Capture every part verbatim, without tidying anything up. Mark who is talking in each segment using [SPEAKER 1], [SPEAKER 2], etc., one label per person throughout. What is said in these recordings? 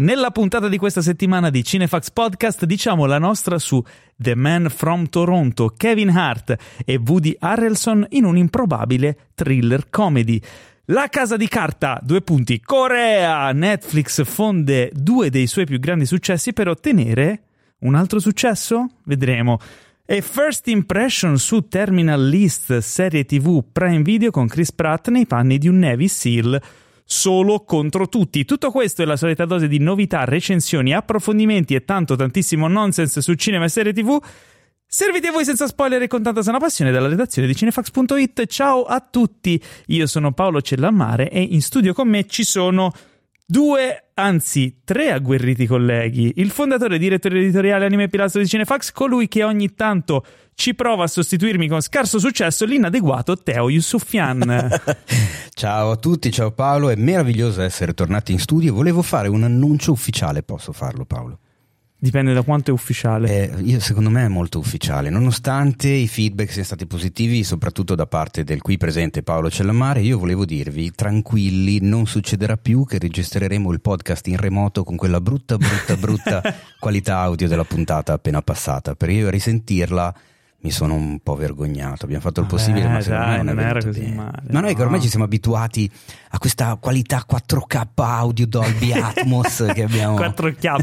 [SPEAKER 1] Nella puntata di questa settimana di Cinefax Podcast diciamo la nostra su The Man from Toronto, Kevin Hart e Woody Harrelson in un improbabile thriller comedy. La Casa di Carta, due punti, Corea. Netflix fonde due dei suoi più grandi successi per ottenere un altro successo? Vedremo. E First Impression su Terminal List, serie tivù Prime Video con Chris Pratt nei panni di un Navy SEAL solo contro tutti. Tutto questo è la solita dose di novità, recensioni, approfondimenti e tanto tantissimo nonsense su cinema e serie tivù. Serviti a voi senza spoiler e con tanta sana passione dalla redazione di cinefax punto it. Ciao a tutti, io sono Paolo Cellammare e in studio con me ci sono due, anzi tre agguerriti colleghi. Il fondatore e direttore editoriale Anime Pilastro di Cinefax, colui che ogni tanto ci prova a sostituirmi con scarso successo, l'inadeguato Teo Yusufian.
[SPEAKER 2] Ciao a tutti, ciao Paolo, è meraviglioso essere tornati in studio. Volevo fare un annuncio ufficiale, posso farlo Paolo?
[SPEAKER 1] Dipende da quanto è ufficiale.
[SPEAKER 2] Eh, io, secondo me è molto ufficiale, nonostante i feedback siano stati positivi, soprattutto da parte del qui presente Paolo Cellammare. Io volevo dirvi, tranquilli, non succederà più che registreremo il podcast in remoto con quella brutta, brutta, brutta qualità audio della puntata appena passata, perché io a risentirla mi sono un po' vergognato. Abbiamo fatto il possibile,
[SPEAKER 1] Vabbè,
[SPEAKER 2] ma secondo
[SPEAKER 1] dai,
[SPEAKER 2] me non,
[SPEAKER 1] non
[SPEAKER 2] è
[SPEAKER 1] era
[SPEAKER 2] venuto
[SPEAKER 1] così
[SPEAKER 2] bene.
[SPEAKER 1] male.
[SPEAKER 2] Ma noi
[SPEAKER 1] no.
[SPEAKER 2] che ormai ci siamo abituati a questa qualità quattro K audio Dolby Atmos che abbiamo
[SPEAKER 1] quattro K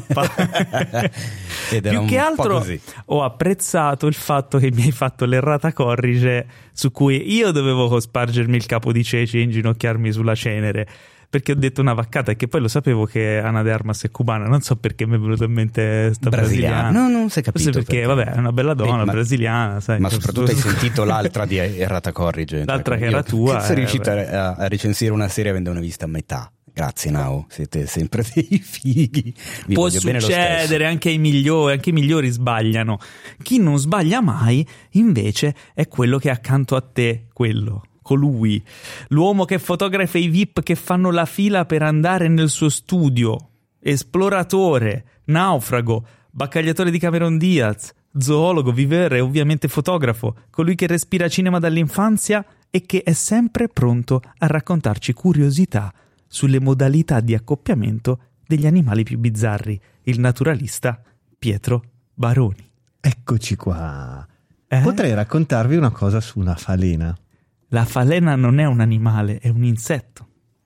[SPEAKER 2] ed era
[SPEAKER 1] più
[SPEAKER 2] un
[SPEAKER 1] che
[SPEAKER 2] po'
[SPEAKER 1] altro
[SPEAKER 2] così.
[SPEAKER 1] Ho apprezzato il fatto che mi hai fatto l'errata corrige su cui io dovevo spargermi il capo di ceci e inginocchiarmi sulla cenere, perché ho detto una vaccata, e che poi lo sapevo che Ana de Armas è cubana, non so perché mi è venuto in mente sta brasiliana.
[SPEAKER 2] brasiliana. No, non si è capito.
[SPEAKER 1] Forse perché, perché, vabbè, è una bella donna,
[SPEAKER 2] eh, ma,
[SPEAKER 1] brasiliana, sai.
[SPEAKER 2] Ma soprattutto hai sentito l'altra di Errata Corrige.
[SPEAKER 1] L'altra che era tua.
[SPEAKER 2] Sei
[SPEAKER 1] eh,
[SPEAKER 2] riuscito a, a recensire una serie avendone vista a metà. Grazie Nao, siete sempre dei fighi. Vi
[SPEAKER 1] Può
[SPEAKER 2] voglio bene lo
[SPEAKER 1] succedere,
[SPEAKER 2] stesso.
[SPEAKER 1] anche i migliori, anche i migliori sbagliano. Chi non sbaglia mai, invece, è quello che è accanto a te, quello. Colui, l'uomo che fotografa i V I P che fanno la fila per andare nel suo studio, esploratore, naufrago, baccagliatore di Cameron Diaz, zoologo, vivere e ovviamente fotografo, colui che respira cinema dall'infanzia e che è sempre pronto a raccontarci curiosità sulle modalità di accoppiamento degli animali più bizzarri, il naturalista Pietro Baroni.
[SPEAKER 3] Eccoci qua.
[SPEAKER 1] Eh?
[SPEAKER 3] Potrei raccontarvi una cosa su una falena.
[SPEAKER 1] La falena non è un animale, è un insetto.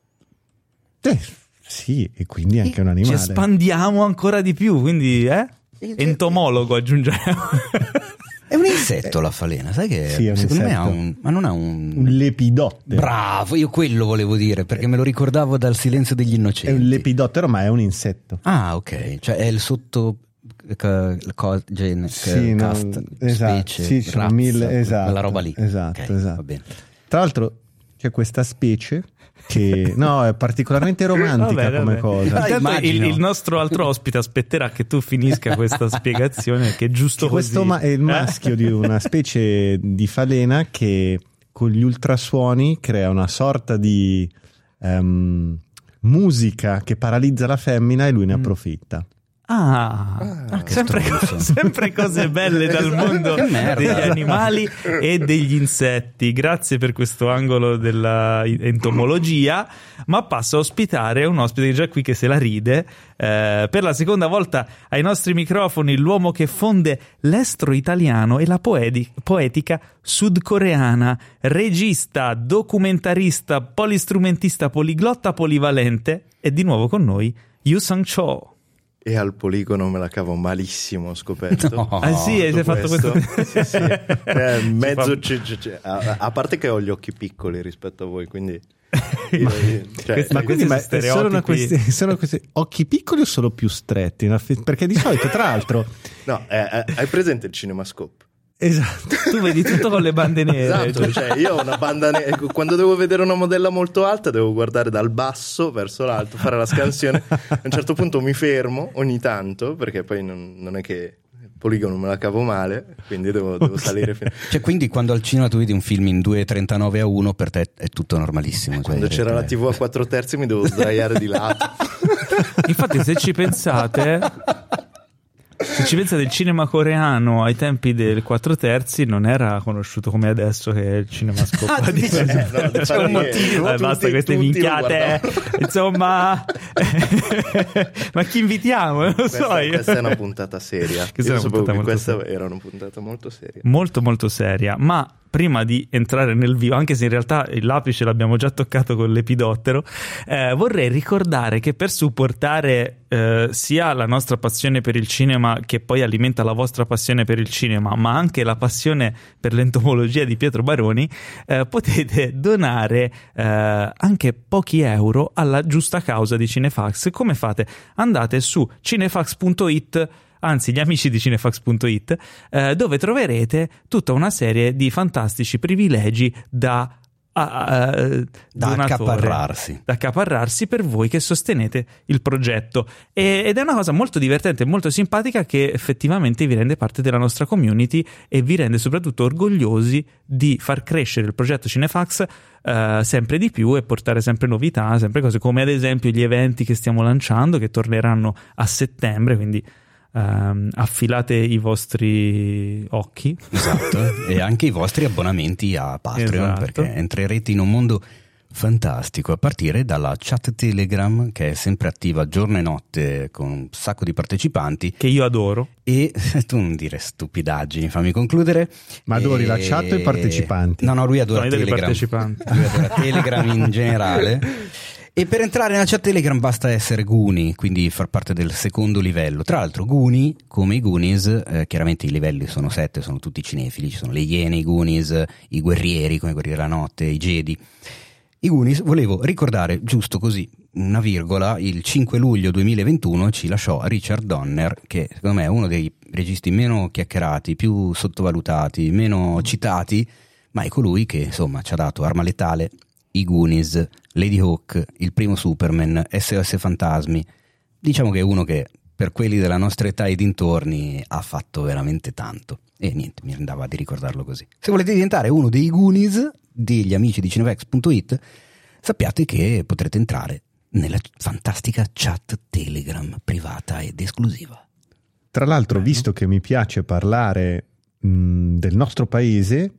[SPEAKER 3] Eh, sì, e quindi anche un animale.
[SPEAKER 1] Ci espandiamo ancora di più, quindi, eh? Entomologo aggiungiamo.
[SPEAKER 2] È un insetto la falena, sai che
[SPEAKER 3] Sì, è un
[SPEAKER 2] secondo
[SPEAKER 3] insetto.
[SPEAKER 2] me ha un... Ma non ha un...
[SPEAKER 3] Un lepidottero.
[SPEAKER 2] Bravo, io quello volevo dire, perché me lo ricordavo dal Silenzio degli
[SPEAKER 3] È
[SPEAKER 2] Innocenti.
[SPEAKER 3] un lepidottero, ma è un insetto.
[SPEAKER 2] Ah, ok, cioè è il sotto... Ca, co, gen,
[SPEAKER 3] Sì,
[SPEAKER 2] ca,
[SPEAKER 3] no,
[SPEAKER 2] cast,
[SPEAKER 3] esatto,
[SPEAKER 2] specie,
[SPEAKER 3] sì, sono
[SPEAKER 2] razza,
[SPEAKER 3] mille, esatto,
[SPEAKER 2] quella roba lì.
[SPEAKER 3] Esatto,
[SPEAKER 2] Ok,
[SPEAKER 3] esatto.
[SPEAKER 2] va bene.
[SPEAKER 3] Tra l'altro c'è questa specie che no, è particolarmente romantica
[SPEAKER 1] Vabbè,
[SPEAKER 3] come
[SPEAKER 1] vabbè.
[SPEAKER 3] cosa.
[SPEAKER 1] Intanto
[SPEAKER 2] immagino.
[SPEAKER 1] il, il nostro altro ospite aspetterà che tu finisca questa spiegazione, che è giusto
[SPEAKER 3] Che
[SPEAKER 1] così.
[SPEAKER 3] questo ma- è il
[SPEAKER 1] Eh?
[SPEAKER 3] maschio di una specie di falena che con gli ultrasuoni crea una sorta di ehm, musica che paralizza la femmina e lui ne approfitta.
[SPEAKER 1] Ah,
[SPEAKER 2] Ah, che
[SPEAKER 1] sempre,
[SPEAKER 2] stronzo.
[SPEAKER 1] sempre cose belle dal mondo
[SPEAKER 2] Che merda.
[SPEAKER 1] degli animali e degli insetti. Grazie per questo angolo della entomologia, ma passo a ospitare un ospite che già qui che se la ride. Eh, per la seconda volta ai nostri microfoni l'uomo che fonde l'estro italiano e la poedi- poetica sudcoreana, regista, documentarista, polistrumentista, poliglotta, polivalente, e di nuovo con noi Yu Sang-cho.
[SPEAKER 4] E al poligono me la cavo malissimo, ho scoperto.
[SPEAKER 2] No.
[SPEAKER 1] Ah sì, hai
[SPEAKER 4] Tutto
[SPEAKER 1] fatto questo?
[SPEAKER 4] sì, sì. Eh, mezzo
[SPEAKER 1] Ci
[SPEAKER 4] c- c- c- a, a parte che ho gli occhi piccoli rispetto a voi, quindi io- cioè,
[SPEAKER 1] Questi-
[SPEAKER 3] Ma quindi ma
[SPEAKER 1] sono
[SPEAKER 3] è solo una
[SPEAKER 1] stereotipi.
[SPEAKER 3] questione, sono questi occhi piccoli o solo più stretti? Una fe- Perché di solito, tra l'altro,
[SPEAKER 4] no, eh, eh, hai presente il CinemaScope?
[SPEAKER 3] esatto.
[SPEAKER 1] Tu vedi tutto con le bande nere.
[SPEAKER 4] Esatto, cioè io ho una banda ne- quando devo vedere una modella molto alta devo guardare dal basso verso l'alto, fare la scansione. A un certo punto mi fermo ogni tanto, perché poi non, non è che il poligono me la cavo male, quindi devo, devo salire fino.
[SPEAKER 2] Cioè, quindi quando al cinema tu vedi un film in due virgola trentanove a uno, per te è tutto normalissimo. Cioè,
[SPEAKER 4] Quando c'era la tivù a quattro terzi mi devo sdraiare di lato.
[SPEAKER 1] Infatti, se ci pensate, Se ci pensate, il cinema coreano ai tempi del quattro terzi non era conosciuto come adesso, che è il cinema scopa.
[SPEAKER 4] Ah, dici, eh, no,
[SPEAKER 2] c'è un motivo.
[SPEAKER 1] Eh, basta
[SPEAKER 4] tutti,
[SPEAKER 1] queste
[SPEAKER 4] tutti
[SPEAKER 1] minchiate, insomma. Ma chi invitiamo? Non lo
[SPEAKER 4] questa,
[SPEAKER 1] so io.
[SPEAKER 4] Questa è una puntata seria.
[SPEAKER 1] Questa
[SPEAKER 4] Io
[SPEAKER 1] è una
[SPEAKER 4] sapevo
[SPEAKER 1] puntata
[SPEAKER 4] che
[SPEAKER 1] molto
[SPEAKER 4] questa
[SPEAKER 1] seria.
[SPEAKER 4] era una puntata molto seria.
[SPEAKER 1] Molto molto seria, ma prima di entrare nel vivo, anche se in realtà l'apice l'abbiamo già toccato con l'epidottero, eh, vorrei ricordare che per supportare eh, sia la nostra passione per il cinema, che poi alimenta la vostra passione per il cinema, ma anche la passione per l'entomologia di Pietro Baroni, eh, potete donare eh, anche pochi euro alla giusta causa di Cinefax. Come fate? Andate su cinefax punto it, anzi gli amici di cinefax punto it, eh, dove troverete tutta una serie di fantastici privilegi da a, uh,
[SPEAKER 2] da
[SPEAKER 1] donatore,
[SPEAKER 2] accaparrarsi
[SPEAKER 1] da accaparrarsi per voi che sostenete il progetto, e, ed è una cosa molto divertente e molto simpatica, che effettivamente vi rende parte della nostra community e vi rende soprattutto orgogliosi di far crescere il progetto Cinefax uh, sempre di più e portare sempre novità, sempre cose come ad esempio gli eventi che stiamo lanciando, che torneranno a settembre, quindi Um, affilate i vostri occhi,
[SPEAKER 2] esatto, e anche i vostri abbonamenti a Patreon,
[SPEAKER 1] esatto,
[SPEAKER 2] perché entrerete in un mondo fantastico a partire dalla chat Telegram, che è sempre attiva giorno e notte con un sacco di partecipanti,
[SPEAKER 1] che io adoro.
[SPEAKER 2] E tu non dire stupidaggini, fammi concludere.
[SPEAKER 3] Ma adori
[SPEAKER 2] e...
[SPEAKER 3] la chat o i partecipanti?
[SPEAKER 2] No, no, lui adora
[SPEAKER 1] No,
[SPEAKER 2] Telegram.
[SPEAKER 1] partecipanti.
[SPEAKER 2] Lui adora Telegram in generale. E per entrare nella chat Telegram basta essere Goonie, quindi far parte del secondo livello. Tra l'altro Goonie, come i Goonies, eh, chiaramente i livelli sono sette, sono tutti cinefili, ci sono le Iene, i Goonies, i guerrieri come i guerrieri della notte, i Jedi. I Goonies, volevo ricordare giusto così, una virgola, il cinque luglio duemilaventuno ci lasciò Richard Donner, che secondo me è uno dei registi meno chiacchierati, più sottovalutati, meno citati, ma è colui che insomma ci ha dato Arma Letale, i Goonies, Lady Hawk, il primo Superman, S O S Fantasmi. Diciamo che è uno che per quelli della nostra età e dintorni ha fatto veramente tanto, e niente, mi andava di ricordarlo così. Se volete diventare uno dei Goonies degli amici di cinefax punto it, sappiate che potrete entrare nella fantastica chat Telegram privata ed esclusiva.
[SPEAKER 3] Tra l'altro, visto che mi piace parlare mh, del nostro paese,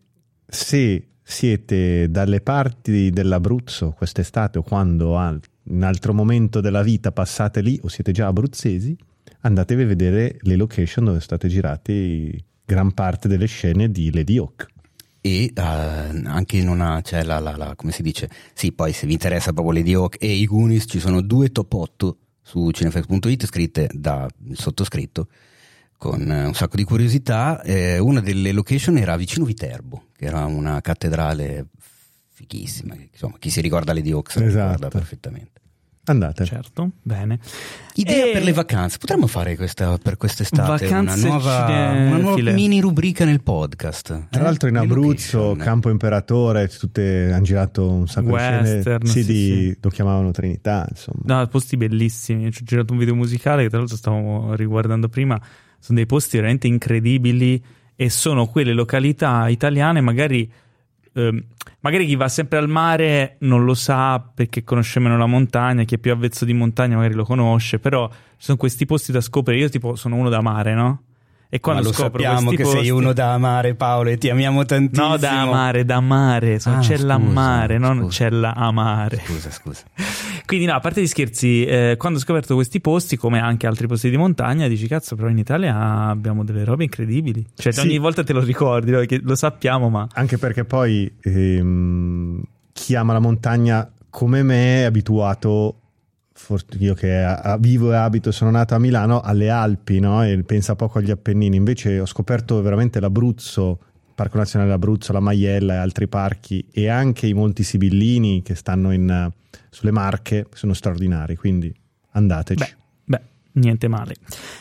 [SPEAKER 3] se siete dalle parti dell'Abruzzo quest'estate, o quando al, in altro momento della vita passate lì, o siete già abruzzesi, andatevi a vedere le location dove state girate gran parte delle scene di Lady Hawk.
[SPEAKER 2] E uh, anche in una, cioè la, la, la, come si dice, sì, poi se vi interessa proprio Lady Hawk e i Goonies, ci sono due top otto su cinefax punto it scritte da il sottoscritto, con un sacco di curiosità. Eh, una delle location era vicino Viterbo, che era una cattedrale fighissima, insomma chi si ricorda Lady Hawk se la
[SPEAKER 3] Esatto.
[SPEAKER 2] ricorda perfettamente.
[SPEAKER 3] Andate.
[SPEAKER 1] Certo, bene.
[SPEAKER 2] Idea
[SPEAKER 1] E...
[SPEAKER 2] per le vacanze, potremmo fare questa per quest'estate una
[SPEAKER 1] Vacanze
[SPEAKER 2] nuova,
[SPEAKER 1] cinefile.
[SPEAKER 2] una nuova mini rubrica nel podcast.
[SPEAKER 3] Tra
[SPEAKER 2] eh?
[SPEAKER 3] l'altro in
[SPEAKER 2] Le
[SPEAKER 3] Abruzzo,
[SPEAKER 2] location.
[SPEAKER 3] Campo Imperatore, tutte hanno girato un sacco
[SPEAKER 1] Western,
[SPEAKER 3] di scene, sì,
[SPEAKER 1] sì,
[SPEAKER 3] di,
[SPEAKER 1] sì.
[SPEAKER 3] lo chiamavano Trinità, insomma.
[SPEAKER 1] No, posti bellissimi. Ci ho girato un video musicale che tra l'altro stavamo riguardando prima. Sono dei posti veramente incredibili, e sono quelle località italiane, magari ehm, magari chi va sempre al mare non lo sa perché conosce meno la montagna, chi è più avvezzo di montagna magari lo conosce, però ci sono questi posti da scoprire. Io tipo sono uno da mare, no? E quando
[SPEAKER 2] Ma lo
[SPEAKER 1] scopro
[SPEAKER 2] sappiamo
[SPEAKER 1] questi
[SPEAKER 2] che
[SPEAKER 1] posti...
[SPEAKER 2] sei uno da amare, Paolo, e ti amiamo tantissimo.
[SPEAKER 1] No, da amare, da mare,
[SPEAKER 2] Ah,
[SPEAKER 1] c'è
[SPEAKER 2] scusa,
[SPEAKER 1] la mare, non
[SPEAKER 2] scusa.
[SPEAKER 1] c'è la amare.
[SPEAKER 2] Scusa, scusa.
[SPEAKER 1] Quindi no, a parte gli scherzi, eh, quando ho scoperto questi posti, come anche altri posti di montagna, dici cazzo, però in Italia abbiamo delle robe incredibili. Cioè
[SPEAKER 3] Sì.
[SPEAKER 1] ogni volta te lo ricordi, no? Che lo sappiamo, ma...
[SPEAKER 3] Anche perché poi ehm, chi ama la montagna come me è abituato, for- io che a- a- vivo e abito, sono nato a Milano, alle Alpi, no? E pensa poco agli Appennini. Invece ho scoperto veramente l'Abruzzo, Parco Nazionale dell'Abruzzo, la Maiella e altri parchi, e anche i Monti Sibillini che stanno in, sulle Marche, sono straordinari, quindi andateci.
[SPEAKER 1] Beh, beh, niente male.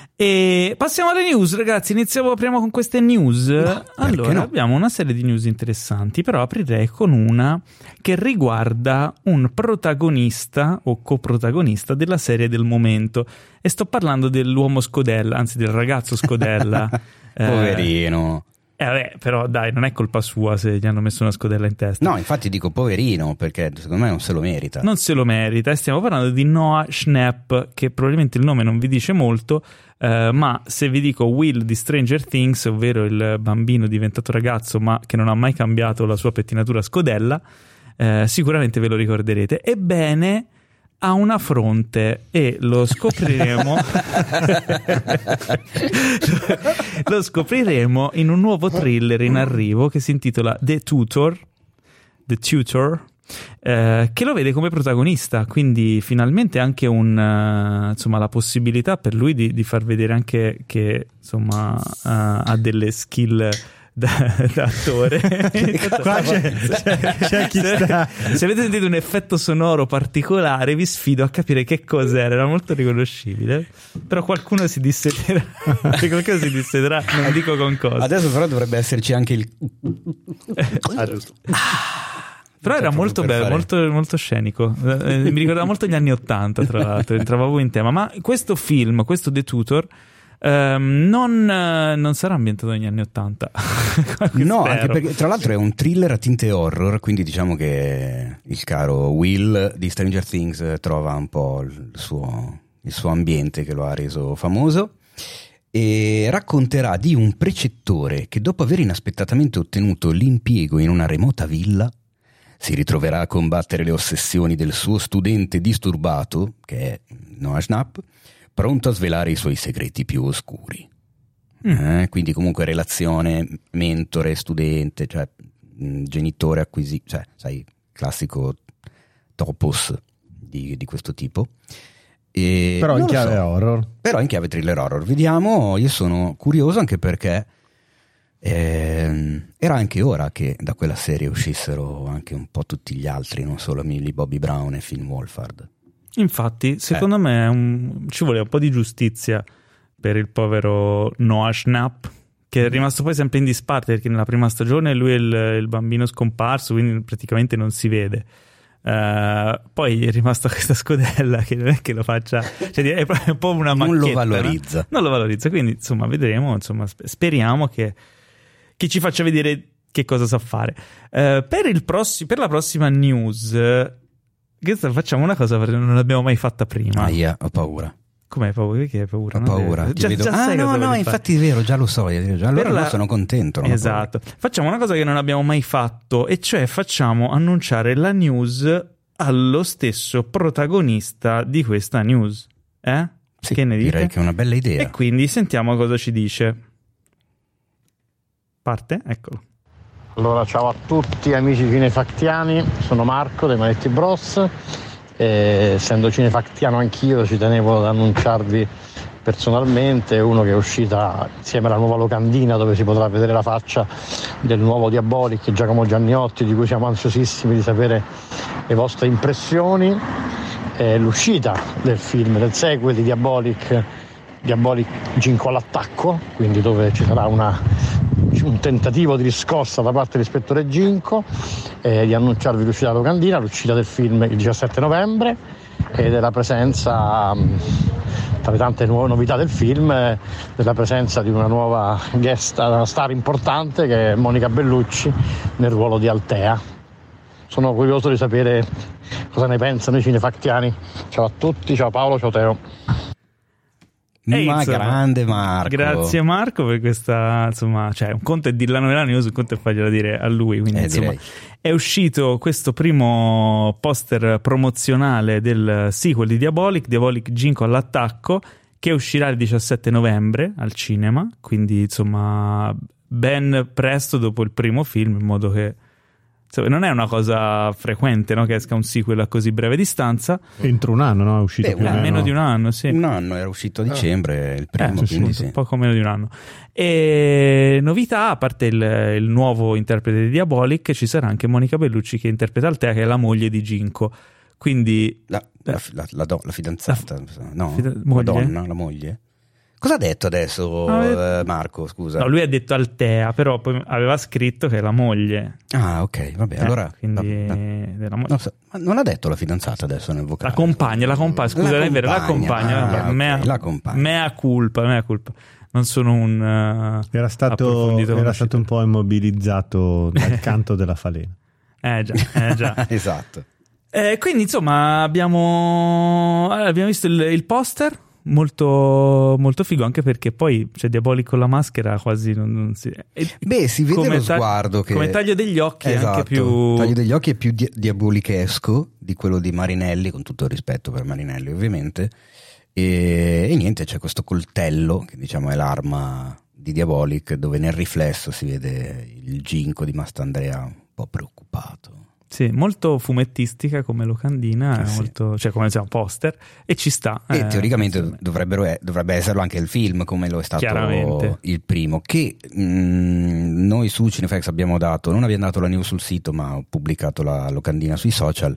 [SPEAKER 1] E passiamo alle news, ragazzi. Iniziamo prima con queste news. Allora,
[SPEAKER 2] no?
[SPEAKER 1] abbiamo una serie di news interessanti, però aprirei con una che riguarda un protagonista o coprotagonista della serie del momento, e sto parlando dell'uomo Scodella, anzi del ragazzo Scodella. Eh,
[SPEAKER 2] Poverino.
[SPEAKER 1] Eh vabbè, però dai, non è colpa sua se gli hanno messo una scodella in testa.
[SPEAKER 2] No, infatti dico poverino, perché secondo me non se lo merita.
[SPEAKER 1] Non se lo merita, e stiamo parlando di Noah Schnapp, che probabilmente il nome non vi dice molto, eh, ma se vi dico Will di Stranger Things, ovvero il bambino diventato ragazzo ma che non ha mai cambiato la sua pettinatura scodella, eh, sicuramente ve lo ricorderete. Ebbene, ha una fronte, e lo scopriremo lo scopriremo in un nuovo thriller in arrivo che si intitola The Tutor The Tutor eh, che lo vede come protagonista, quindi finalmente anche un uh, insomma la possibilità per lui di, di far vedere anche che insomma uh, ha delle skill da, da attore.
[SPEAKER 3] Qua c'è, c'è, c'è chi sta.
[SPEAKER 1] Se avete sentito un effetto sonoro particolare, vi sfido a capire che cos'era. Era molto riconoscibile, però qualcuno si dissederà. qualcuno si dissederà, non dico con cosa.
[SPEAKER 2] Adesso però dovrebbe esserci anche il
[SPEAKER 4] Ah, giusto.
[SPEAKER 1] Però era molto bello,
[SPEAKER 2] fare...
[SPEAKER 1] molto, molto scenico. Eh, mi ricordava molto gli anni Ottanta, tra l'altro, entrava proprio in tema. Ma questo film, questo The Tutor, Um, non, uh, non sarà ambientato negli anni Ottanta.
[SPEAKER 2] No, anche perché tra l'altro è un thriller a tinte horror, quindi diciamo che il caro Will di Stranger Things trova un po' il suo, il suo ambiente che lo ha reso famoso, e racconterà di un precettore che dopo aver inaspettatamente ottenuto l'impiego in una remota villa si ritroverà a combattere le ossessioni del suo studente disturbato, che è Noah Schnapp, pronto a svelare i suoi segreti più oscuri. Mm. Eh, quindi comunque relazione mentore-studente, cioè mh, genitore acquisito, cioè sai, classico topos di, di questo tipo. E
[SPEAKER 3] però in chiave
[SPEAKER 2] so,
[SPEAKER 3] horror.
[SPEAKER 2] Però in chiave thriller horror. Vediamo, io sono curioso anche perché ehm, era anche ora che da quella serie uscissero anche un po' tutti gli altri, non solo Millie Bobby Brown e Finn Wolfhard. Infatti,
[SPEAKER 1] secondo eh. me è un, ci vuole un po' di giustizia per il povero Noah Schnapp, che è rimasto poi sempre in disparte, perché nella prima stagione lui è il, il bambino scomparso, quindi praticamente non si vede. Uh, poi è rimasta questa scodella che non è che lo faccia, cioè è un po' una macchietta,
[SPEAKER 2] non lo valorizza,
[SPEAKER 1] no? Non lo valorizza, quindi insomma vedremo, insomma speriamo che, che ci faccia vedere che cosa sa fare. Uh, per, il prossi- per la prossima news facciamo una cosa che non l'abbiamo mai fatta prima.
[SPEAKER 2] Ah, yeah, ho paura.
[SPEAKER 1] Com'è paura? Perché hai paura?
[SPEAKER 2] Ho
[SPEAKER 1] non
[SPEAKER 2] paura.
[SPEAKER 1] Già,
[SPEAKER 2] vedo...
[SPEAKER 1] già
[SPEAKER 2] ah, no, no, infatti è vero, già lo so. Già allora la... sono contento. Non
[SPEAKER 1] esatto. Facciamo una cosa che non abbiamo mai fatto, e cioè facciamo annunciare la news allo stesso protagonista di questa news. Eh?
[SPEAKER 2] Sì,
[SPEAKER 1] che ne dite?
[SPEAKER 2] Direi che è una bella idea.
[SPEAKER 1] E quindi sentiamo cosa ci dice. Parte? Eccolo.
[SPEAKER 5] Allora, ciao a tutti amici cinefactiani, sono Marco dei Manetti Bros. E, essendo cinefactiano anch'io, ci tenevo ad annunciarvi personalmente uno che è uscita insieme alla nuova locandina, dove si potrà vedere la faccia del nuovo Diabolic, Giacomo Gianniotti, di cui siamo ansiosissimi di sapere le vostre impressioni. È l'uscita del film, del sequel di Diabolic, Diabolic Ginko all'attacco, quindi dove ci sarà una un tentativo di riscossa da parte dell'ispettore Ginko, eh, di annunciarvi l'uscita della locandina, l'uscita del film il diciassette novembre, e della presenza, tra le tante nuove novità del film, eh, della presenza di una nuova guest, una star importante, che è Monica Bellucci nel ruolo di Altea. Sono curioso di sapere cosa ne pensano i cinefactiani. Ciao a tutti, ciao Paolo, ciao Teo.
[SPEAKER 1] E
[SPEAKER 2] ma
[SPEAKER 1] insomma,
[SPEAKER 2] grande Marco,
[SPEAKER 1] grazie Marco per questa, insomma, cioè un conto è dirla nella news, un conto è fargliela dire a lui, quindi
[SPEAKER 2] eh,
[SPEAKER 1] insomma
[SPEAKER 2] direi.
[SPEAKER 1] È uscito questo primo poster promozionale del sequel di Diabolic, Diabolic Ginko all'attacco, che uscirà il diciassette novembre al cinema, quindi insomma ben presto dopo il primo film, in modo che non è una cosa frequente, no, che esca un sequel a così breve distanza.
[SPEAKER 3] Entro un anno, no? È uscito
[SPEAKER 2] Beh,
[SPEAKER 3] più o meno.
[SPEAKER 1] Meno di un anno, sì.
[SPEAKER 2] Un anno, era uscito a dicembre, il primo,
[SPEAKER 1] eh,
[SPEAKER 2] quindi
[SPEAKER 1] sì,
[SPEAKER 2] sì.
[SPEAKER 1] Poco meno di un anno. E novità, a parte il, il nuovo interprete di Diabolic, ci sarà anche Monica Bellucci che interpreta Altea, che è la moglie di Ginko. Quindi
[SPEAKER 2] la, la, la, la, do, la fidanzata, la, no,
[SPEAKER 1] fida-
[SPEAKER 2] la donna, la moglie. Cosa ha detto adesso ah, eh, Marco, scusa?
[SPEAKER 1] No, lui ha detto Altea, però poi aveva scritto che è la moglie.
[SPEAKER 2] Ah, ok, vabbè,
[SPEAKER 1] eh,
[SPEAKER 2] allora...
[SPEAKER 1] Quindi
[SPEAKER 2] vabbè.
[SPEAKER 1] Della moglie.
[SPEAKER 2] Non, so, non ha detto la fidanzata adesso nel vocale?
[SPEAKER 1] La compagna, la compagna, scusa,
[SPEAKER 2] la
[SPEAKER 1] è vero, la compagna.
[SPEAKER 2] Ah,
[SPEAKER 1] mea,
[SPEAKER 2] okay, la compagna.
[SPEAKER 1] mea culpa, mea culpa. non sono un uh,
[SPEAKER 3] era stato, era stato un po' immobilizzato dal canto della falena.
[SPEAKER 1] Eh già, eh già.
[SPEAKER 2] Esatto.
[SPEAKER 1] Eh, quindi insomma abbiamo, abbiamo visto il, il poster, molto, molto figo, anche perché poi c'è Diabolic con la maschera, quasi non, non si...
[SPEAKER 2] Beh, si vede
[SPEAKER 1] come
[SPEAKER 2] lo
[SPEAKER 1] ta-
[SPEAKER 2] sguardo che...
[SPEAKER 1] come taglio degli occhi,
[SPEAKER 2] esatto,
[SPEAKER 1] è anche più...
[SPEAKER 2] taglio degli occhi è più di- diabolichesco di quello di Marinelli, con tutto il rispetto per Marinelli ovviamente, e, e niente, c'è questo coltello che diciamo è l'arma di Diabolic, dove nel riflesso si vede il ginco di Mastandrea un po' preoccupato.
[SPEAKER 1] Sì, molto fumettistica come locandina,
[SPEAKER 2] Eh sì.
[SPEAKER 1] molto, cioè come diciamo poster, e ci sta.
[SPEAKER 2] E
[SPEAKER 1] eh,
[SPEAKER 2] teoricamente
[SPEAKER 1] insomma.
[SPEAKER 2] dovrebbero, dovrebbe esserlo anche il film, come lo è stato
[SPEAKER 1] Chiaramente.
[SPEAKER 2] il primo, che mh, noi su Cinefax abbiamo dato, non abbiamo dato la news sul sito, ma ho pubblicato la locandina sui social,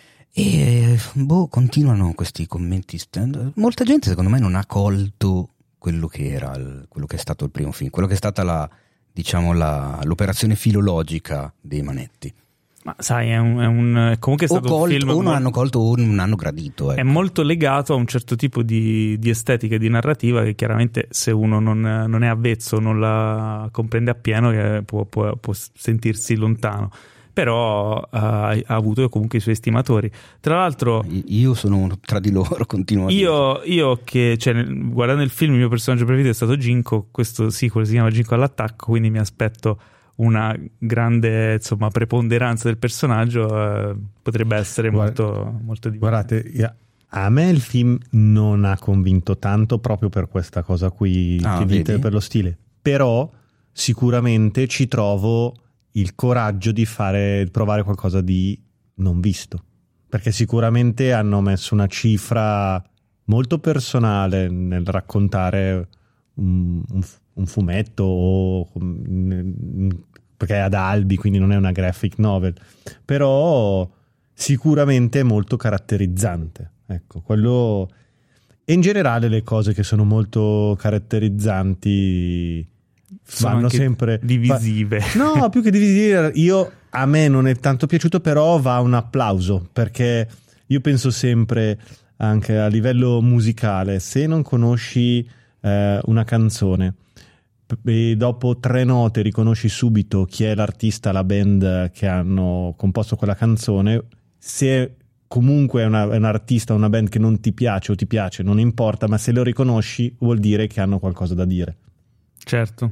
[SPEAKER 2] e boh, continuano questi commenti stand- molta gente secondo me non ha colto quello che era il, quello che è stato il primo film, quello che è stata la, diciamo la, l'operazione filologica dei Manetti.
[SPEAKER 1] Ma sai, è un, è un comunque è
[SPEAKER 2] O,
[SPEAKER 1] stato
[SPEAKER 2] colto,
[SPEAKER 1] un film
[SPEAKER 2] o non
[SPEAKER 1] mo-
[SPEAKER 2] hanno colto o non hanno gradito, ecco.
[SPEAKER 1] è molto legato a un certo tipo di, di estetica e di narrativa che chiaramente se uno non, non è avvezzo, non la comprende appieno, che può, può, può sentirsi lontano. Però uh, ha avuto comunque i suoi estimatori. Tra l'altro
[SPEAKER 2] Io sono uno tra di loro, continuo a
[SPEAKER 1] io, io che cioè, nel- guardando il film il mio personaggio preferito è stato Ginko, questo sequel si chiama Ginko all'attacco, quindi mi aspetto una grande insomma preponderanza del personaggio, eh, potrebbe essere
[SPEAKER 3] Guarda-
[SPEAKER 1] molto, molto divertente.
[SPEAKER 3] Guardate, a me il film non ha convinto tanto proprio per questa cosa qui
[SPEAKER 2] Ah,
[SPEAKER 3] che dite,
[SPEAKER 2] vedi?
[SPEAKER 3] per lo stile, però sicuramente ci trovo il coraggio di fare provare qualcosa di non visto, perché sicuramente hanno messo una cifra molto personale nel raccontare un, un, un fumetto o perché è ad albi, quindi non è una graphic novel, però sicuramente è molto caratterizzante, ecco, quello. E in generale le cose che sono molto caratterizzanti
[SPEAKER 1] Sono
[SPEAKER 3] vanno
[SPEAKER 1] anche
[SPEAKER 3] sempre
[SPEAKER 1] divisive.
[SPEAKER 3] No, più che divisive, io a me non è tanto piaciuto, però va un applauso, perché io penso sempre anche a livello musicale, se non conosci eh, una canzone e dopo tre note riconosci subito chi è l'artista, la band che hanno composto quella canzone, se comunque è, una, è un artista, una band che non ti piace o ti piace, non importa, ma se lo riconosci vuol dire che hanno qualcosa da dire.
[SPEAKER 1] Certo.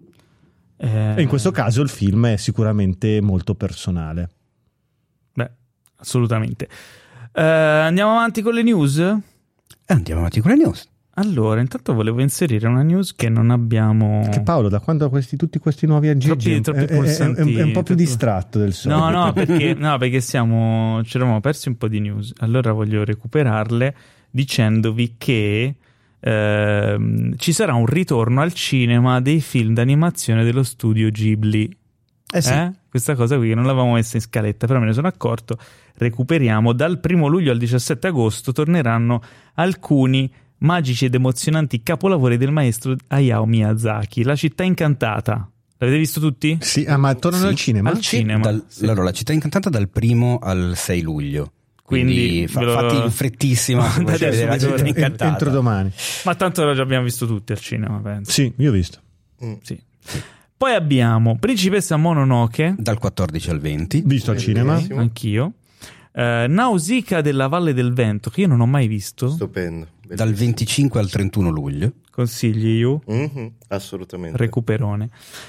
[SPEAKER 1] Eh,
[SPEAKER 3] E in questo caso il film è sicuramente molto personale.
[SPEAKER 1] Beh, assolutamente. Eh, andiamo avanti con le news?
[SPEAKER 2] Eh, andiamo avanti con le news.
[SPEAKER 1] Allora, intanto volevo inserire una news che non abbiamo...
[SPEAKER 3] Che Paolo, da quando ha questi, tutti questi nuovi aggeggi,
[SPEAKER 1] Troppi- troppi
[SPEAKER 3] è, è- è-
[SPEAKER 1] pulsantini,
[SPEAKER 3] è un po' più
[SPEAKER 1] troppo-
[SPEAKER 3] distratto del solito.
[SPEAKER 1] No, no, perché, no, perché siamo, ci eravamo persi un po' di news. Allora voglio recuperarle dicendovi che ehm, ci sarà un ritorno al cinema dei film d'animazione dello studio Ghibli.
[SPEAKER 3] Eh sì.
[SPEAKER 1] Eh? Questa cosa qui che non l'avevamo messa in scaletta, però me ne sono accorto. Recuperiamo. Dal primo luglio al diciassette agosto torneranno alcuni magici ed emozionanti capolavori del maestro Hayao Miyazaki. La città incantata. L'avete visto tutti?
[SPEAKER 3] Sì, ah, ma tornano
[SPEAKER 2] Sì,
[SPEAKER 3] al cinema?
[SPEAKER 1] al cinema.
[SPEAKER 2] Dal-
[SPEAKER 1] Sì.
[SPEAKER 2] Allora, la città incantata dal primo al sei luglio.
[SPEAKER 1] Quindi
[SPEAKER 2] Quindi, fa-
[SPEAKER 1] ve lo-
[SPEAKER 2] fatti in frettissima se
[SPEAKER 1] Andate
[SPEAKER 2] volete vedere la
[SPEAKER 1] subito
[SPEAKER 2] città
[SPEAKER 1] ora.
[SPEAKER 3] En-
[SPEAKER 2] incantata.
[SPEAKER 3] Entro domani.
[SPEAKER 1] Ma tanto già abbiamo visto tutti al cinema, penso.
[SPEAKER 3] Sì, io ho visto.
[SPEAKER 1] Sì. Poi abbiamo Principessa Mononoke,
[SPEAKER 2] Dal quattordici al venti.
[SPEAKER 3] Visto al cinema.
[SPEAKER 4] Bellissimo.
[SPEAKER 1] anch'io. Eh, Nausicaa della Valle del Vento, che io non ho mai visto.
[SPEAKER 4] Stupendo.
[SPEAKER 2] Dal venticinque al trentuno luglio.
[SPEAKER 1] Consigli io,
[SPEAKER 4] Mhm, assolutamente.
[SPEAKER 1] recuperone.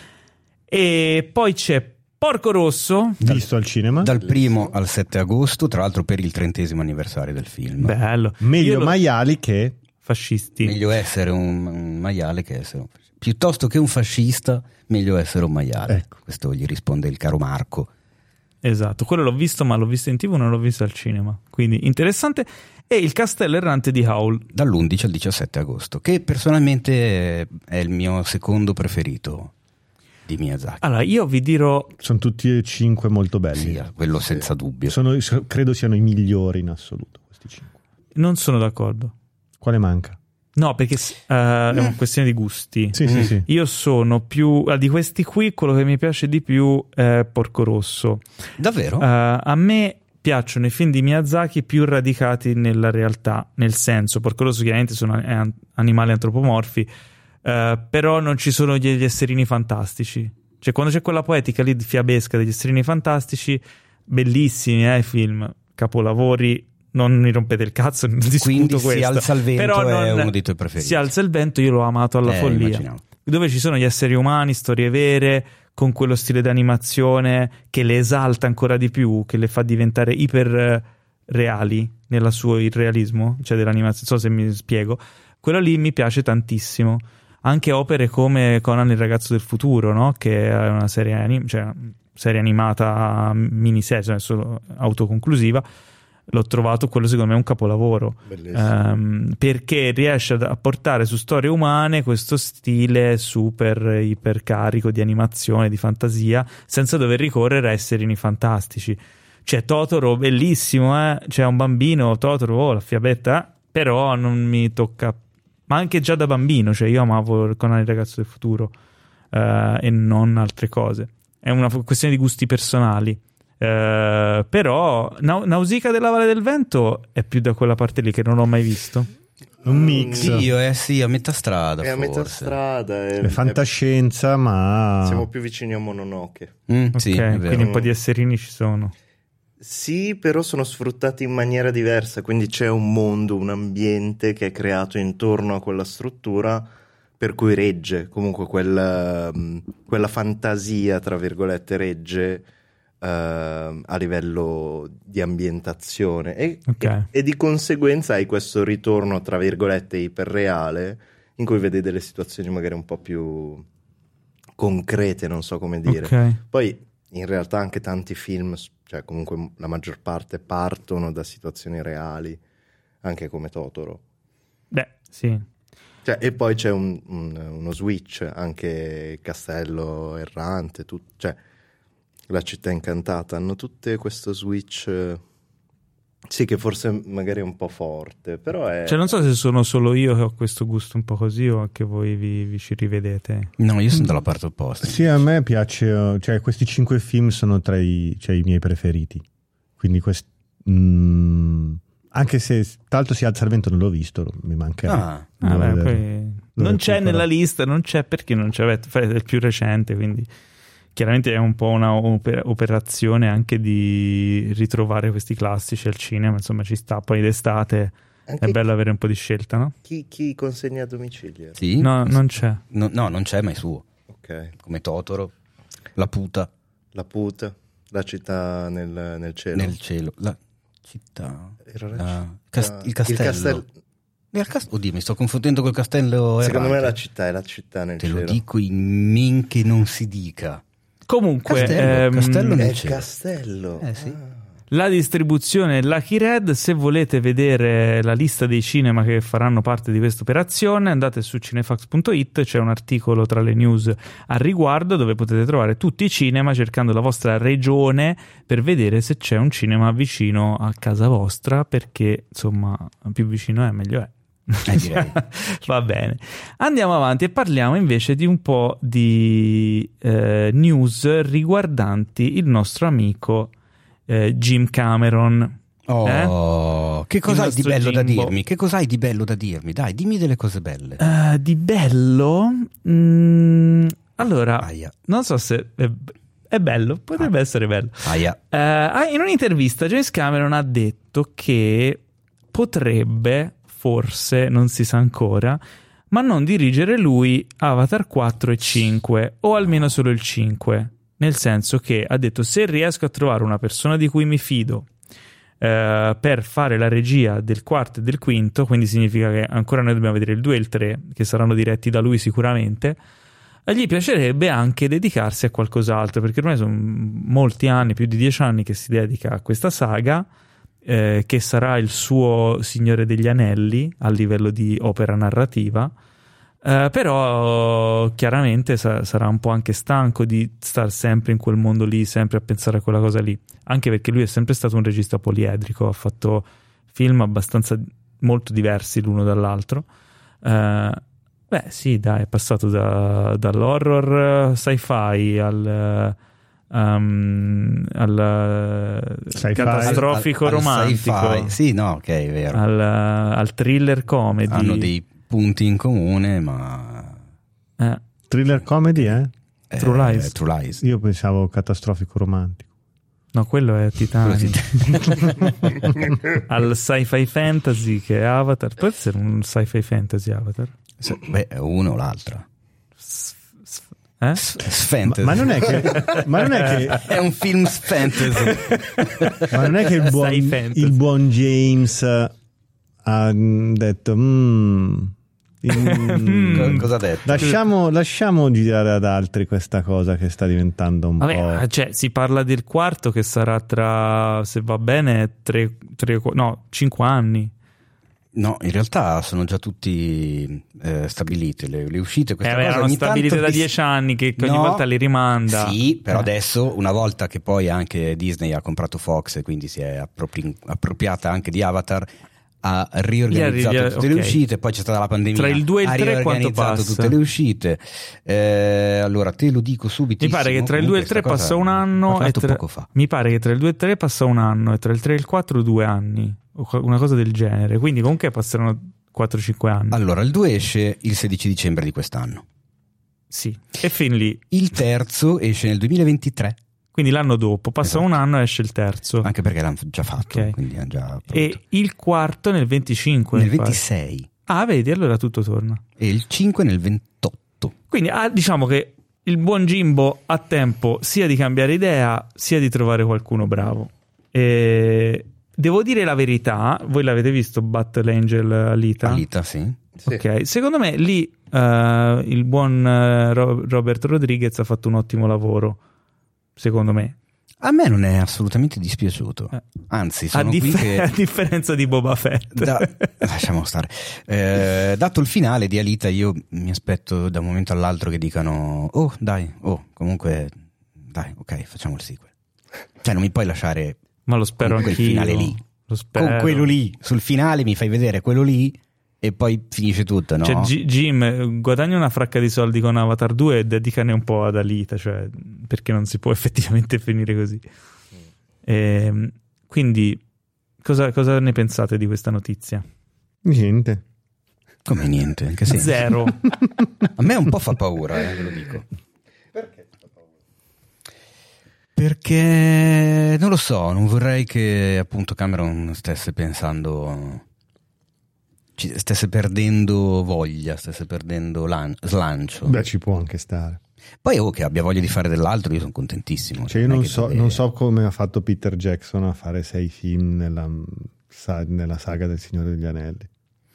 [SPEAKER 1] E poi c'è Porco Rosso.
[SPEAKER 3] Visto al cinema.
[SPEAKER 2] Dal primo al sette agosto, tra l'altro per il trentesimo anniversario del film.
[SPEAKER 1] Bello.
[SPEAKER 3] Meglio
[SPEAKER 1] Io lo-
[SPEAKER 3] maiali che...
[SPEAKER 1] Fascisti.
[SPEAKER 2] Meglio essere un, un maiale che essere un fascista. Piuttosto che un fascista, meglio essere un maiale.
[SPEAKER 3] Ecco.
[SPEAKER 2] Questo gli risponde il caro Marco.
[SPEAKER 1] Esatto, quello l'ho visto, ma l'ho visto in TV, non l'ho visto al cinema. Quindi interessante. E Il Castello Errante di Howl.
[SPEAKER 2] Dall'undici al diciassette agosto, che personalmente è il mio secondo preferito di Miyazaki.
[SPEAKER 1] Allora, io vi dirò,
[SPEAKER 3] Sono tutti e cinque molto belli.
[SPEAKER 2] Sì, quello senza dubbio.
[SPEAKER 3] Sono, so- credo siano i migliori in assoluto questi cinque.
[SPEAKER 1] non sono d'accordo.
[SPEAKER 3] Quale manca?
[SPEAKER 1] No, perché eh, è una questione di gusti.
[SPEAKER 3] Sì, sì, sì.
[SPEAKER 1] Io sono più... ah, di questi qui, quello che mi piace di più è Porco Rosso.
[SPEAKER 2] Davvero?
[SPEAKER 1] Eh, a me piacciono i film di Miyazaki più radicati nella realtà, nel senso, Porco Rosso chiaramente sono an- animali antropomorfi, uh, però non ci sono gli, gli esserini fantastici. Cioè quando c'è quella poetica lì fiabesca degli esserini fantastici, bellissimi eh, i film, capolavori, non mi rompete il cazzo, non discuto
[SPEAKER 2] Quindi
[SPEAKER 1] questo.
[SPEAKER 2] Si alza il vento
[SPEAKER 1] però
[SPEAKER 2] è
[SPEAKER 1] non,
[SPEAKER 2] uno dei tuoi preferiti.
[SPEAKER 1] Si alza il vento io l'ho amato alla
[SPEAKER 2] eh,
[SPEAKER 1] follia,
[SPEAKER 2] immaginavo.
[SPEAKER 1] dove ci sono gli esseri umani, storie vere, con quello stile d'animazione che le esalta ancora di più, che le fa diventare iper reali nella suo irrealismo, cioè dell'animazione, non so se mi spiego. Quello lì mi piace tantissimo. Anche opere come Conan il ragazzo del futuro, no? Che è una serie, anim- cioè, serie animata miniserie, cioè solo autoconclusiva, l'ho trovato quello secondo me un capolavoro, um, perché riesce a portare su storie umane questo stile super ipercarico di animazione, di fantasia, senza dover ricorrere a esserini fantastici. C'è Totoro, bellissimo, eh? C'è un bambino, Totoro, oh, la fiabetta, però non mi tocca, ma anche già da bambino, cioè io amavo Conan il ragazzo del futuro uh, e non altre cose. È una questione di gusti personali. Uh, però Nau- Nausicaa della Valle del Vento è più da quella parte lì che non ho mai visto.
[SPEAKER 3] Un mix.
[SPEAKER 2] Dio, eh sì, a metà strada.
[SPEAKER 4] È a
[SPEAKER 2] forse.
[SPEAKER 4] metà strada. È,
[SPEAKER 3] È fantascienza, ma
[SPEAKER 4] siamo più vicini a Mononoke.
[SPEAKER 2] Mm,
[SPEAKER 1] Ok,
[SPEAKER 2] sì, è vero.
[SPEAKER 1] quindi un po' di esserini ci sono.
[SPEAKER 4] Sì, però sono sfruttati in maniera diversa, quindi c'è un mondo, un ambiente che è creato intorno a quella struttura per cui regge, comunque quella, quella fantasia, tra virgolette, regge uh, a livello di ambientazione e,
[SPEAKER 1] Okay.
[SPEAKER 4] e, e di conseguenza hai questo ritorno, tra virgolette, iperreale, in cui vedi delle situazioni magari un po' più concrete, non so come dire.
[SPEAKER 1] Ok.
[SPEAKER 4] Poi in realtà anche tanti film, cioè comunque la maggior parte partono da situazioni reali, anche come Totoro.
[SPEAKER 1] Beh, sì.
[SPEAKER 4] Cioè, e poi c'è un, un, uno switch, anche Castello Errante, tut, cioè La città incantata, hanno tutte questo switch, eh, sì, che forse magari è un po' forte, però è...
[SPEAKER 1] Cioè non so se sono solo io che ho questo gusto un po' così o anche voi vi, vi ci rivedete.
[SPEAKER 2] No, io sono dalla parte opposta.
[SPEAKER 3] sì, a me piace, cioè questi cinque film sono tra i, cioè, i miei preferiti, quindi quest, mm, anche se tra l'altro Si alza il vento non l'ho visto, mi manca.
[SPEAKER 2] Ah,
[SPEAKER 1] Ah, beh, poi non c'è
[SPEAKER 3] ancora.
[SPEAKER 1] nella lista, non c'è perché non c'è, è il più recente, quindi chiaramente è un po' una oper- operazione anche di ritrovare questi classici al cinema, insomma ci sta, poi d'estate
[SPEAKER 4] Anche
[SPEAKER 1] è bello avere un po' di scelta, no?
[SPEAKER 4] Chi, chi consegna a domicilio?
[SPEAKER 2] sì?
[SPEAKER 1] No, non c'è.
[SPEAKER 2] No, no, non c'è, ma è suo.
[SPEAKER 4] Ok.
[SPEAKER 2] Come Totoro, La puta,
[SPEAKER 4] La puta, La città nel, nel cielo.
[SPEAKER 2] Nel cielo, la città,
[SPEAKER 4] Era la
[SPEAKER 2] la-
[SPEAKER 4] città-
[SPEAKER 2] cas- il castello.
[SPEAKER 4] Il castello.
[SPEAKER 2] Il cas- Oddio, mi sto confondendo col castello
[SPEAKER 4] Secondo me
[SPEAKER 2] errante.
[SPEAKER 4] la città è la città nel
[SPEAKER 2] Te
[SPEAKER 4] cielo.
[SPEAKER 2] lo dico in men che non si dica.
[SPEAKER 1] Comunque,
[SPEAKER 2] Castello,
[SPEAKER 1] ehm,
[SPEAKER 2] castello
[SPEAKER 4] È
[SPEAKER 2] nel
[SPEAKER 4] il
[SPEAKER 2] cielo.
[SPEAKER 4] castello.
[SPEAKER 2] Eh, sì.
[SPEAKER 4] Ah.
[SPEAKER 1] la distribuzione Lucky Red, se volete vedere la lista dei cinema che faranno parte di questa operazione andate su cinefax punto it, c'è un articolo tra le news al riguardo dove potete trovare tutti i cinema cercando la vostra regione per vedere se c'è un cinema vicino a casa vostra, perché insomma più vicino è meglio è.
[SPEAKER 2] Eh, direi.
[SPEAKER 1] Va bene, andiamo avanti e parliamo invece di un po' di eh, news riguardanti il nostro amico eh, Jim Cameron.
[SPEAKER 2] Oh, che cos'hai
[SPEAKER 1] Il
[SPEAKER 2] di
[SPEAKER 1] nostro
[SPEAKER 2] bello da
[SPEAKER 1] Jimbo.
[SPEAKER 2] dirmi? Che cos'hai di bello da dirmi? Dai, dimmi delle cose belle.
[SPEAKER 1] Eh, di bello? Mm, allora,
[SPEAKER 2] Aia,
[SPEAKER 1] non so se è, è bello, potrebbe essere bello.
[SPEAKER 2] aia.
[SPEAKER 1] Eh, in un'intervista James Cameron ha detto che potrebbe, forse, non si sa ancora, ma non dirigere lui Avatar quattro e cinque, o almeno solo il cinque. Nel senso che ha detto: se riesco a trovare una persona di cui mi fido eh, per fare la regia del quarto e del quinto, quindi significa che ancora noi dobbiamo vedere il due e il tre, che saranno diretti da lui sicuramente, gli piacerebbe anche dedicarsi a qualcos'altro, perché ormai sono molti anni, più di dieci anni che si dedica a questa saga, eh, che sarà il suo Signore degli Anelli a livello di opera narrativa. Uh, però chiaramente sa- sarà un po' anche stanco di star sempre in quel mondo lì, sempre a pensare a quella cosa lì, anche perché lui è sempre stato un regista poliedrico, ha fatto film abbastanza molto diversi l'uno dall'altro. Uh, beh sì, dai, è passato da, dall'horror sci-fi al, um, al
[SPEAKER 3] Sci-fi.
[SPEAKER 1] catastrofico
[SPEAKER 2] Al- al- al
[SPEAKER 1] romantico,
[SPEAKER 2] sci-fi. Sì, no, ok, è vero.
[SPEAKER 1] al, al thriller comedy.
[SPEAKER 2] Hanno dei punti in comune, ma
[SPEAKER 1] Eh.
[SPEAKER 3] Thriller comedy, eh?
[SPEAKER 2] Eh,
[SPEAKER 1] True Lies.
[SPEAKER 2] True Lies.
[SPEAKER 3] Io pensavo catastrofico romantico.
[SPEAKER 1] No, quello è Titanic. Al sci-fi fantasy che è Avatar. Può essere un sci-fi fantasy Avatar?
[SPEAKER 2] Se- Beh, è uno o l'altra.
[SPEAKER 1] Eh?
[SPEAKER 2] S- Fantasy.
[SPEAKER 3] Ma, ma non è che, ma non è che,
[SPEAKER 2] È un film fantasy.
[SPEAKER 3] ma non è che il buon,
[SPEAKER 1] Sci fantasy.
[SPEAKER 3] il buon James ha detto mm, mm,
[SPEAKER 2] Co- Cosa ha detto?
[SPEAKER 3] lasciamo, lasciamo girare ad altri questa cosa che sta diventando un
[SPEAKER 1] Vabbè,
[SPEAKER 3] po'.
[SPEAKER 1] cioè, si parla del quarto che sarà tra, se va bene, tre, tre, no, cinque anni.
[SPEAKER 2] No, in realtà sono già tutti eh, stabilite le, le uscite.
[SPEAKER 1] Eh,
[SPEAKER 2] Questa
[SPEAKER 1] beh,
[SPEAKER 2] cosa
[SPEAKER 1] erano
[SPEAKER 2] ogni
[SPEAKER 1] stabilite
[SPEAKER 2] tanto
[SPEAKER 1] da
[SPEAKER 2] dis-
[SPEAKER 1] dieci anni che ogni
[SPEAKER 2] No,
[SPEAKER 1] volta li rimanda.
[SPEAKER 2] Sì, però
[SPEAKER 1] Eh.
[SPEAKER 2] adesso, una volta che poi anche Disney ha comprato Fox e quindi si è appropri- appropriata anche di Avatar, ha riorganizzato
[SPEAKER 1] Gli ha-
[SPEAKER 2] tutte
[SPEAKER 1] ok.
[SPEAKER 2] le uscite, poi c'è stata la pandemia,
[SPEAKER 1] Tra il due e il
[SPEAKER 2] ha
[SPEAKER 1] tre quanto
[SPEAKER 2] riorganizzato
[SPEAKER 1] passa?
[SPEAKER 2] tutte le uscite. Eh, allora te lo dico subito.
[SPEAKER 1] Mi pare che tra il due e il tre passa un anno e tra...
[SPEAKER 2] poco fa.
[SPEAKER 1] Mi pare che tra il due e il tre passa un anno e tra il tre e il quattro due anni, o qual- una cosa del genere. Quindi comunque passeranno quattro cinque anni.
[SPEAKER 2] Allora, il due esce il sedici dicembre di quest'anno.
[SPEAKER 1] Sì. E fin lì.
[SPEAKER 2] Il terzo esce nel duemilaventitré,
[SPEAKER 1] Quindi l'anno dopo passa
[SPEAKER 2] Esatto.
[SPEAKER 1] un anno e esce il terzo.
[SPEAKER 2] anche perché l'hanno già fatto,
[SPEAKER 1] Ok.
[SPEAKER 2] quindi è già pronto.
[SPEAKER 1] E il quarto nel venticinque.
[SPEAKER 2] nel
[SPEAKER 1] mi pare.
[SPEAKER 2] ventisei
[SPEAKER 1] Ah, vedi, allora tutto torna.
[SPEAKER 2] e il cinque nel ventotto.
[SPEAKER 1] Quindi ah, diciamo che il buon Jimbo ha tempo sia di cambiare idea sia di trovare qualcuno bravo. E devo dire la verità, voi l'avete visto Battle Angel Alita?
[SPEAKER 2] Alita, sì.
[SPEAKER 4] Sì.
[SPEAKER 1] Ok, secondo me lì eh, il buon eh, Ro- Robert Rodriguez ha fatto un ottimo lavoro, secondo me.
[SPEAKER 2] A me non è assolutamente dispiaciuto.
[SPEAKER 1] Eh.
[SPEAKER 2] Anzi,
[SPEAKER 1] A,
[SPEAKER 2] sono qui
[SPEAKER 1] dif-
[SPEAKER 2] che...
[SPEAKER 1] a differenza di Boba Fett.
[SPEAKER 2] Da- lasciamo stare. Eh, dato il finale di Alita, io mi aspetto da un momento all'altro che dicano: oh, dai, oh, comunque, dai, ok, facciamo il sequel. Cioè, non mi puoi lasciare
[SPEAKER 1] Ma lo spero
[SPEAKER 2] con quel
[SPEAKER 1] anch'io.
[SPEAKER 2] finale lì.
[SPEAKER 1] Lo spero.
[SPEAKER 2] con quello lì. Sul finale mi fai vedere quello lì e poi finisce tutto, no?
[SPEAKER 1] Cioè, G- Jim, guadagna una fracca di soldi con Avatar due e dedicane un po' ad Alita, cioè, perché non si può effettivamente finire così. E, quindi, cosa, cosa ne pensate di questa notizia?
[SPEAKER 3] Niente.
[SPEAKER 2] Come niente? In che senso?
[SPEAKER 1] Zero.
[SPEAKER 2] A me un po' fa paura, eh, ve lo dico.
[SPEAKER 3] Perché fa paura?
[SPEAKER 2] Perché non lo so, non vorrei che appunto Cameron stesse pensando, ci stesse perdendo voglia, stesse perdendo lan- slancio.
[SPEAKER 3] Beh, ci può anche stare.
[SPEAKER 2] Poi oh, che abbia voglia di fare dell'altro, io sono contentissimo.
[SPEAKER 3] Cioè, io
[SPEAKER 2] è
[SPEAKER 3] non
[SPEAKER 2] che
[SPEAKER 3] so,
[SPEAKER 2] deve-
[SPEAKER 3] non so come ha fatto Peter Jackson a fare sei film nella, sa- nella saga del Signore degli Anelli.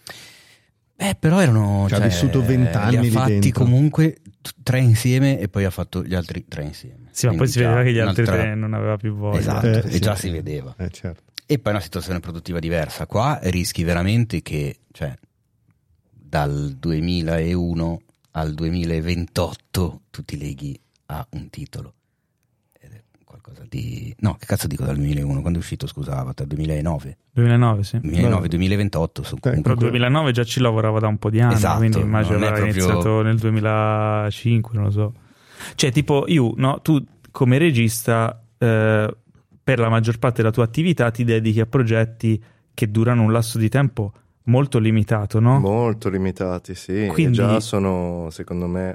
[SPEAKER 2] Eh, però erano...
[SPEAKER 3] Cioè, ha vissuto vent'anni
[SPEAKER 2] li ha
[SPEAKER 3] lì
[SPEAKER 2] fatti
[SPEAKER 3] dentro.
[SPEAKER 2] comunque t- tre insieme e poi ha fatto gli altri tre insieme.
[SPEAKER 1] Sì, ma poi
[SPEAKER 2] Quindi
[SPEAKER 1] si
[SPEAKER 2] già
[SPEAKER 1] vedeva che gli altri
[SPEAKER 2] un'altra-
[SPEAKER 1] tre non aveva più voglia.
[SPEAKER 2] Esatto,
[SPEAKER 3] Eh,
[SPEAKER 2] e
[SPEAKER 3] sì.
[SPEAKER 2] già si vedeva.
[SPEAKER 3] Eh, certo.
[SPEAKER 2] E poi una situazione produttiva diversa. Qua rischi veramente che, cioè, dal duemilauno al duemilaventotto tu ti leghi a un titolo. Ed è qualcosa di... No, che cazzo dico dal duemilauno? Quando è uscito, scusa, Avatar? duemilanove?
[SPEAKER 1] duemilanove, sì.
[SPEAKER 2] duemilanove duemilaventotto. Su,
[SPEAKER 3] Beh,
[SPEAKER 1] Però duemilanove già ci lavorava da un po' di anni,
[SPEAKER 2] Esatto,
[SPEAKER 1] quindi immagino
[SPEAKER 2] non è
[SPEAKER 1] aveva
[SPEAKER 2] proprio-
[SPEAKER 1] iniziato nel duemilacinque, non lo so. Cioè, tipo, io, no, tu come regista, eh, per la maggior parte della tua attività ti dedichi a progetti che durano un lasso di tempo molto limitato, no?
[SPEAKER 4] Molto limitati, sì.
[SPEAKER 1] Quindi-
[SPEAKER 4] E già sono, secondo me,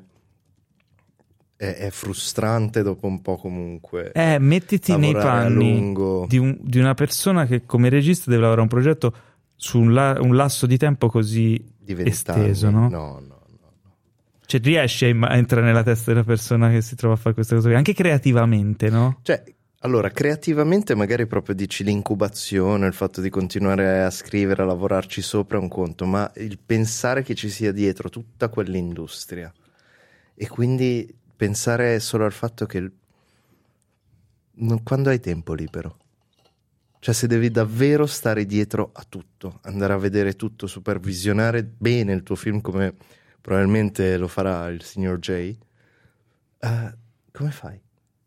[SPEAKER 4] è, è frustrante dopo un po' comunque.
[SPEAKER 1] Eh, mettiti nei
[SPEAKER 4] lavorare a
[SPEAKER 1] panni
[SPEAKER 4] lungo.
[SPEAKER 1] di, un- di una persona che come regista deve lavorare un progetto su un, la- un lasso di tempo così
[SPEAKER 4] Di vent'anni.
[SPEAKER 1] esteso, no?
[SPEAKER 4] No, no, no.
[SPEAKER 1] Cioè, riesci a, imma- a entrare nella testa della persona che si trova a fare questa cosa qui, anche creativamente, no?
[SPEAKER 4] Cioè, allora, creativamente magari proprio dici l'incubazione, il fatto di continuare a scrivere, a lavorarci sopra è un conto, ma il pensare che ci sia dietro tutta quell'industria e quindi pensare solo al fatto che il- non- quando hai tempo libero, cioè se devi davvero stare dietro a tutto, andare a vedere tutto, supervisionare bene il tuo film come probabilmente lo farà il signor Jay, eh, come fai?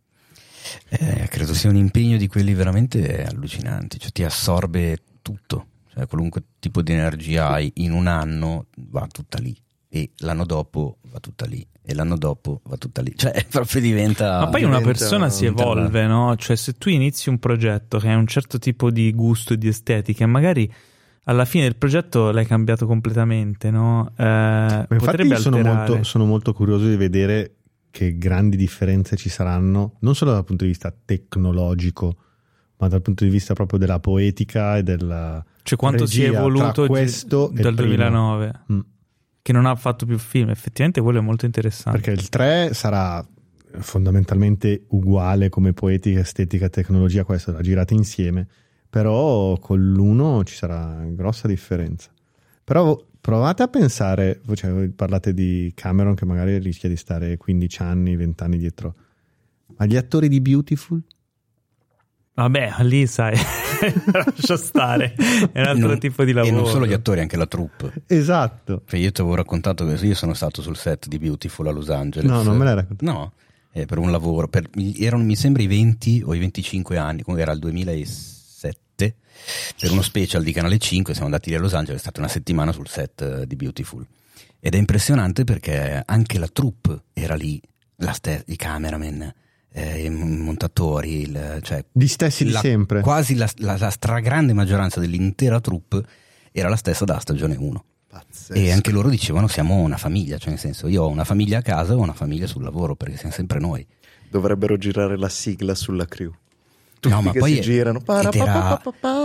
[SPEAKER 2] Eh, credo sia un impegno di quelli veramente allucinanti, cioè ti assorbe tutto, cioè qualunque tipo di energia hai in un anno va tutta lì e l'anno dopo va tutta lì e l'anno dopo va tutta lì, cioè proprio diventa...
[SPEAKER 1] Ma poi una
[SPEAKER 4] diventa
[SPEAKER 1] persona si
[SPEAKER 2] un
[SPEAKER 1] evolve, no? Cioè, se tu inizi un progetto che ha un certo tipo di gusto e di estetica, magari alla fine del progetto l'hai cambiato completamente, no? Eh,
[SPEAKER 3] Ma infatti
[SPEAKER 1] potrebbe
[SPEAKER 3] sono
[SPEAKER 1] alterare.
[SPEAKER 3] molto, sono molto curioso di vedere che grandi differenze ci saranno, non solo dal punto di vista tecnologico, ma dal punto di vista proprio della poetica e della
[SPEAKER 1] Cioè quanto si è
[SPEAKER 3] regia
[SPEAKER 1] evoluto
[SPEAKER 3] tra questo e
[SPEAKER 1] dal
[SPEAKER 3] il primo.
[SPEAKER 1] duemilanove,
[SPEAKER 3] Mm.
[SPEAKER 1] che non ha fatto più film. Effettivamente quello è molto interessante.
[SPEAKER 3] Perché il tre sarà fondamentalmente uguale come poetica, estetica e tecnologia, questo l'ha girato insieme, però con l'uno ci sarà grossa differenza. Però provate a pensare, cioè, voi parlate di Cameron che magari rischia di stare quindici anni, venti anni dietro, ma gli attori di Beautiful?
[SPEAKER 1] Vabbè, lì sai, lascia stare, è un altro
[SPEAKER 2] Non-
[SPEAKER 1] tipo di lavoro.
[SPEAKER 2] E non solo gli attori, anche la troupe.
[SPEAKER 3] Esatto.
[SPEAKER 2] Cioè, io ti avevo raccontato che io sono stato sul set di Beautiful a Los Angeles.
[SPEAKER 3] No, non me l'hai raccontato.
[SPEAKER 2] No, eh, per un lavoro. Per, erano mi sembra i venti o i venticinque anni, comunque era il duemilasette, per uno special di Canale cinque. Siamo andati lì a Los Angeles, è stata una settimana sul set eh, di Beautiful. Ed è impressionante perché anche la troupe era lì, la ste- i cameraman, eh, i montatori, il, cioè
[SPEAKER 3] Gli stessi di
[SPEAKER 2] la-
[SPEAKER 3] sempre.
[SPEAKER 2] quasi la, la, la stragrande maggioranza dell'intera troupe era la stessa da stagione uno.
[SPEAKER 4] Pazzesco.
[SPEAKER 2] E anche loro dicevano siamo una famiglia, cioè nel senso io ho una famiglia a casa e ho una famiglia sul lavoro, perché siamo sempre noi.
[SPEAKER 4] Dovrebbero girare la sigla sulla crew. Tutti
[SPEAKER 2] No, ma
[SPEAKER 4] che
[SPEAKER 2] poi
[SPEAKER 4] si
[SPEAKER 2] è-
[SPEAKER 4] girano.
[SPEAKER 2] ed era-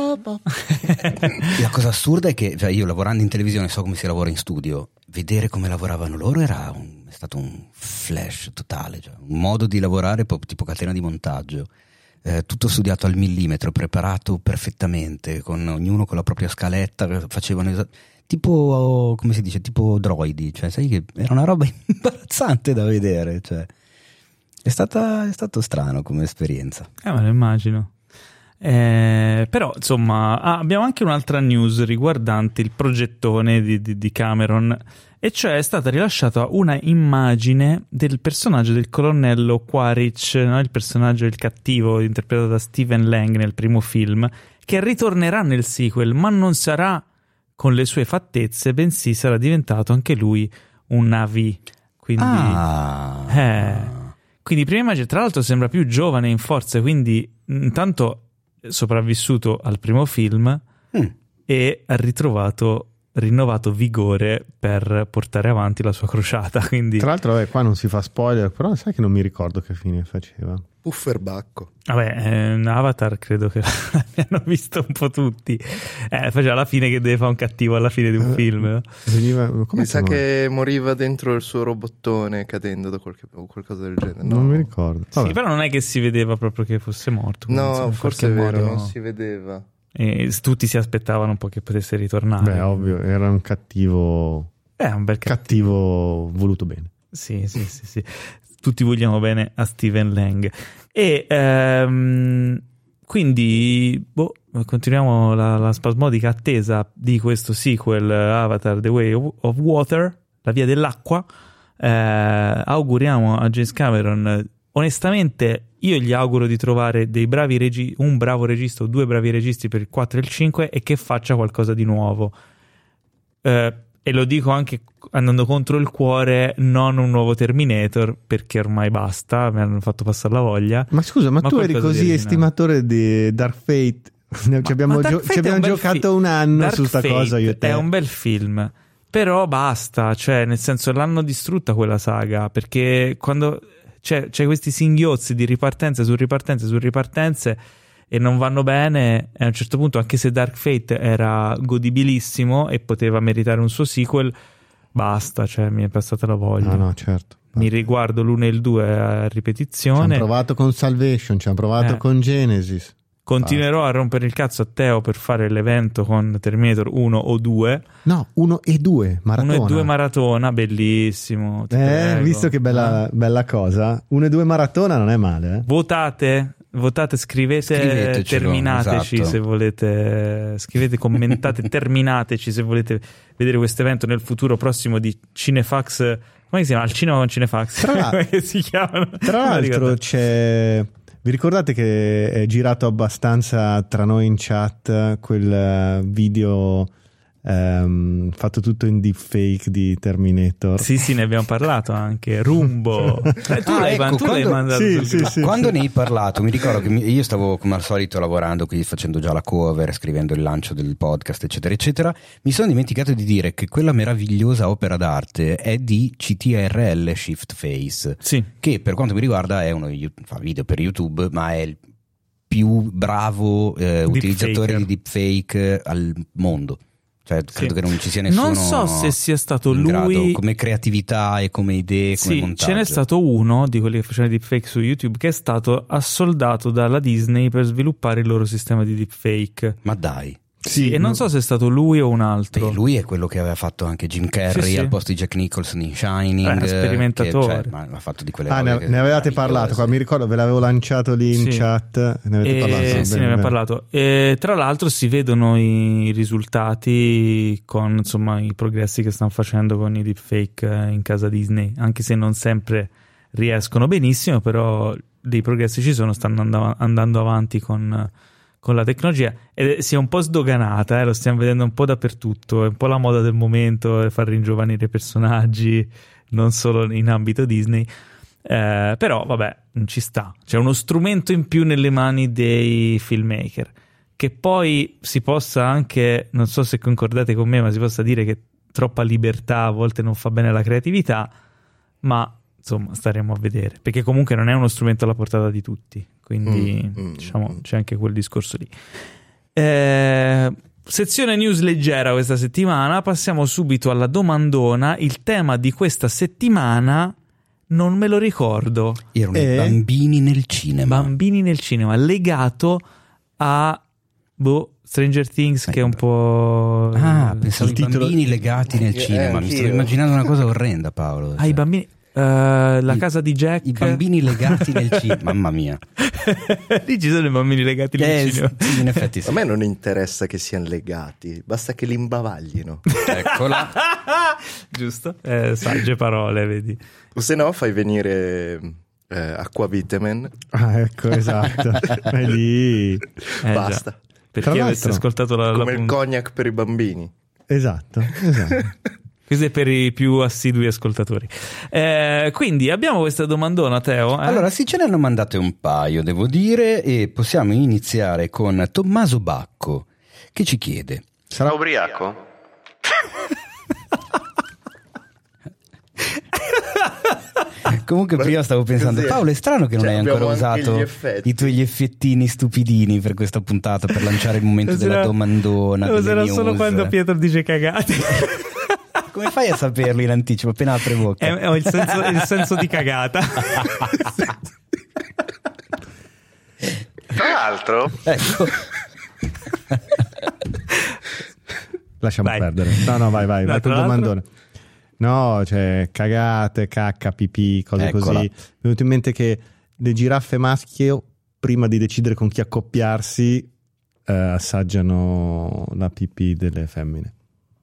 [SPEAKER 2] La cosa assurda è che, cioè, io lavorando in televisione so come si lavora in studio, vedere come lavoravano loro era un- è stato un flash totale, cioè, un modo di lavorare po- tipo catena di montaggio, eh, tutto studiato al millimetro, preparato perfettamente, con ognuno con la propria scaletta, facevano esa- tipo, come si dice, tipo droidi, cioè sai che era una roba imbarazzante da vedere, cioè è stata, è stato strano come esperienza.
[SPEAKER 1] Eh, me lo immagino. Eh, però, insomma, ah, abbiamo anche un'altra news riguardante il progettone di, di, di Cameron, e cioè è stata rilasciata una immagine del personaggio del colonnello Quaritch, no? Il personaggio il cattivo interpretato da Stephen Lang nel primo film, che ritornerà nel sequel, ma non sarà con le sue fattezze, bensì sarà diventato anche lui un Na'vi. Quindi...
[SPEAKER 2] Ah,
[SPEAKER 1] Eh. Quindi prima immagine, tra l'altro sembra più giovane in forze, quindi intanto sopravvissuto al primo film
[SPEAKER 2] Mm.
[SPEAKER 1] e ha ritrovato rinnovato vigore per portare avanti la sua crociata. Quindi
[SPEAKER 3] Tra l'altro, eh, qua non si fa spoiler, però sai che non mi ricordo che fine faceva.
[SPEAKER 4] Pufferbacco.
[SPEAKER 1] vabbè, eh, Avatar credo che l'abbiano visto un po' tutti. Eh, faceva la fine che deve fare un cattivo alla fine di un film, no?
[SPEAKER 3] Veniva, come
[SPEAKER 4] Mi sa
[SPEAKER 3] si chiama?
[SPEAKER 4] che moriva dentro il suo robottone cadendo da qualche o qualcosa del genere. No,
[SPEAKER 3] Non mi ricordo.
[SPEAKER 1] Sì,
[SPEAKER 3] Vabbè.
[SPEAKER 1] però non è che si vedeva proprio che fosse morto. quindi,
[SPEAKER 4] no
[SPEAKER 1] insomma, in
[SPEAKER 4] forse è
[SPEAKER 1] qualche
[SPEAKER 4] vero,
[SPEAKER 1] modo-
[SPEAKER 4] non si vedeva.
[SPEAKER 1] E tutti si aspettavano un po' che potesse ritornare.
[SPEAKER 3] Beh, ovvio, era un cattivo,
[SPEAKER 1] È un bel cattivo.
[SPEAKER 3] cattivo voluto bene.
[SPEAKER 1] Sì, sì, sì, sì. Tutti vogliamo bene a Stephen Lang. E ehm, quindi boh, continuiamo la, la spasmodica attesa di questo sequel Avatar The Way of, of Water, la via dell'acqua. Eh, auguriamo a James Cameron, onestamente io gli auguro di trovare dei bravi regi- un bravo regista o due bravi registi per il quattro e il cinque e che faccia qualcosa di nuovo. Eh, e lo dico anche andando contro il cuore, non un nuovo Terminator, perché ormai basta, mi hanno fatto passare la voglia.
[SPEAKER 3] Ma scusa, ma,
[SPEAKER 1] Ma
[SPEAKER 3] tu eri
[SPEAKER 1] qualcosa di
[SPEAKER 3] così
[SPEAKER 1] originale.
[SPEAKER 3] estimatore di Dark Fate? Ci abbiamo,
[SPEAKER 1] Ma Dark
[SPEAKER 3] gio-
[SPEAKER 1] Fate
[SPEAKER 3] ci abbiamo
[SPEAKER 1] è un bel
[SPEAKER 3] giocato
[SPEAKER 1] fi-
[SPEAKER 3] un anno
[SPEAKER 1] Dark
[SPEAKER 3] su sta
[SPEAKER 1] Fate
[SPEAKER 3] cosa io e te.
[SPEAKER 1] è un bel film, però basta, cioè nel senso l'hanno distrutta quella saga, perché quando c'è, c'è questi singhiozzi di ripartenze su ripartenze su ripartenze e non vanno bene, e a un certo punto, anche se Dark Fate era godibilissimo e poteva meritare un suo sequel, basta, cioè mi è passata la voglia.
[SPEAKER 3] No, no, certo.
[SPEAKER 1] Mi riguardo l'uno e il due a
[SPEAKER 3] Ci hanno
[SPEAKER 1] ripetizione.
[SPEAKER 3] provato con Salvation, ci hanno provato
[SPEAKER 1] Eh.
[SPEAKER 3] con Genesis.
[SPEAKER 1] Continuerò a rompere il cazzo a Teo per fare l'evento con Terminator uno o due.
[SPEAKER 3] No, uno e due, maratona.
[SPEAKER 1] Uno e due maratona, bellissimo. ti
[SPEAKER 3] Eh,
[SPEAKER 1] prego.
[SPEAKER 3] visto che bella,
[SPEAKER 1] Eh.
[SPEAKER 3] bella cosa. Uno e due maratona non è male, eh.
[SPEAKER 1] Votate, votate, scrivete,
[SPEAKER 2] Scrivetecelo,
[SPEAKER 1] terminateci
[SPEAKER 2] esatto.
[SPEAKER 1] se volete, scrivete, commentate, terminateci se volete vedere questo evento nel futuro prossimo di Cinefax. Come si chiama? Al cinema con Cinefax.
[SPEAKER 3] Tra l'al-
[SPEAKER 1] Come si chiamano?
[SPEAKER 3] Tra
[SPEAKER 1] Non mi
[SPEAKER 3] l'altro
[SPEAKER 1] ricordo.
[SPEAKER 3] c'è... Vi ricordate che è girato abbastanza tra noi in chat quel eh, video ehm, fatto tutto in deepfake di Terminator.
[SPEAKER 1] Sì, sì, ne abbiamo parlato anche. Rumbo. Eh, tu
[SPEAKER 2] Ah,
[SPEAKER 1] l'hai,
[SPEAKER 2] ecco,
[SPEAKER 1] tu
[SPEAKER 2] quando-
[SPEAKER 1] l'hai mandato.
[SPEAKER 3] Sì,
[SPEAKER 1] sul
[SPEAKER 3] sì,
[SPEAKER 1] gruppo.
[SPEAKER 3] sì.
[SPEAKER 2] Quando ne hai parlato, mi ricordo che mi- io stavo come al solito lavorando, quindi facendo già la cover, scrivendo il lancio del podcast, eccetera, eccetera. Mi sono dimenticato di dire che quella meravigliosa opera d'arte è di C T R L Shift Face,
[SPEAKER 1] Sì.
[SPEAKER 2] che per quanto mi riguarda è uno you- fa video per YouTube, ma è il più bravo eh, utilizzatore di deepfake al mondo. Cioè, credo
[SPEAKER 1] Sì.
[SPEAKER 2] che non ci sia nessuno.
[SPEAKER 1] Non so se sia stato
[SPEAKER 2] in grado,
[SPEAKER 1] lui
[SPEAKER 2] come creatività e come idee, come
[SPEAKER 1] Sì,
[SPEAKER 2] montaggio.
[SPEAKER 1] ce n'è stato uno di quelli che facevano deepfake su YouTube che è stato assoldato dalla Disney per sviluppare il loro sistema di deepfake.
[SPEAKER 2] Ma dai.
[SPEAKER 1] Sì, e
[SPEAKER 3] no-
[SPEAKER 1] non so se è stato lui o un altro.
[SPEAKER 2] Beh, lui è quello che aveva fatto anche Jim Carrey
[SPEAKER 1] Sì, sì.
[SPEAKER 2] al posto di Jack Nicholson in Shining.
[SPEAKER 1] Eh, sperimentatore.
[SPEAKER 2] che, cioè, ma ha fatto di quelle
[SPEAKER 3] Ah,
[SPEAKER 2] robe
[SPEAKER 3] ne,
[SPEAKER 2] che-
[SPEAKER 3] ne avevate
[SPEAKER 2] meravigliose.
[SPEAKER 3] parlato qua, mi ricordo, ve l'avevo lanciato lì in
[SPEAKER 1] Sì.
[SPEAKER 3] chat. Ne avete
[SPEAKER 1] E
[SPEAKER 3] parlato?
[SPEAKER 1] sì,
[SPEAKER 3] Bene,
[SPEAKER 1] ne abbiamo
[SPEAKER 3] bene.
[SPEAKER 1] parlato. E tra l'altro si vedono i risultati con insomma i progressi che stanno facendo con i deepfake eh, in casa Disney, anche se non sempre riescono benissimo, però dei progressi ci sono, stanno and- andando avanti con, con la tecnologia e si è un po' sdoganata, eh, lo stiamo vedendo un po' dappertutto, è un po' la moda del momento eh, far ringiovanire i personaggi, non solo in ambito Disney. Eh, però vabbè, ci sta, c'è uno strumento in più nelle mani dei filmmaker, che poi si possa anche, non so se concordate con me, ma si possa dire che troppa libertà a volte non fa bene alla creatività, ma insomma staremo a vedere, perché comunque non è uno strumento alla portata di tutti, quindi
[SPEAKER 4] Mm, mm,
[SPEAKER 1] diciamo
[SPEAKER 4] mm.
[SPEAKER 1] c'è anche quel discorso lì. Eh, sezione news leggera questa settimana, passiamo subito alla domandona. Il tema di questa settimana non me lo ricordo.
[SPEAKER 2] Erano
[SPEAKER 3] Eh?
[SPEAKER 2] i bambini nel cinema.
[SPEAKER 1] Bambini nel cinema, legato a boh, Stranger Things, che è un po'...
[SPEAKER 2] Ah, pensavo
[SPEAKER 3] Il
[SPEAKER 2] ai
[SPEAKER 3] titolo-
[SPEAKER 2] bambini legati nel
[SPEAKER 4] Eh,
[SPEAKER 2] cinema. Mi
[SPEAKER 4] anch'io.
[SPEAKER 2] stavo immaginando una cosa orrenda, Paolo.
[SPEAKER 1] Ah, i bambini... eh, la
[SPEAKER 2] I-
[SPEAKER 1] casa di Jack...
[SPEAKER 2] I bambini legati nel cinema. Mamma mia.
[SPEAKER 1] Lì ci sono i bambini legati nel
[SPEAKER 2] Eh,
[SPEAKER 1] cinema.
[SPEAKER 2] sì, in effetti sì.
[SPEAKER 4] A me non interessa che siano legati, basta che li imbavaglino.
[SPEAKER 2] Eccola.
[SPEAKER 1] Giusto? Eh, sagge parole, vedi.
[SPEAKER 4] O se no fai venire eh, Acquavitamin.
[SPEAKER 3] Ah, ecco, esatto. È lì.
[SPEAKER 1] Eh,
[SPEAKER 4] Basta.
[SPEAKER 1] già. Per chi
[SPEAKER 3] Tra
[SPEAKER 1] avesse
[SPEAKER 3] l'altro,
[SPEAKER 1] ascoltato la, la
[SPEAKER 4] Come il
[SPEAKER 1] puntata.
[SPEAKER 4] cognac per i bambini.
[SPEAKER 3] Esatto, esatto.
[SPEAKER 1] Questo è per i più assidui ascoltatori. Eh, quindi abbiamo questa domandona, Teo. eh?
[SPEAKER 2] Allora, sì, ce ne hanno mandate un paio, devo dire, e possiamo iniziare con Tommaso Bacco, che ci chiede:
[SPEAKER 3] Sarà
[SPEAKER 6] ubriaco?
[SPEAKER 2] Comunque prima stavo pensando,
[SPEAKER 4] Così è.
[SPEAKER 2] Paolo, è strano che non
[SPEAKER 4] Cioè,
[SPEAKER 2] hai ancora
[SPEAKER 4] abbiamo anche
[SPEAKER 2] usato
[SPEAKER 4] gli effetti.
[SPEAKER 2] i tuoi effettini stupidini per questa puntata, per lanciare il momento
[SPEAKER 1] Userà-
[SPEAKER 2] della domandona, delle
[SPEAKER 1] userà
[SPEAKER 2] news.
[SPEAKER 1] solo quando Pietro dice cagate.
[SPEAKER 2] Come fai a saperlo in anticipo appena apre bocca?
[SPEAKER 1] È- Ho il senso, il senso di cagata.
[SPEAKER 6] Tra l'altro,
[SPEAKER 2] Ecco.
[SPEAKER 3] Lasciamo
[SPEAKER 1] Vai.
[SPEAKER 3] perdere. No, no, vai, vai,
[SPEAKER 1] No,
[SPEAKER 3] vai
[SPEAKER 1] tra
[SPEAKER 3] col
[SPEAKER 1] l'altro-
[SPEAKER 3] domandone. No, cioè cagate, cacca, pipì, cose
[SPEAKER 2] Eccola.
[SPEAKER 3] così. Mi è venuto in mente che le giraffe maschio, prima di decidere con chi accoppiarsi, eh, assaggiano la pipì delle femmine.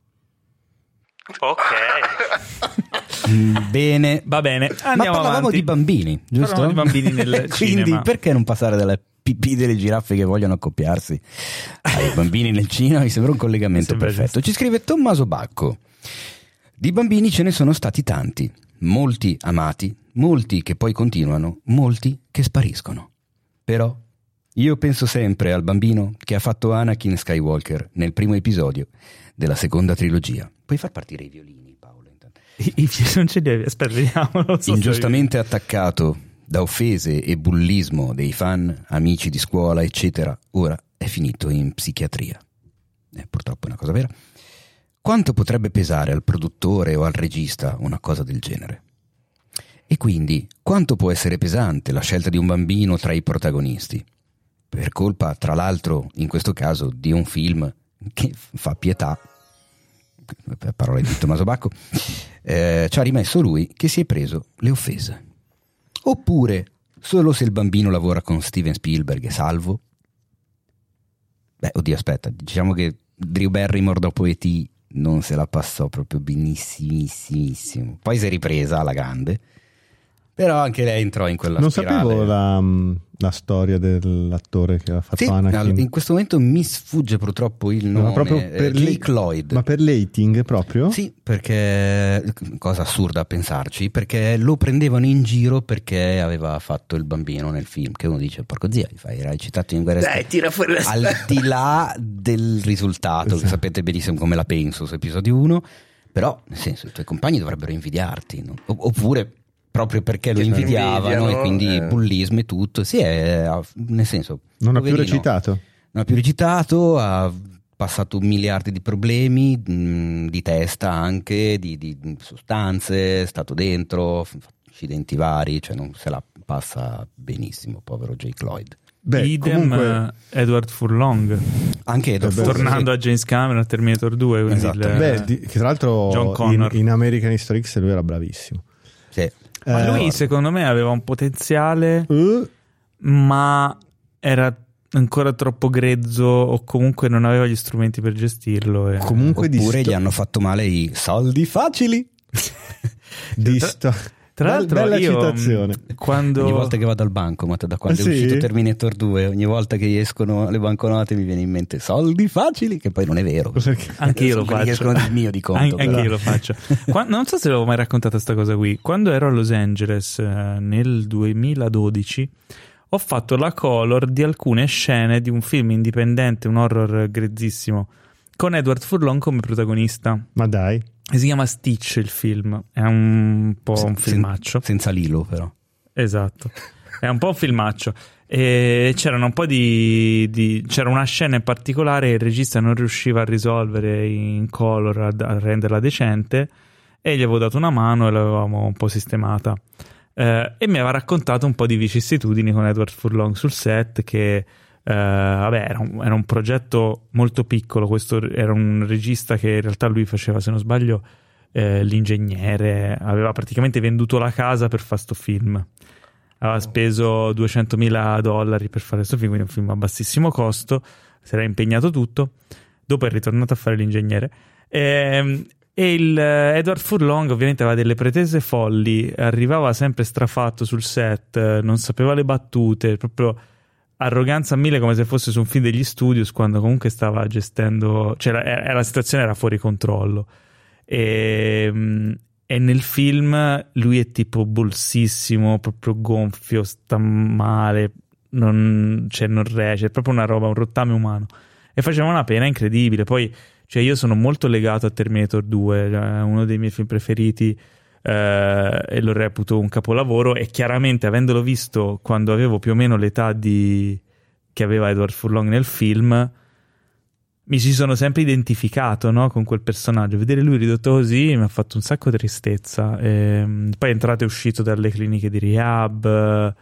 [SPEAKER 1] Ok.
[SPEAKER 2] Mm, Bene.
[SPEAKER 1] Va bene,
[SPEAKER 2] Ma
[SPEAKER 1] andiamo
[SPEAKER 2] parlavamo
[SPEAKER 1] avanti.
[SPEAKER 2] di bambini, giusto?
[SPEAKER 1] Parlavamo di bambini nel
[SPEAKER 2] Quindi
[SPEAKER 1] cinema.
[SPEAKER 2] perché non passare dalle pipì delle giraffe che vogliono accoppiarsi ai bambini nel cinema? Mi sembra un collegamento
[SPEAKER 1] Mi sembra
[SPEAKER 2] perfetto. Ci scrive Tommaso Bacco: di bambini ce ne sono stati tanti, molti amati, molti che poi continuano, molti che spariscono. Però io penso sempre al bambino che ha fatto Anakin Skywalker nel primo episodio della seconda trilogia. Puoi far partire i violini, Paolo? intanto?
[SPEAKER 1] I- i- non ce li hai. Aspetta, vediamo. non so se-
[SPEAKER 2] Ingiustamente attaccato da offese e bullismo dei fan, amici di scuola, eccetera, ora è finito in psichiatria. Eh, purtroppo è una cosa vera. Quanto potrebbe pesare al produttore o al regista una cosa del genere? E quindi, quanto può essere pesante la scelta di un bambino tra i protagonisti? Per colpa, tra l'altro, in questo caso, di un film che fa pietà, parole di Tommaso Bacco, eh, ci ha rimesso lui che si è preso le offese. Oppure, solo se il bambino lavora con Steven Spielberg è salvo? Beh, oddio, aspetta, diciamo che Drew Barrymore dopo E T non se la passò proprio benissimissimo. Poi si è ripresa alla grande, Però anche lei entrò in quella
[SPEAKER 3] non
[SPEAKER 2] spirale.
[SPEAKER 3] sapevo la, la storia dell'attore che ha fatto
[SPEAKER 2] Sì,
[SPEAKER 3] Anakin.
[SPEAKER 2] in questo momento mi sfugge purtroppo il nome.
[SPEAKER 3] Ma proprio per
[SPEAKER 2] Jake
[SPEAKER 3] l-
[SPEAKER 2] Lloyd.
[SPEAKER 3] Ma per l'hating proprio?
[SPEAKER 2] Sì, perché cosa assurda a pensarci, perché lo prendevano in giro perché aveva fatto il bambino nel film, che uno dice porco zia, fai recitato in guerra
[SPEAKER 4] Dai, tira fuori la
[SPEAKER 2] al di là del risultato,
[SPEAKER 3] Esatto.
[SPEAKER 2] che sapete benissimo come la penso su episodio uno, però nel senso i tuoi compagni dovrebbero invidiarti, no? O- oppure proprio perché lo
[SPEAKER 4] Che
[SPEAKER 2] invidiavano
[SPEAKER 4] invidiano,
[SPEAKER 2] e quindi
[SPEAKER 4] eh.
[SPEAKER 2] bullismo e tutto, sì, è, nel senso
[SPEAKER 3] Non ha più
[SPEAKER 2] poverino,
[SPEAKER 3] recitato?
[SPEAKER 2] non ha più recitato, ha passato miliardi di problemi, mh, di testa anche, di, di sostanze, è stato dentro, f- incidenti vari, cioè non se la passa benissimo, povero Jake Lloyd.
[SPEAKER 3] Beh,
[SPEAKER 1] Idem
[SPEAKER 3] comunque,
[SPEAKER 1] eh, Edward Furlong,
[SPEAKER 2] Anche Edward
[SPEAKER 3] Eh beh,
[SPEAKER 2] Furlong,
[SPEAKER 1] tornando
[SPEAKER 2] sì.
[SPEAKER 1] a James Cameron a Terminator due, quindi
[SPEAKER 2] Esatto.
[SPEAKER 1] il-
[SPEAKER 3] beh, di- che tra l'altro
[SPEAKER 1] John
[SPEAKER 3] in,
[SPEAKER 1] Connor.
[SPEAKER 3] in American History X lui era bravissimo.
[SPEAKER 2] Sì.
[SPEAKER 1] ma
[SPEAKER 3] Eh,
[SPEAKER 1] lui secondo me aveva un potenziale,
[SPEAKER 3] eh,
[SPEAKER 1] ma era ancora troppo grezzo o comunque non aveva gli strumenti per gestirlo. E...
[SPEAKER 3] comunque di
[SPEAKER 2] Oppure
[SPEAKER 3] sto-
[SPEAKER 2] gli hanno fatto male i soldi facili.
[SPEAKER 3] di sto-
[SPEAKER 1] Tra
[SPEAKER 3] Bel-
[SPEAKER 1] l'altro
[SPEAKER 3] bella
[SPEAKER 1] io
[SPEAKER 3] citazione.
[SPEAKER 1] mh, quando
[SPEAKER 2] Ogni volta che vado al bancomat, da quando
[SPEAKER 3] Ah,
[SPEAKER 2] è
[SPEAKER 3] sì?
[SPEAKER 2] uscito Terminator due, ogni volta che escono le banconote mi viene in mente soldi facili, che poi non è vero.
[SPEAKER 3] Perché-
[SPEAKER 1] anche io lo
[SPEAKER 2] Sono quelli che
[SPEAKER 1] faccio,
[SPEAKER 2] escono del mio di conto,
[SPEAKER 1] An- anche
[SPEAKER 2] però.
[SPEAKER 1] io lo faccio. Qua- non so se l'avevo mai raccontata sta cosa qui. Quando ero a Los Angeles eh, nel duemiladodici ho fatto la color di alcune scene di un film indipendente, un horror grezzissimo, con Edward Furlong come protagonista.
[SPEAKER 3] Ma dai,
[SPEAKER 1] E si chiama Stitch il film, è un po' un
[SPEAKER 2] Sen-
[SPEAKER 1] filmaccio.
[SPEAKER 2] senza Lilo, però.
[SPEAKER 1] Esatto, è un po' un filmaccio. E c'erano un po' di, di- c'era una scena in particolare che il regista non riusciva a risolvere in color, a, a renderla decente, e gli avevo dato una mano e l'avevamo un po' sistemata. Eh, e mi aveva raccontato un po' di vicissitudini con Edward Furlong sul set, che eh, vabbè, era un, era un progetto molto piccolo. Questo era un regista che in realtà lui faceva, se non sbaglio, eh, l'ingegnere, aveva praticamente venduto la casa per fare sto film. Aveva speso duecentomila dollari per fare questo film, quindi un film a bassissimo costo, si era impegnato tutto. Dopo è ritornato a fare l'ingegnere. E, e il eh, Edward Furlong ovviamente aveva delle pretese folli, arrivava sempre strafatto sul set, eh, non sapeva le battute, proprio arroganza a mille, come se fosse su un film degli studios, quando comunque stava gestendo, cioè la, era- la situazione era fuori controllo. E, mm, e nel film lui è tipo bolsissimo, proprio gonfio, sta male, non, cioè non regge, è proprio una roba, un rottame umano. E faceva una pena incredibile. Poi, cioè, io sono molto legato a Terminator due, è uno dei miei film preferiti, eh, e lo reputo un capolavoro. E chiaramente, avendolo visto quando avevo più o meno l'età di che aveva Edward Furlong nel film, mi ci sono sempre identificato, no, con quel personaggio. Vedere lui ridotto così mi ha fatto un sacco di tristezza. E poi è entrato e uscito dalle cliniche di rehab.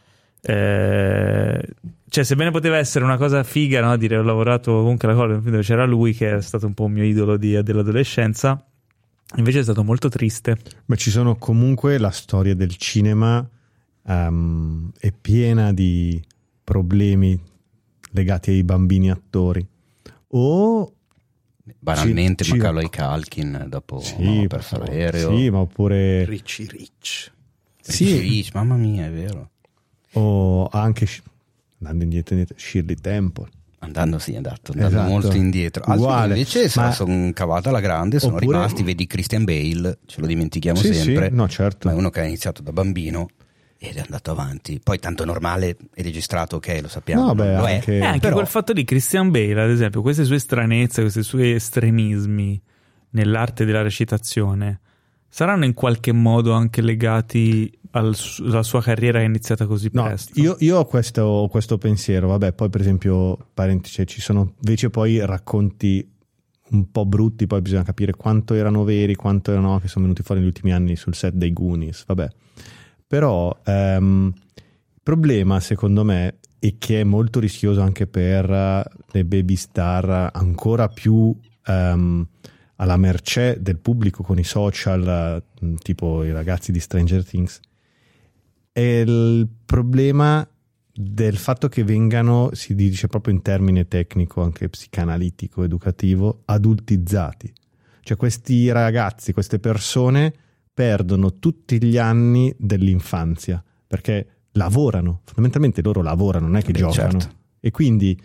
[SPEAKER 1] Eh, cioè, sebbene poteva essere una cosa figa, no, dire ho lavorato comunque alla Colin dove c'era lui, che è stato un po' un mio idolo di, dell'adolescenza, invece è stato molto triste.
[SPEAKER 3] ma ci sono comunque, la storia del cinema ehm, è piena di problemi legati ai bambini attori. O
[SPEAKER 2] Banalmente
[SPEAKER 3] Ci- ci-
[SPEAKER 2] Macaulay Culkin dopo
[SPEAKER 3] sì,
[SPEAKER 2] no, ha perso l'aereo.
[SPEAKER 3] sì, ma oppure
[SPEAKER 4] Richie Rich.
[SPEAKER 3] sì.
[SPEAKER 2] Rich, mamma mia, è vero.
[SPEAKER 3] o anche Sh- andando indietro, indietro Shirley Temple.
[SPEAKER 2] Andando, sì, è andato, andando
[SPEAKER 3] Esatto.
[SPEAKER 2] molto indietro. Altri
[SPEAKER 3] Uguale.
[SPEAKER 2] invece se
[SPEAKER 3] Ma-
[SPEAKER 2] la sono cavata alla grande, sono
[SPEAKER 3] Oppure-
[SPEAKER 2] rimasti, vedi Christian Bale, ce lo dimentichiamo
[SPEAKER 3] Sì,
[SPEAKER 2] sempre,
[SPEAKER 3] sì, no, certo.
[SPEAKER 2] ma è uno che ha iniziato da bambino ed è andato avanti. Poi tanto normale è registrato, ok, lo sappiamo,
[SPEAKER 3] No, beh,
[SPEAKER 2] non lo è.
[SPEAKER 3] anche-
[SPEAKER 1] E anche
[SPEAKER 2] però-
[SPEAKER 1] quel fatto di Christian Bale, ad esempio, queste sue stranezze, questi suoi estremismi nell'arte della recitazione saranno in qualche modo anche legati al su- alla sua carriera che è iniziata così
[SPEAKER 3] No,
[SPEAKER 1] presto.
[SPEAKER 3] io, io ho questo, ho questo pensiero, vabbè, poi per esempio, parenti, cioè, ci sono invece poi racconti un po' brutti, poi bisogna capire quanto erano veri, quanto erano che sono venuti fuori negli ultimi anni sul set dei Goonies, vabbè. Però ehm, il problema secondo me è che è molto rischioso anche per eh, le baby star, ancora più ehm, alla mercé del pubblico con i social, eh, tipo i ragazzi di Stranger Things. È il problema del fatto che vengano, si dice proprio in termine tecnico, anche psicanalitico, educativo, adultizzati. Cioè questi ragazzi, queste persone perdono tutti gli anni dell'infanzia, perché lavorano, fondamentalmente loro lavorano, non è che
[SPEAKER 2] Beh,
[SPEAKER 3] giocano,
[SPEAKER 2] certo.
[SPEAKER 3] e quindi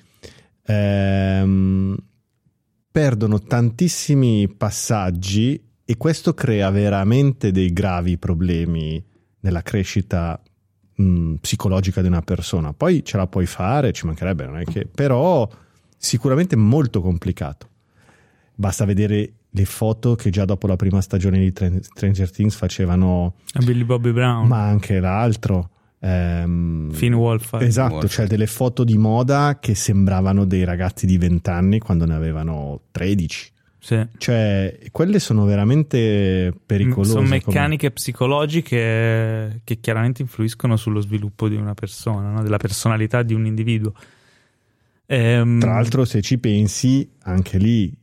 [SPEAKER 3] ehm, perdono tantissimi passaggi, e questo crea veramente dei gravi problemi nella crescita mh, psicologica di una persona. Poi ce la puoi fare, ci mancherebbe, non è che, però sicuramente molto complicato. Basta vedere le foto che già dopo la prima stagione di Stranger Things facevano
[SPEAKER 1] A Billy Bobby Brown,
[SPEAKER 3] ma anche l'altro ehm,
[SPEAKER 1] Finn Wolfhard.
[SPEAKER 3] esatto,
[SPEAKER 2] Wolfhard.
[SPEAKER 3] cioè delle foto di moda che sembravano dei ragazzi di venti anni quando ne avevano tredici.
[SPEAKER 1] Sì.
[SPEAKER 3] Cioè, quelle sono veramente pericolose.
[SPEAKER 1] Sono
[SPEAKER 3] come-
[SPEAKER 1] meccaniche psicologiche che chiaramente influiscono sullo sviluppo di una persona, no? Della personalità di un individuo. Ehm,
[SPEAKER 3] Tra l'altro, se ci pensi, anche lì,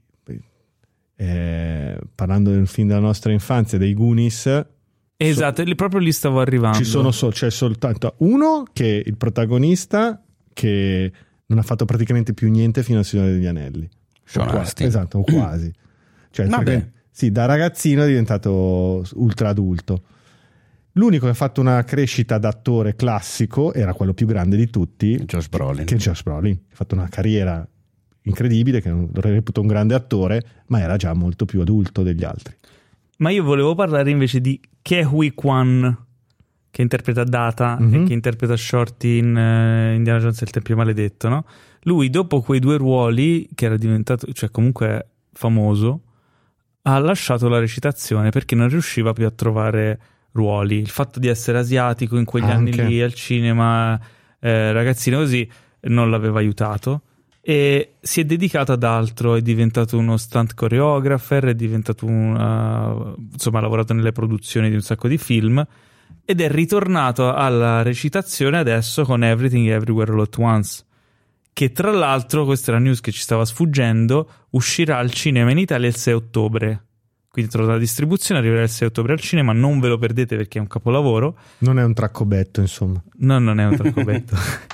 [SPEAKER 3] eh, parlando del film della nostra infanzia, dei Goonies,
[SPEAKER 1] esatto, lì- proprio lì stavo arrivando.
[SPEAKER 3] ci sono so- c'è soltanto uno che è il protagonista, che non ha fatto praticamente più niente fino al Signore degli Anelli.
[SPEAKER 2] Sean
[SPEAKER 3] O qua-
[SPEAKER 2] Astin.
[SPEAKER 3] esatto, o quasi. Cioè,
[SPEAKER 2] Vabbè.
[SPEAKER 3] perché- sì, da ragazzino è diventato ultra adulto. L'unico che ha fatto una crescita da attore classico era quello più grande di tutti,
[SPEAKER 2] Josh Brolin.
[SPEAKER 3] che è Josh Brolin. Ha fatto una carriera incredibile, che non lo reputo un grande attore, ma era già molto più adulto degli altri.
[SPEAKER 1] Ma io volevo parlare invece di Ke Huy Quan, che interpreta Data
[SPEAKER 3] Mhm.
[SPEAKER 1] e che interpreta Shorty in eh, Indiana Jones e il Tempio Maledetto, no? Lui, dopo quei due ruoli, che era diventato, cioè comunque famoso, ha lasciato la recitazione perché non riusciva più a trovare ruoli. Il fatto di essere asiatico in quegli
[SPEAKER 3] Anche.
[SPEAKER 1] anni lì al cinema, eh, ragazzino così, non l'aveva aiutato. E si è dedicato ad altro, è diventato uno stunt choreographer, è diventato un, uh, insomma, ha lavorato nelle produzioni di un sacco di film ed è ritornato alla recitazione adesso con Everything Everywhere All at Once, che tra l'altro, questa è la news che ci stava sfuggendo, uscirà al cinema in Italia il sei ottobre. Quindi troverà la distribuzione, arriverà il sei ottobre al cinema, non ve lo perdete perché è un capolavoro.
[SPEAKER 3] Non è un traccobetto, insomma.
[SPEAKER 1] No, non è un traccobetto.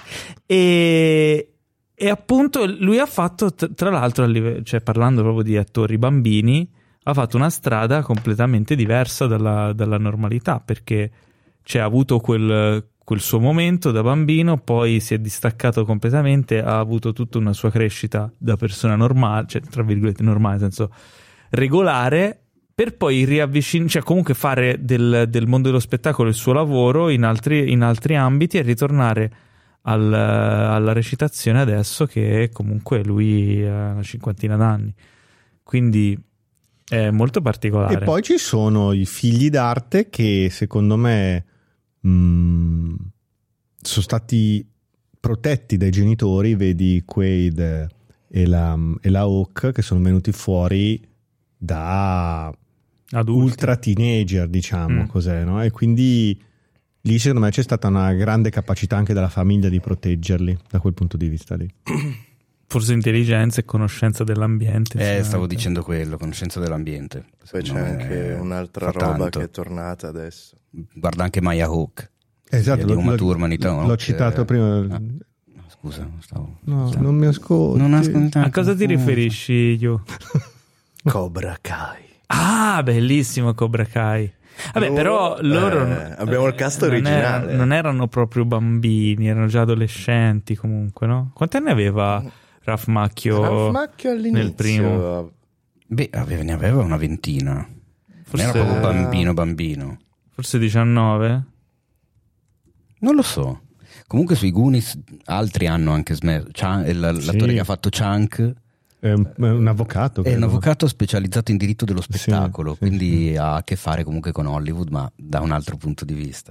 [SPEAKER 1] e, e appunto lui ha fatto, t- tra l'altro, a live- cioè parlando proprio di attori bambini, ha fatto una strada completamente diversa dalla, dalla normalità, perché cioè, ha avuto quel, quel suo momento da bambino, poi si è distaccato completamente, ha avuto tutta una sua crescita da persona normale, cioè tra virgolette normale, nel senso regolare, per poi riavvicinare, cioè comunque fare del, del mondo dello spettacolo il suo lavoro in altri, in altri ambiti e ritornare al, alla recitazione adesso che comunque lui ha una cinquantina d'anni. Quindi è molto particolare.
[SPEAKER 3] E poi ci sono i figli d'arte che secondo me mh, sono stati protetti dai genitori, vedi Quaid e la, e la Hawk, che sono venuti fuori da
[SPEAKER 1] Adulti.
[SPEAKER 3] ultra teenager, diciamo,
[SPEAKER 1] Mm.
[SPEAKER 3] cos'è, no? E quindi lì secondo me c'è stata una grande capacità anche della famiglia di proteggerli da quel punto di vista lì.
[SPEAKER 1] Forse intelligenza e conoscenza dell'ambiente.
[SPEAKER 2] Eh, stavo
[SPEAKER 1] sicuramente.
[SPEAKER 2] dicendo quello, conoscenza dell'ambiente.
[SPEAKER 4] Poi c'è
[SPEAKER 2] Secondo me
[SPEAKER 4] anche un'altra
[SPEAKER 2] fa
[SPEAKER 4] roba
[SPEAKER 2] tanto.
[SPEAKER 4] che è tornata adesso.
[SPEAKER 2] Guarda anche Maya Hawke.
[SPEAKER 3] Esatto,
[SPEAKER 2] di
[SPEAKER 3] l'ho,
[SPEAKER 2] Uma
[SPEAKER 3] l'ho-
[SPEAKER 2] Thurman in tono,
[SPEAKER 3] l'ho
[SPEAKER 2] che-
[SPEAKER 3] citato prima.
[SPEAKER 2] Ah, no, scusa, non stavo...
[SPEAKER 3] No,
[SPEAKER 2] stavo-
[SPEAKER 3] non mi ascolti.
[SPEAKER 2] Non ascoltato.
[SPEAKER 1] A cosa ti riferisci, io?
[SPEAKER 4] Cobra Kai.
[SPEAKER 1] Ah, bellissimo Cobra Kai. Vabbè,
[SPEAKER 4] Loro,
[SPEAKER 1] però loro
[SPEAKER 4] eh, abbiamo il cast
[SPEAKER 1] non
[SPEAKER 4] originale.
[SPEAKER 1] era- non erano proprio bambini, erano già adolescenti comunque, no? Quanti anni aveva Ralph Macchio?
[SPEAKER 4] Ralph Macchio all'inizio.
[SPEAKER 1] nel primo.
[SPEAKER 2] Beh, aveva- ne aveva una ventina.
[SPEAKER 1] Forse,
[SPEAKER 2] Non era proprio bambino bambino.
[SPEAKER 1] forse diciannove?
[SPEAKER 2] Non lo so. Comunque sui Goonies altri hanno anche smesso. Chan- l- l'attore
[SPEAKER 3] Sì.
[SPEAKER 2] che ha fatto Chunk
[SPEAKER 3] È un, è un avvocato.
[SPEAKER 2] è un
[SPEAKER 3] credo.
[SPEAKER 2] avvocato specializzato in diritto dello spettacolo,
[SPEAKER 3] sì,
[SPEAKER 2] quindi
[SPEAKER 3] sì.
[SPEAKER 2] ha a che fare comunque con Hollywood, ma da un altro punto di vista.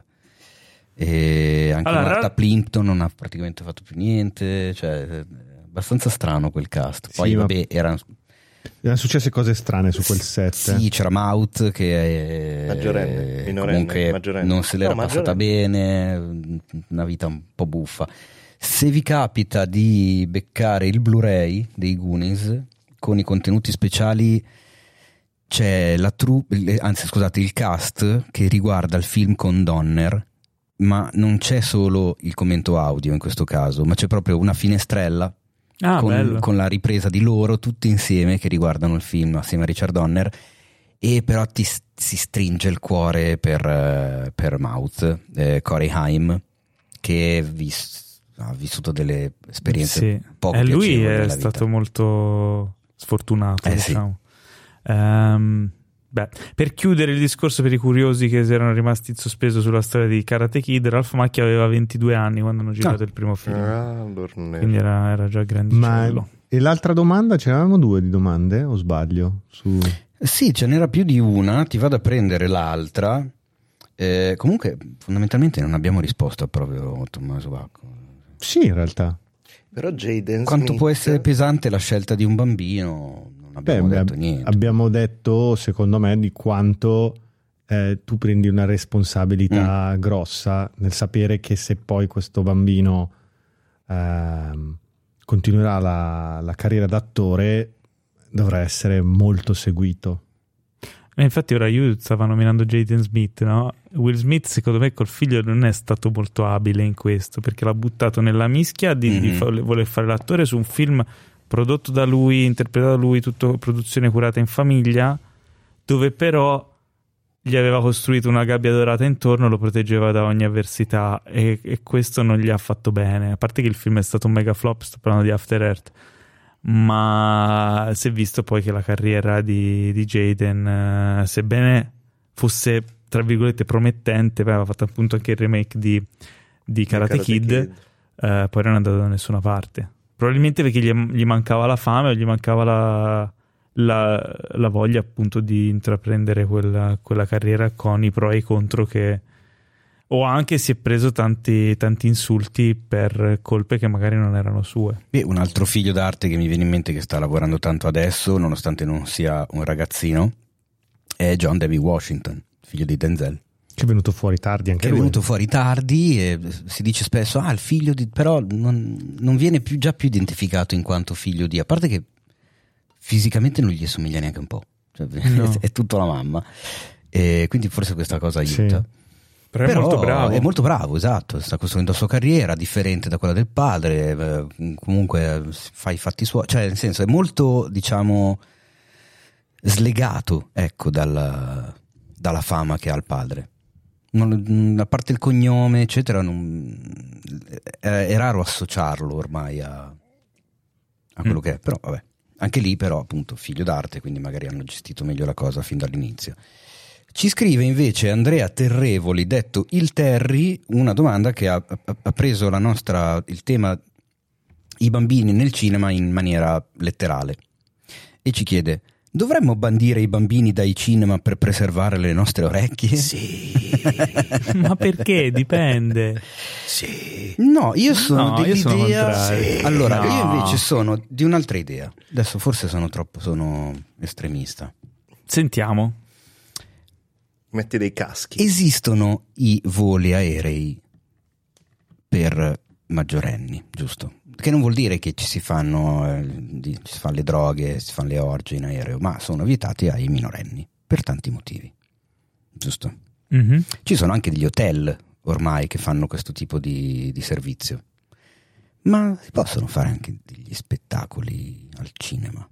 [SPEAKER 2] E anche
[SPEAKER 1] Allora,
[SPEAKER 2] Martha
[SPEAKER 1] Ra-
[SPEAKER 2] Plimpton non ha praticamente fatto più niente, cioè è abbastanza strano quel cast. Poi
[SPEAKER 3] Sì, ma-
[SPEAKER 2] vabbè, era
[SPEAKER 3] Erano successe cose strane su quel set.
[SPEAKER 2] sì, c'era Mouth che è,
[SPEAKER 4] Maggiorenne, minorenne,
[SPEAKER 2] comunque
[SPEAKER 4] maggiorenne.
[SPEAKER 2] non se l'era
[SPEAKER 4] No,
[SPEAKER 2] passata bene, una vita un po' buffa. Se vi capita di beccare il Blu-ray dei Goonies con i contenuti speciali, c'è la troupe, anzi scusate, il cast che riguarda il film con Donner, ma non c'è solo il commento audio in questo caso, ma c'è proprio una finestrella
[SPEAKER 1] Ah,
[SPEAKER 2] con,
[SPEAKER 1] bello.
[SPEAKER 2] con la ripresa di loro tutti insieme che riguardano il film assieme a Richard Donner, e però ti si stringe il cuore per, per Mouth, eh, Corey Haim, che vis- ha vissuto delle esperienze
[SPEAKER 1] sì.
[SPEAKER 2] poco
[SPEAKER 1] eh, lui
[SPEAKER 2] piacevoli
[SPEAKER 1] è
[SPEAKER 2] nella
[SPEAKER 1] stato
[SPEAKER 2] vita.
[SPEAKER 1] molto sfortunato,
[SPEAKER 2] Eh,
[SPEAKER 1] diciamo. Sì. Um, beh, per chiudere il discorso per i curiosi che si erano rimasti in sospeso sulla storia di Karate Kid, Ralph Macchia aveva ventidue anni quando hanno girato
[SPEAKER 2] Ah.
[SPEAKER 1] il primo film,
[SPEAKER 4] Ah, allora non
[SPEAKER 1] quindi era, era già grandicello.
[SPEAKER 3] Ma e l'altra domanda, ce n'avevamo due di domande o sbaglio? Su...
[SPEAKER 2] Sì, ce n'era più di una, ti vado a prendere l'altra. Eh, comunque, fondamentalmente non abbiamo risposto a proprio Tommaso Bacco.
[SPEAKER 3] Sì, in realtà.
[SPEAKER 4] Però Jaden
[SPEAKER 2] Quanto
[SPEAKER 4] Smith...
[SPEAKER 2] può essere pesante la scelta di un bambino? Non abbiamo
[SPEAKER 3] Beh,
[SPEAKER 2] detto
[SPEAKER 3] ab-
[SPEAKER 2] niente.
[SPEAKER 3] abbiamo detto, secondo me, di quanto eh, tu prendi una responsabilità
[SPEAKER 2] Mm.
[SPEAKER 3] grossa nel sapere che se poi questo bambino ehm, continuerà la, la carriera d'attore, dovrà essere molto seguito.
[SPEAKER 1] E infatti ora io stavo nominando Jaden Smith, no? Will Smith secondo me col figlio non è stato molto abile in questo, perché l'ha buttato nella mischia di,
[SPEAKER 2] Mm-hmm.
[SPEAKER 1] di fa- voler fare l'attore su un film prodotto da lui, interpretato da lui, tutto produzione curata in famiglia, dove però gli aveva costruito una gabbia dorata intorno, lo proteggeva da ogni avversità, e, e questo non gli ha fatto bene, a parte che il film è stato un mega flop, sto parlando di After Earth, ma si è visto poi che la carriera di, di Jaden, eh, sebbene fosse tra virgolette promettente, poi aveva fatto appunto anche il remake di, di Karate,
[SPEAKER 4] Karate
[SPEAKER 1] Kid,
[SPEAKER 4] Kid.
[SPEAKER 1] Eh, poi non è andato da nessuna parte, probabilmente perché gli, gli mancava la fame o gli mancava la, la, la voglia appunto di intraprendere quella, quella carriera con i pro e i contro che... o anche si è preso tanti, tanti insulti per colpe che magari non erano sue.
[SPEAKER 2] E un altro figlio d'arte che mi viene in mente, che sta lavorando tanto adesso, nonostante non sia un ragazzino, è John David Washington, figlio di Denzel,
[SPEAKER 3] Che è venuto fuori tardi anche
[SPEAKER 2] che è
[SPEAKER 3] lui.
[SPEAKER 2] venuto fuori tardi e si dice spesso ah il figlio di, però non, non viene più, già più identificato in quanto figlio di, a parte che fisicamente non gli somiglia neanche un po', cioè,
[SPEAKER 1] No.
[SPEAKER 2] è tutto la mamma, e quindi forse questa cosa aiuta.
[SPEAKER 3] Sì.
[SPEAKER 1] Però,
[SPEAKER 2] Però
[SPEAKER 1] è molto bravo.
[SPEAKER 2] È molto bravo, esatto. Sta costruendo la sua carriera differente da quella del padre. eh, Comunque eh, fa i fatti suoi. Cioè, nel senso, è molto, diciamo, slegato, ecco, dalla, dalla fama che ha il padre. Non, a parte il cognome, eccetera, non, è, è raro associarlo ormai a, a quello
[SPEAKER 1] Mm.
[SPEAKER 2] che è. Però, vabbè. Anche lì, però, appunto, figlio d'arte, quindi magari hanno gestito meglio la cosa fin dall'inizio. Ci scrive invece Andrea Terrevoli, detto il Terry, una domanda che ha, ha, ha preso la nostra, il tema i bambini nel cinema in maniera letterale, e ci chiede: dovremmo bandire i bambini dai cinema per preservare le nostre orecchie?
[SPEAKER 4] Sì.
[SPEAKER 1] Ma perché? Dipende.
[SPEAKER 4] Sì.
[SPEAKER 2] No, io sono
[SPEAKER 1] No, io sono
[SPEAKER 2] dell'idea.
[SPEAKER 1] contrario.
[SPEAKER 2] Sì. Allora,
[SPEAKER 1] No.
[SPEAKER 2] io invece sono di un'altra idea. Adesso forse sono troppo, sono estremista.
[SPEAKER 1] Sentiamo.
[SPEAKER 4] Metti dei caschi.
[SPEAKER 2] Esistono i voli aerei per maggiorenni, giusto? Che non vuol dire che ci si fanno eh, di- ci si fanno le droghe, si fanno le orge in aereo, ma sono vietati ai minorenni per tanti motivi, giusto?
[SPEAKER 1] Mhm.
[SPEAKER 2] Ci sono anche degli hotel ormai che fanno questo tipo di, di servizio, ma si possono fare anche degli spettacoli al cinema.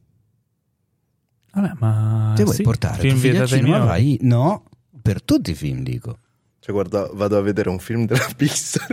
[SPEAKER 1] Vabbè, ma
[SPEAKER 2] Se vuoi
[SPEAKER 1] sì,
[SPEAKER 2] portare
[SPEAKER 1] film
[SPEAKER 2] tuo figlio al
[SPEAKER 1] vietato ai
[SPEAKER 2] cinema,
[SPEAKER 1] minori.
[SPEAKER 2] vai, no, per tutti i film dico.
[SPEAKER 4] Cioè, guarda, vado a vedere un film della Pixar.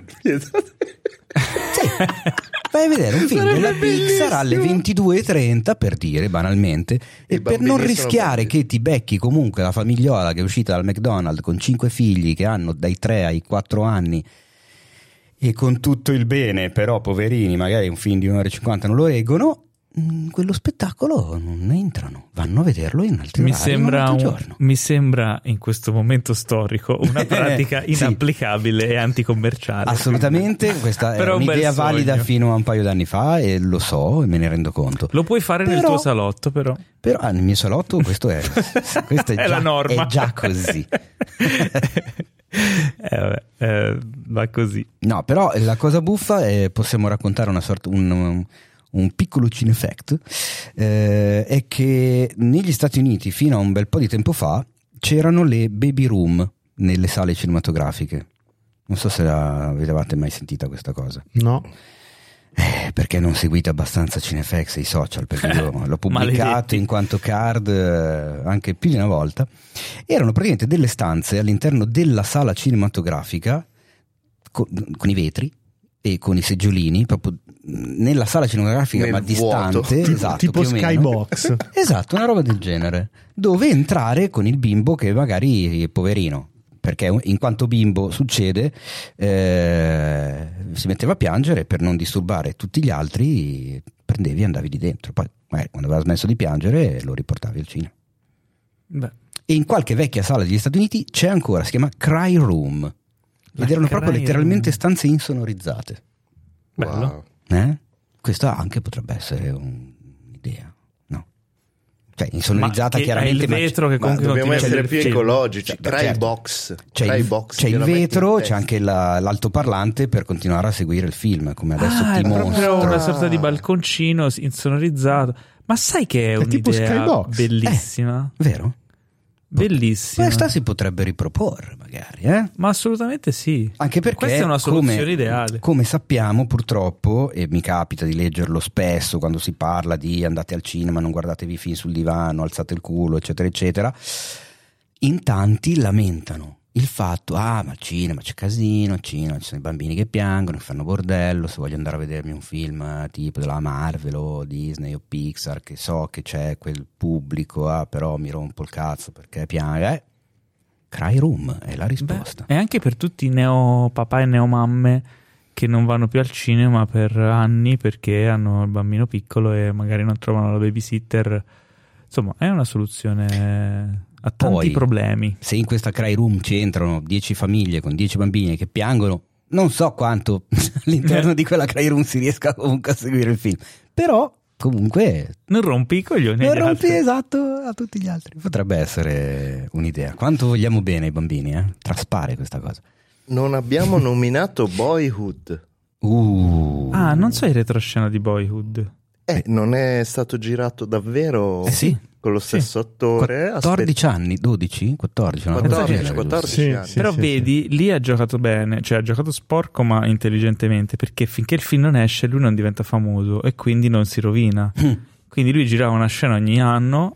[SPEAKER 2] Sì, vai a vedere un film
[SPEAKER 4] Sarebbe
[SPEAKER 2] della Pixar alle
[SPEAKER 4] bellissimo.
[SPEAKER 2] ventidue e trenta, per dire banalmente, e
[SPEAKER 4] I
[SPEAKER 2] per
[SPEAKER 4] bambini
[SPEAKER 2] non
[SPEAKER 4] sono
[SPEAKER 2] rischiare
[SPEAKER 4] bambini.
[SPEAKER 2] che ti becchi comunque la famigliola che è uscita dal McDonald's con cinque figli che hanno dai tre ai quattro anni, e con tutto il bene, però poverini, magari un film di un'ora e cinquanta non lo reggono, mm, quello spettacolo non entrano, vanno a vederlo in altri
[SPEAKER 1] Mi
[SPEAKER 2] orari,
[SPEAKER 1] sembra,
[SPEAKER 2] un altro
[SPEAKER 1] un-
[SPEAKER 2] giorno.
[SPEAKER 1] mi sembra in questo momento storico una pratica
[SPEAKER 2] Sì.
[SPEAKER 1] inapplicabile e anticommerciale.
[SPEAKER 2] Assolutamente, questa è
[SPEAKER 1] Però è un bel
[SPEAKER 2] un'idea valida
[SPEAKER 1] sogno.
[SPEAKER 2] fino a un paio d'anni fa e lo so e me ne rendo conto.
[SPEAKER 1] Lo puoi fare nel
[SPEAKER 2] Però-
[SPEAKER 1] tuo salotto, però.
[SPEAKER 2] Però ah, nel mio salotto questo è, questo è,
[SPEAKER 1] È
[SPEAKER 2] già,
[SPEAKER 1] la norma.
[SPEAKER 2] è già così.
[SPEAKER 1] Eh, vabbè, eh, va così.
[SPEAKER 2] No, però la cosa buffa è, possiamo raccontare una sorta, un, un piccolo cinefact, eh, è che negli Stati Uniti fino a un bel po' di tempo fa c'erano le baby room nelle sale cinematografiche. Non so se la- avevate mai sentita questa cosa.
[SPEAKER 3] No.
[SPEAKER 2] Eh, perché non seguite abbastanza Cinefax e i social, perché io l'ho pubblicato
[SPEAKER 1] Maledetti.
[SPEAKER 2] in quanto card eh, anche più di una volta. Erano praticamente delle stanze all'interno della sala cinematografica con, con i vetri e con i seggiolini, proprio nella sala cinematografica,
[SPEAKER 4] Nel
[SPEAKER 2] ma
[SPEAKER 4] vuoto.
[SPEAKER 2] distante,
[SPEAKER 3] Tipo,
[SPEAKER 2] esatto,
[SPEAKER 3] tipo
[SPEAKER 2] più o meno.
[SPEAKER 3] Skybox.
[SPEAKER 2] Esatto, una roba del genere, dove entrare con il bimbo che magari è poverino, perché in quanto bimbo succede, eh, si metteva a piangere, per non disturbare tutti gli altri prendevi e andavi di dentro, poi magari quando aveva smesso di piangere lo riportavi al cinema.
[SPEAKER 1] Beh,
[SPEAKER 2] E in qualche vecchia sala degli Stati Uniti c'è ancora, si chiama Cry Room,
[SPEAKER 1] La
[SPEAKER 2] ed erano
[SPEAKER 1] Cry
[SPEAKER 2] proprio letteralmente
[SPEAKER 1] Room.
[SPEAKER 2] stanze insonorizzate.
[SPEAKER 1] bello.
[SPEAKER 4] Wow.
[SPEAKER 2] Eh? Questo anche potrebbe essere un'idea, no? Cioè insonorizzata
[SPEAKER 1] Ma che-
[SPEAKER 2] chiaramente,
[SPEAKER 1] hai il
[SPEAKER 2] ma
[SPEAKER 1] vetro che
[SPEAKER 4] Ma
[SPEAKER 1] comunque
[SPEAKER 4] dobbiamo
[SPEAKER 1] continua a
[SPEAKER 4] essere
[SPEAKER 1] vedere
[SPEAKER 4] più
[SPEAKER 1] il film.
[SPEAKER 4] ecologici.
[SPEAKER 2] Cioè,
[SPEAKER 4] Cry
[SPEAKER 2] certo.
[SPEAKER 4] box.
[SPEAKER 2] c'è
[SPEAKER 4] Cry
[SPEAKER 2] il,
[SPEAKER 4] box,
[SPEAKER 2] c'è il
[SPEAKER 4] gliela metti in
[SPEAKER 2] vetro,
[SPEAKER 4] testa.
[SPEAKER 2] c'è anche la- l'altoparlante per continuare a seguire il film, come adesso
[SPEAKER 1] Ah,
[SPEAKER 2] ti
[SPEAKER 1] è proprio
[SPEAKER 2] mostro.
[SPEAKER 1] una sorta di balconcino insonorizzato. Ma sai che è,
[SPEAKER 3] È tipo
[SPEAKER 1] un'idea
[SPEAKER 3] Skybox.
[SPEAKER 1] bellissima?
[SPEAKER 2] Vero?
[SPEAKER 1] Bellissima.
[SPEAKER 2] Questa si potrebbe riproporre magari, eh?
[SPEAKER 1] Ma assolutamente sì.
[SPEAKER 2] Anche perché
[SPEAKER 1] Questa è una soluzione
[SPEAKER 2] come,
[SPEAKER 1] ideale.
[SPEAKER 2] come sappiamo purtroppo, e mi capita di leggerlo spesso quando si parla di andate al cinema, non guardatevi i film sul divano, alzate il culo, eccetera eccetera, in tanti lamentano il fatto, ah ma al cinema c'è casino, al cinema ci sono i bambini che piangono, che fanno bordello, se voglio andare a vedermi un film eh, tipo della Marvel o Disney o Pixar, che so che c'è quel pubblico, ah però mi rompo il cazzo perché piange, eh, Cry Room è la risposta.
[SPEAKER 1] Beh, e anche per tutti i neo papà e neo mamme che non vanno più al cinema per anni perché hanno il bambino piccolo e magari non trovano la babysitter. Insomma, è una soluzione a tanti
[SPEAKER 2] Poi,
[SPEAKER 1] problemi.
[SPEAKER 2] Se in questa Cry Room ci entrano dieci famiglie con dieci bambini che piangono, non so quanto all'interno di quella Cry Room si riesca comunque a seguire il film, però comunque
[SPEAKER 1] Non rompi i coglioni
[SPEAKER 2] non
[SPEAKER 1] agli
[SPEAKER 2] rompi,
[SPEAKER 1] altri.
[SPEAKER 2] esatto, a tutti gli altri. Potrebbe essere un'idea. Quanto vogliamo bene ai bambini, eh? Traspare questa cosa.
[SPEAKER 4] Non abbiamo nominato Boyhood.
[SPEAKER 2] Uh.
[SPEAKER 1] Ah, non so il retroscena di Boyhood.
[SPEAKER 4] Eh, non è stato girato davvero
[SPEAKER 2] Eh sì.
[SPEAKER 4] con lo stesso attore?
[SPEAKER 2] quattordici anni, dodici, quattordici, una cosa del
[SPEAKER 4] quattordici,
[SPEAKER 2] genere,
[SPEAKER 4] quattordici
[SPEAKER 3] Sì,
[SPEAKER 4] anni.
[SPEAKER 3] sì.
[SPEAKER 1] Però vedi, lì ha giocato bene, cioè ha giocato sporco ma intelligentemente, perché finché il film non esce lui non diventa famoso e quindi non si rovina.
[SPEAKER 2] Mm.
[SPEAKER 1] Quindi lui girava una scena ogni anno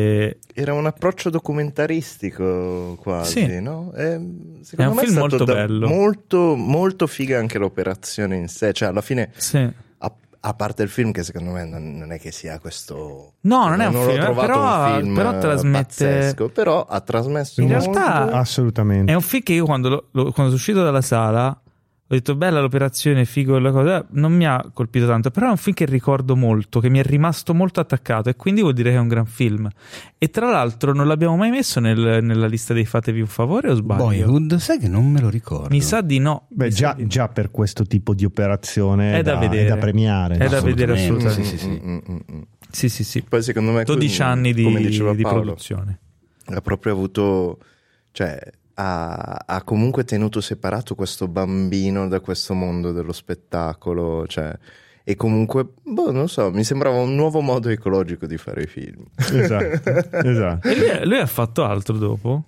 [SPEAKER 1] e
[SPEAKER 4] Era un approccio documentaristico quasi,
[SPEAKER 1] Sì.
[SPEAKER 4] no? E, secondo
[SPEAKER 1] È un
[SPEAKER 4] me
[SPEAKER 1] film
[SPEAKER 4] stato
[SPEAKER 1] molto
[SPEAKER 4] da-
[SPEAKER 1] bello.
[SPEAKER 4] Molto, molto figa anche l'operazione in sé. Cioè, alla fine,
[SPEAKER 1] sì.
[SPEAKER 4] a, a parte il film, che secondo me non, non è che sia questo.
[SPEAKER 1] No, non è un
[SPEAKER 4] l'ho
[SPEAKER 1] film,
[SPEAKER 4] trovato
[SPEAKER 1] però-
[SPEAKER 4] un film
[SPEAKER 1] però
[SPEAKER 4] eh,
[SPEAKER 1] trasmette-
[SPEAKER 4] pazzesco, però ha trasmesso
[SPEAKER 1] In
[SPEAKER 4] molto.
[SPEAKER 1] realtà-
[SPEAKER 3] Assolutamente.
[SPEAKER 1] È un film che io quando, lo- lo- quando sono uscito dalla sala ho detto bella l'operazione, figo la cosa, non mi ha colpito tanto, però è un film che ricordo molto, che mi è rimasto molto attaccato e quindi vuol dire che è un gran film. E tra l'altro non l'abbiamo mai messo nel- nella lista dei fatevi un favore o sbaglio?
[SPEAKER 2] Boyhood, sai che non me lo ricordo.
[SPEAKER 1] Mi sa di no.
[SPEAKER 3] Beh,
[SPEAKER 1] Mi sa
[SPEAKER 3] già,
[SPEAKER 1] di no.
[SPEAKER 3] già per questo tipo di operazione
[SPEAKER 1] È da vedere.
[SPEAKER 3] è da premiare.
[SPEAKER 1] È da vedere
[SPEAKER 2] Assolutamente,
[SPEAKER 1] assolutamente.
[SPEAKER 2] sì, sì, sì.
[SPEAKER 4] Mm, mm, mm, mm.
[SPEAKER 1] Sì, sì, sì.
[SPEAKER 4] Poi secondo me
[SPEAKER 1] dodici
[SPEAKER 4] come-
[SPEAKER 1] anni di,
[SPEAKER 4] come diceva
[SPEAKER 1] di
[SPEAKER 4] Paolo,
[SPEAKER 1] produzione.
[SPEAKER 4] ha proprio avuto, cioè ha, ha comunque tenuto separato questo bambino da questo mondo dello spettacolo, cioè, e comunque, boh, non so, mi sembrava un nuovo modo ecologico di fare i film.
[SPEAKER 3] Esatto, esatto.
[SPEAKER 1] E lui, lui ha fatto altro dopo?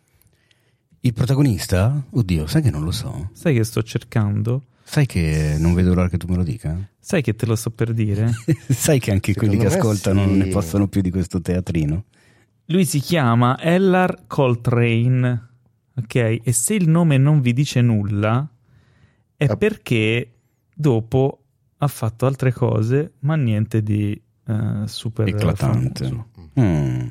[SPEAKER 2] Il protagonista? Oddio, sai che non lo so.
[SPEAKER 1] Sai che sto cercando?
[SPEAKER 2] Sai che non vedo l'ora che tu me lo dica?
[SPEAKER 1] Sai che te lo sto per dire?
[SPEAKER 2] Sai che anche
[SPEAKER 4] Secondo
[SPEAKER 2] quelli che
[SPEAKER 4] me
[SPEAKER 2] ascoltano
[SPEAKER 4] sì.
[SPEAKER 2] non ne possono più di questo teatrino?
[SPEAKER 1] Lui si chiama Ellar Coltrane, ok? E se il nome non vi dice nulla è
[SPEAKER 4] Ah.
[SPEAKER 1] perché dopo ha fatto altre cose, ma niente di eh, super
[SPEAKER 2] Eclatante.
[SPEAKER 1] famoso.
[SPEAKER 2] Mm.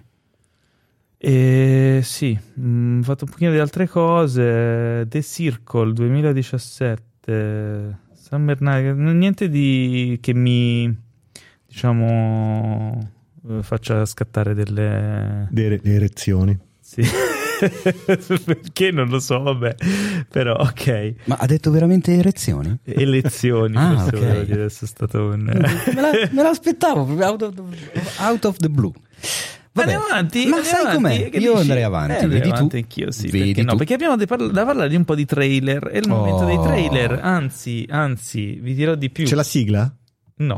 [SPEAKER 1] E sì, mh, ho fatto un pochino di altre cose. The Circle duemiladiciassette, Summer Night, niente di che mi, diciamo, eh, faccia scattare delle...
[SPEAKER 3] Le, le erezioni.
[SPEAKER 1] Sì. Perché non lo so, vabbè. Però ok.
[SPEAKER 2] Ma ha detto veramente erezioni?
[SPEAKER 1] Elezioni,
[SPEAKER 2] Ah,
[SPEAKER 1] forse
[SPEAKER 2] ok.
[SPEAKER 1] volevo dire, adesso è stato un...
[SPEAKER 2] me, la, me l'aspettavo proprio out of the, out of the blue. Vabbè,
[SPEAKER 1] Andiamo avanti,
[SPEAKER 2] ma
[SPEAKER 1] andiamo
[SPEAKER 2] sai
[SPEAKER 1] avanti,
[SPEAKER 2] com'è?
[SPEAKER 1] che
[SPEAKER 2] Io
[SPEAKER 1] dici?
[SPEAKER 2] andrei avanti,
[SPEAKER 1] Eh, andrei
[SPEAKER 2] vedi tu?
[SPEAKER 1] avanti anch'io, sì,
[SPEAKER 2] Vedi
[SPEAKER 1] perché no?
[SPEAKER 2] tu?
[SPEAKER 1] Perché abbiamo da, parla- da parlare di un po' di trailer. È il momento
[SPEAKER 2] Oh.
[SPEAKER 1] dei trailer. Anzi, anzi, vi dirò di più.
[SPEAKER 3] C'è la sigla?
[SPEAKER 1] No.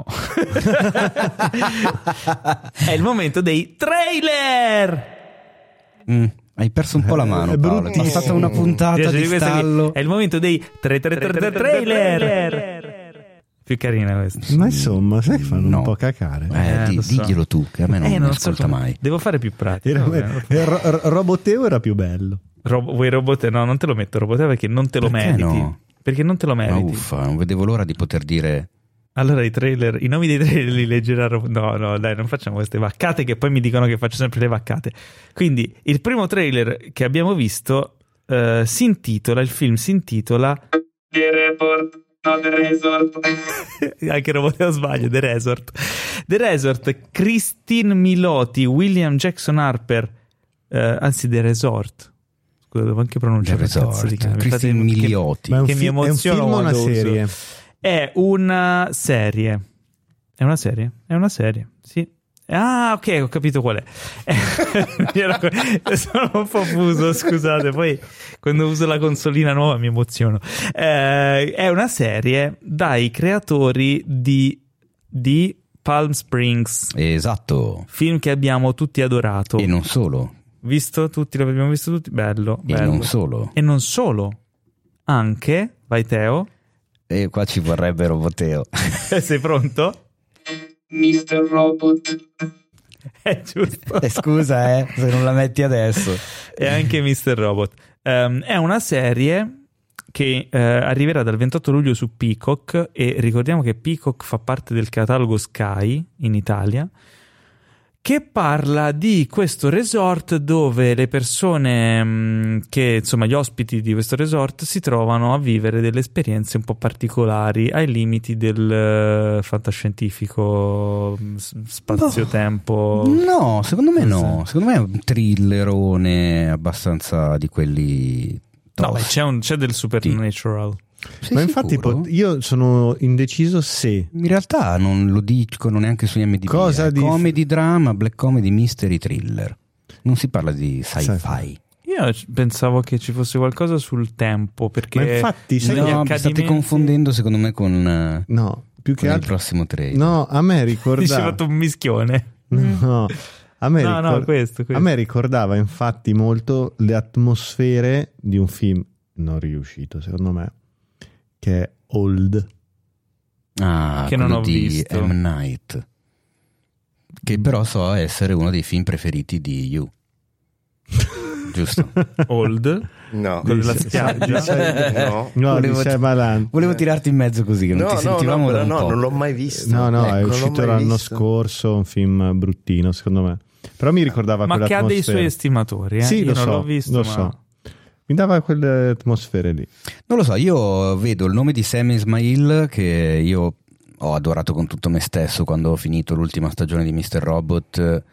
[SPEAKER 1] È il momento dei trailer.
[SPEAKER 2] Mm, hai perso un po' la mano,
[SPEAKER 3] È
[SPEAKER 2] Paolo. È
[SPEAKER 3] bruttissimo.
[SPEAKER 2] passata una puntata
[SPEAKER 1] Piace
[SPEAKER 2] di
[SPEAKER 1] di questa che
[SPEAKER 2] stallo.
[SPEAKER 1] È il momento dei tre tre tre tre trailer. Più carina questa.
[SPEAKER 3] Ma insomma, sai che fanno
[SPEAKER 2] No.
[SPEAKER 3] un po' cacare.
[SPEAKER 2] Eh,
[SPEAKER 1] Eh,
[SPEAKER 2] di-
[SPEAKER 1] lo so.
[SPEAKER 2] diglielo tu, che a me non
[SPEAKER 1] Eh,
[SPEAKER 2] mi
[SPEAKER 1] so
[SPEAKER 2] ascolta
[SPEAKER 1] come-
[SPEAKER 2] mai.
[SPEAKER 1] Devo fare più pratica.
[SPEAKER 3] Era,
[SPEAKER 1] Vabbè.
[SPEAKER 3] eh, Ro- Ro- Roboteo era più bello.
[SPEAKER 1] Rob- vuoi Roboteo? No, non te lo metto Roboteo perché non te lo
[SPEAKER 2] Perché
[SPEAKER 1] meriti.
[SPEAKER 2] no?
[SPEAKER 1] Perché non te lo
[SPEAKER 2] Ma
[SPEAKER 1] meriti.
[SPEAKER 2] uffa, non vedevo l'ora di poter dire
[SPEAKER 1] Allora i trailer, i nomi dei trailer li leggerà Rob- No, no, dai, non facciamo queste vaccate che poi mi dicono che faccio sempre le vaccate. Quindi il primo trailer che abbiamo visto eh, si intitola, il film si intitola The Report, no The Resort. Anche Roboteo sbaglio, The Resort. The Resort, Christine Miloti, William Jackson Harper, eh, anzi The Resort. Scusa, devo anche pronunciare
[SPEAKER 2] The
[SPEAKER 1] il cazzo di
[SPEAKER 2] Resort,
[SPEAKER 1] cane.
[SPEAKER 2] Christine
[SPEAKER 1] Infatti, che-
[SPEAKER 2] Milioti.
[SPEAKER 3] Ma è un,
[SPEAKER 1] Che
[SPEAKER 3] fi-
[SPEAKER 1] mi
[SPEAKER 3] è un
[SPEAKER 1] emoziono
[SPEAKER 3] film o una
[SPEAKER 1] quando uso-
[SPEAKER 3] serie?
[SPEAKER 1] È una serie. È una serie? È una serie, sì. Ah, ok, ho capito qual è. Mi ero- Sono un po' fuso, scusate. Poi quando uso la consolina nuova mi emoziono. Eh, è una serie dai creatori di, di Palm Springs,
[SPEAKER 2] Esatto.
[SPEAKER 1] film che abbiamo tutti adorato.
[SPEAKER 2] E non solo.
[SPEAKER 1] Visto tutti? L'abbiamo visto tutti? Bello,
[SPEAKER 2] E
[SPEAKER 1] bello.
[SPEAKER 2] non solo.
[SPEAKER 1] E non solo. Anche, vai Teo.
[SPEAKER 2] E qua ci vorrebbe Roboteo.
[SPEAKER 1] Sei pronto?
[SPEAKER 6] mister Robot.
[SPEAKER 1] È giusto.
[SPEAKER 2] Eh, scusa, eh, se non la metti adesso.
[SPEAKER 1] E anche mister Robot. Ehm, è una serie che eh, arriverà dal ventotto luglio su Peacock, e ricordiamo che Peacock fa parte del catalogo Sky in Italia, che parla di questo resort dove le persone mh, che, insomma, gli ospiti di questo resort si trovano a vivere delle esperienze un po' particolari ai limiti del eh, fantascientifico, s- spazio-tempo.
[SPEAKER 2] No, secondo me no.
[SPEAKER 1] Cos'è?
[SPEAKER 2] Secondo me è un thrillerone abbastanza di quelli
[SPEAKER 1] No, beh,
[SPEAKER 2] tosti.
[SPEAKER 1] c'è, un, c'è del supernatural.
[SPEAKER 2] Sei
[SPEAKER 3] Ma infatti
[SPEAKER 2] sicuro?
[SPEAKER 3] pot- io sono indeciso se
[SPEAKER 2] In realtà non lo dicono neanche su I M D B.
[SPEAKER 3] Cosa
[SPEAKER 2] eh.
[SPEAKER 3] di-
[SPEAKER 2] Comedy, drama, black comedy, mystery, thriller. Non si parla di sci-fi.
[SPEAKER 3] Sci-fi.
[SPEAKER 1] Io c- pensavo che ci fosse qualcosa sul tempo, perché
[SPEAKER 3] Ma infatti, sai-
[SPEAKER 1] negli
[SPEAKER 2] No, vi state
[SPEAKER 1] accadimenti-
[SPEAKER 2] confondendo secondo me con, eh,
[SPEAKER 3] no, più
[SPEAKER 2] con
[SPEAKER 3] che
[SPEAKER 2] il
[SPEAKER 3] altro
[SPEAKER 2] prossimo trailer.
[SPEAKER 3] no, a me
[SPEAKER 1] Dice
[SPEAKER 3] ricordava
[SPEAKER 1] fatto un mischione.
[SPEAKER 3] no, a me,
[SPEAKER 1] No, no,
[SPEAKER 3] ricor-
[SPEAKER 1] questo, questo.
[SPEAKER 3] a me ricordava infatti molto le atmosfere di un film non riuscito secondo me, che è Old.
[SPEAKER 2] Ah,
[SPEAKER 1] Che non
[SPEAKER 2] quello
[SPEAKER 1] ho
[SPEAKER 2] di
[SPEAKER 1] visto.
[SPEAKER 2] M. Night. Che però so essere uno dei film preferiti di You. Giusto?
[SPEAKER 1] Old,
[SPEAKER 4] No.
[SPEAKER 1] quello della
[SPEAKER 3] Dice-
[SPEAKER 1] spiaggia.
[SPEAKER 4] dice- no.
[SPEAKER 3] No,
[SPEAKER 2] Volevo-
[SPEAKER 3] di Shyamalan.
[SPEAKER 2] Volevo tirarti in mezzo così, che non
[SPEAKER 4] No,
[SPEAKER 2] ti
[SPEAKER 4] no,
[SPEAKER 2] sentivamo
[SPEAKER 4] no,
[SPEAKER 2] da
[SPEAKER 4] però
[SPEAKER 2] un
[SPEAKER 4] no,
[SPEAKER 2] po'.
[SPEAKER 4] non l'ho mai visto.
[SPEAKER 3] No, no,
[SPEAKER 4] Ecco,
[SPEAKER 3] è
[SPEAKER 4] non l'ho
[SPEAKER 3] uscito
[SPEAKER 4] mai
[SPEAKER 3] l'anno
[SPEAKER 4] visto.
[SPEAKER 3] scorso, un film bruttino secondo me. Però mi ricordava
[SPEAKER 1] Ma che ha dei
[SPEAKER 3] quell'atmosfera.
[SPEAKER 1] suoi estimatori, eh?
[SPEAKER 3] Sì,
[SPEAKER 1] Io
[SPEAKER 3] lo
[SPEAKER 1] non
[SPEAKER 3] so,
[SPEAKER 1] l'ho visto,
[SPEAKER 3] lo
[SPEAKER 1] ma...
[SPEAKER 3] so. Mi dava quelle atmosfere lì.
[SPEAKER 2] Non lo so, io vedo il nome di Sam Ismail, che io ho adorato con tutto me stesso quando ho finito l'ultima stagione di mister Robot.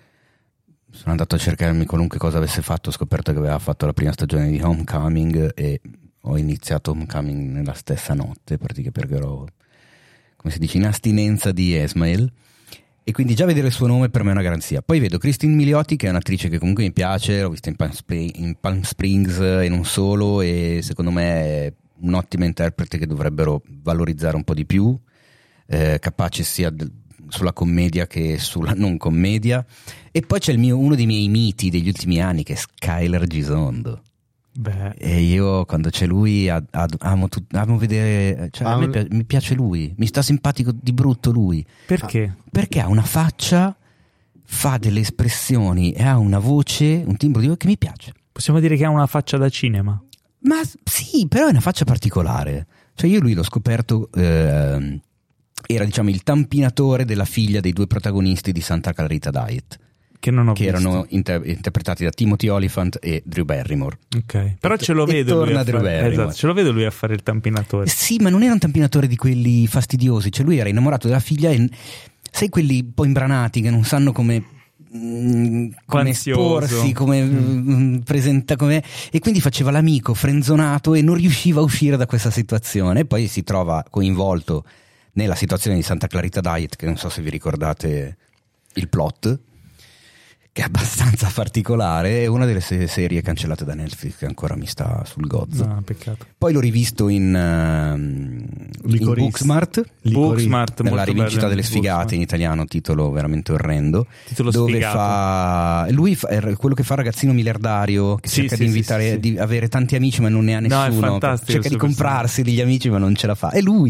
[SPEAKER 2] Sono andato a cercarmi qualunque cosa avesse fatto, ho scoperto che aveva fatto la prima stagione di Homecoming e ho iniziato Homecoming nella stessa notte, praticamente perché ero, come si dice, in astinenza di Ismail. E quindi già vedere il suo nome per me è una garanzia. Poi vedo Christine Milioti, che è un'attrice che comunque mi piace, l'ho vista in Palm, Spring, in Palm Springs e non solo, e secondo me è un'ottima interprete che dovrebbero valorizzare un po' di più, eh, capace sia del, sulla commedia che sulla non commedia. E poi c'è il mio, uno dei miei miti degli ultimi anni, che è Skyler Gisondo.
[SPEAKER 1] Beh,
[SPEAKER 2] E io quando c'è lui ad- ad- amo, tut- amo vedere, cioè, a me
[SPEAKER 3] Ah,
[SPEAKER 2] pi- mi piace lui, mi sta simpatico di brutto lui,
[SPEAKER 1] perché?
[SPEAKER 2] perché ha una faccia, fa delle espressioni e ha una voce, un timbro di voce che mi piace.
[SPEAKER 1] Possiamo dire che ha una faccia da cinema.
[SPEAKER 2] Ma sì, però è una faccia particolare. Cioè io lui l'ho scoperto, ehm, era diciamo il tampinatore della figlia dei due protagonisti di Santa Clarita Diet,
[SPEAKER 1] Che non ho
[SPEAKER 2] che
[SPEAKER 1] visto.
[SPEAKER 2] erano inter- interpretati da Timothy Olyphant e Drew Barrymore.
[SPEAKER 1] Ok. Però ce lo
[SPEAKER 2] e
[SPEAKER 1] vedo lui
[SPEAKER 2] torna
[SPEAKER 1] a
[SPEAKER 2] Drew
[SPEAKER 1] fare...
[SPEAKER 2] Barrymore.
[SPEAKER 1] Esatto, ce lo vedo lui a fare il tampinatore.
[SPEAKER 2] Sì, ma non era un tampinatore di quelli fastidiosi, cioè lui era innamorato della figlia e sai quelli un po' imbranati che non sanno come mm, come
[SPEAKER 1] Ansioso.
[SPEAKER 2] esporsi, come mm. presenta come e quindi faceva l'amico frenzonato e non riusciva a uscire da questa situazione e poi si trova coinvolto nella situazione di Santa Clarita Diet, che non so se vi ricordate il plot, che è abbastanza particolare, è una delle se- serie cancellate da Netflix che ancora mi sta sul gozzo.
[SPEAKER 1] No, peccato.
[SPEAKER 2] Poi l'ho rivisto in, uh, in
[SPEAKER 3] Licorice.
[SPEAKER 2] Booksmart,
[SPEAKER 1] Booksmart,
[SPEAKER 2] nella
[SPEAKER 1] molto
[SPEAKER 2] rivincita
[SPEAKER 1] bello,
[SPEAKER 2] delle sfigate
[SPEAKER 1] Booksmart.
[SPEAKER 2] in italiano, titolo veramente orrendo,
[SPEAKER 1] Titolo
[SPEAKER 2] dove
[SPEAKER 1] sfigato.
[SPEAKER 2] fa lui fa, è quello che fa ragazzino miliardario che
[SPEAKER 1] Sì,
[SPEAKER 2] cerca
[SPEAKER 1] sì,
[SPEAKER 2] di
[SPEAKER 1] sì,
[SPEAKER 2] invitare
[SPEAKER 1] sì, sì.
[SPEAKER 2] di avere tanti amici ma non ne ha
[SPEAKER 1] No, è
[SPEAKER 2] nessuno,
[SPEAKER 1] fantastico
[SPEAKER 2] cerca di
[SPEAKER 1] questo
[SPEAKER 2] comprarsi degli amici ma non ce la fa, è lui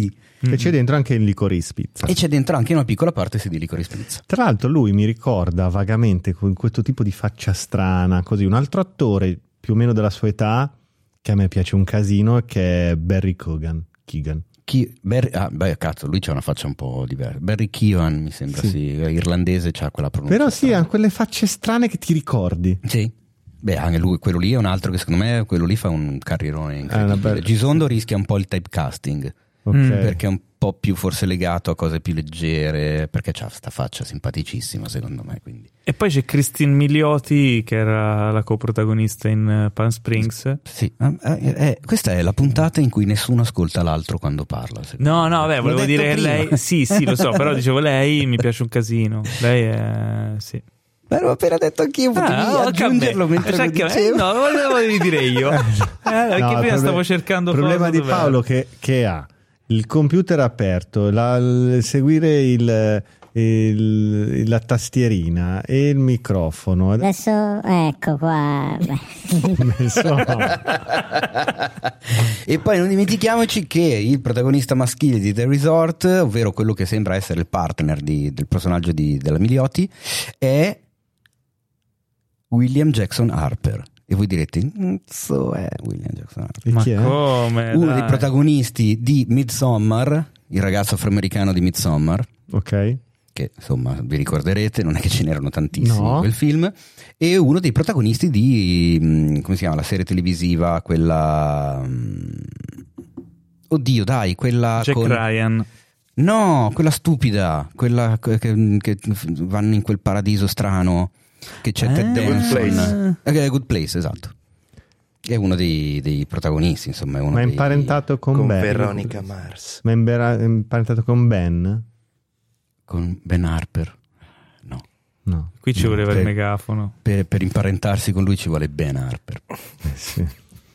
[SPEAKER 3] E c'è dentro anche il Licorice Pizza.
[SPEAKER 2] E c'è dentro anche una piccola parte sì, di Licorice Pizza.
[SPEAKER 3] Tra l'altro lui mi ricorda vagamente con questo tipo di faccia strana, così, un altro attore più o meno della sua età che a me piace un casino, che è Barry Keoghan. Keoghan.
[SPEAKER 2] Chi, Barry, ah, beh, cazzo, lui c'ha una faccia un po' diversa. Barry Keoghan, mi sembra, sì, sì, irlandese, c'ha quella pronuncia.
[SPEAKER 3] Però sì, ha quelle facce strane che ti ricordi.
[SPEAKER 2] Sì. Beh, anche lui, quello lì è un altro che secondo me quello lì fa un carrierone incredibile. Eh, Gisondo rischia un po' il typecasting, okay. Perché è un po' più forse legato a cose più leggere, perché c'ha sta faccia simpaticissima secondo me, quindi.
[SPEAKER 1] E poi c'è Christine Milioti che era la coprotagonista in Palm Springs.
[SPEAKER 2] Sì, eh, eh, questa è la puntata in cui nessuno ascolta l'altro quando parla.
[SPEAKER 1] No, no, beh, volevo dire che lei, sì, sì, lo so, però dicevo lei mi piace un casino. Lei è, sì.
[SPEAKER 2] Beh, l'ho appena detto anch'io, potevi ah, aggiungerlo mentre lo dicevo.
[SPEAKER 1] No, lo volevo dire io. Eh, perché no, prima
[SPEAKER 3] problem-
[SPEAKER 1] stavo cercando
[SPEAKER 3] il problema di
[SPEAKER 1] dov'era.
[SPEAKER 3] Paolo che, che ha il computer aperto, la, il, seguire il, il, la tastierina e il microfono.
[SPEAKER 7] Adesso ecco qua.
[SPEAKER 2] E poi non dimentichiamoci che il protagonista maschile di The Resort, ovvero quello che sembra essere il partner di, del personaggio di, della Milioti, è William Jackson Harper. E voi direte, so è William Jackson Harper.
[SPEAKER 1] Ma chi è? Come?
[SPEAKER 2] Uno
[SPEAKER 1] dai.
[SPEAKER 2] dei protagonisti di Midsommar, il ragazzo afroamericano di Midsommar.
[SPEAKER 3] Ok.
[SPEAKER 2] Che insomma vi ricorderete, non è che ce n'erano tantissimi
[SPEAKER 3] no.
[SPEAKER 2] in quel film. E uno dei protagonisti di, come si chiama, la serie televisiva, quella... Oddio, dai, quella
[SPEAKER 1] Jack
[SPEAKER 2] con...
[SPEAKER 1] Ryan.
[SPEAKER 2] No, quella stupida, quella che, che vanno in quel paradiso strano, che c'è
[SPEAKER 1] eh,
[SPEAKER 2] Ted Danson.
[SPEAKER 1] Good
[SPEAKER 2] Place. Good Place, esatto. È uno dei, dei protagonisti, insomma. È uno
[SPEAKER 3] Ma è
[SPEAKER 2] dei...
[SPEAKER 3] imparentato con,
[SPEAKER 4] con
[SPEAKER 3] Ben.
[SPEAKER 4] Veronica Mars.
[SPEAKER 3] Ma è imparentato con Ben?
[SPEAKER 2] Con Ben Harper? No.
[SPEAKER 3] No.
[SPEAKER 1] Qui ci
[SPEAKER 2] no,
[SPEAKER 1] voleva
[SPEAKER 2] per,
[SPEAKER 1] il megafono.
[SPEAKER 2] Per, per imparentarsi con lui ci vuole Ben Harper.
[SPEAKER 3] Eh, sì.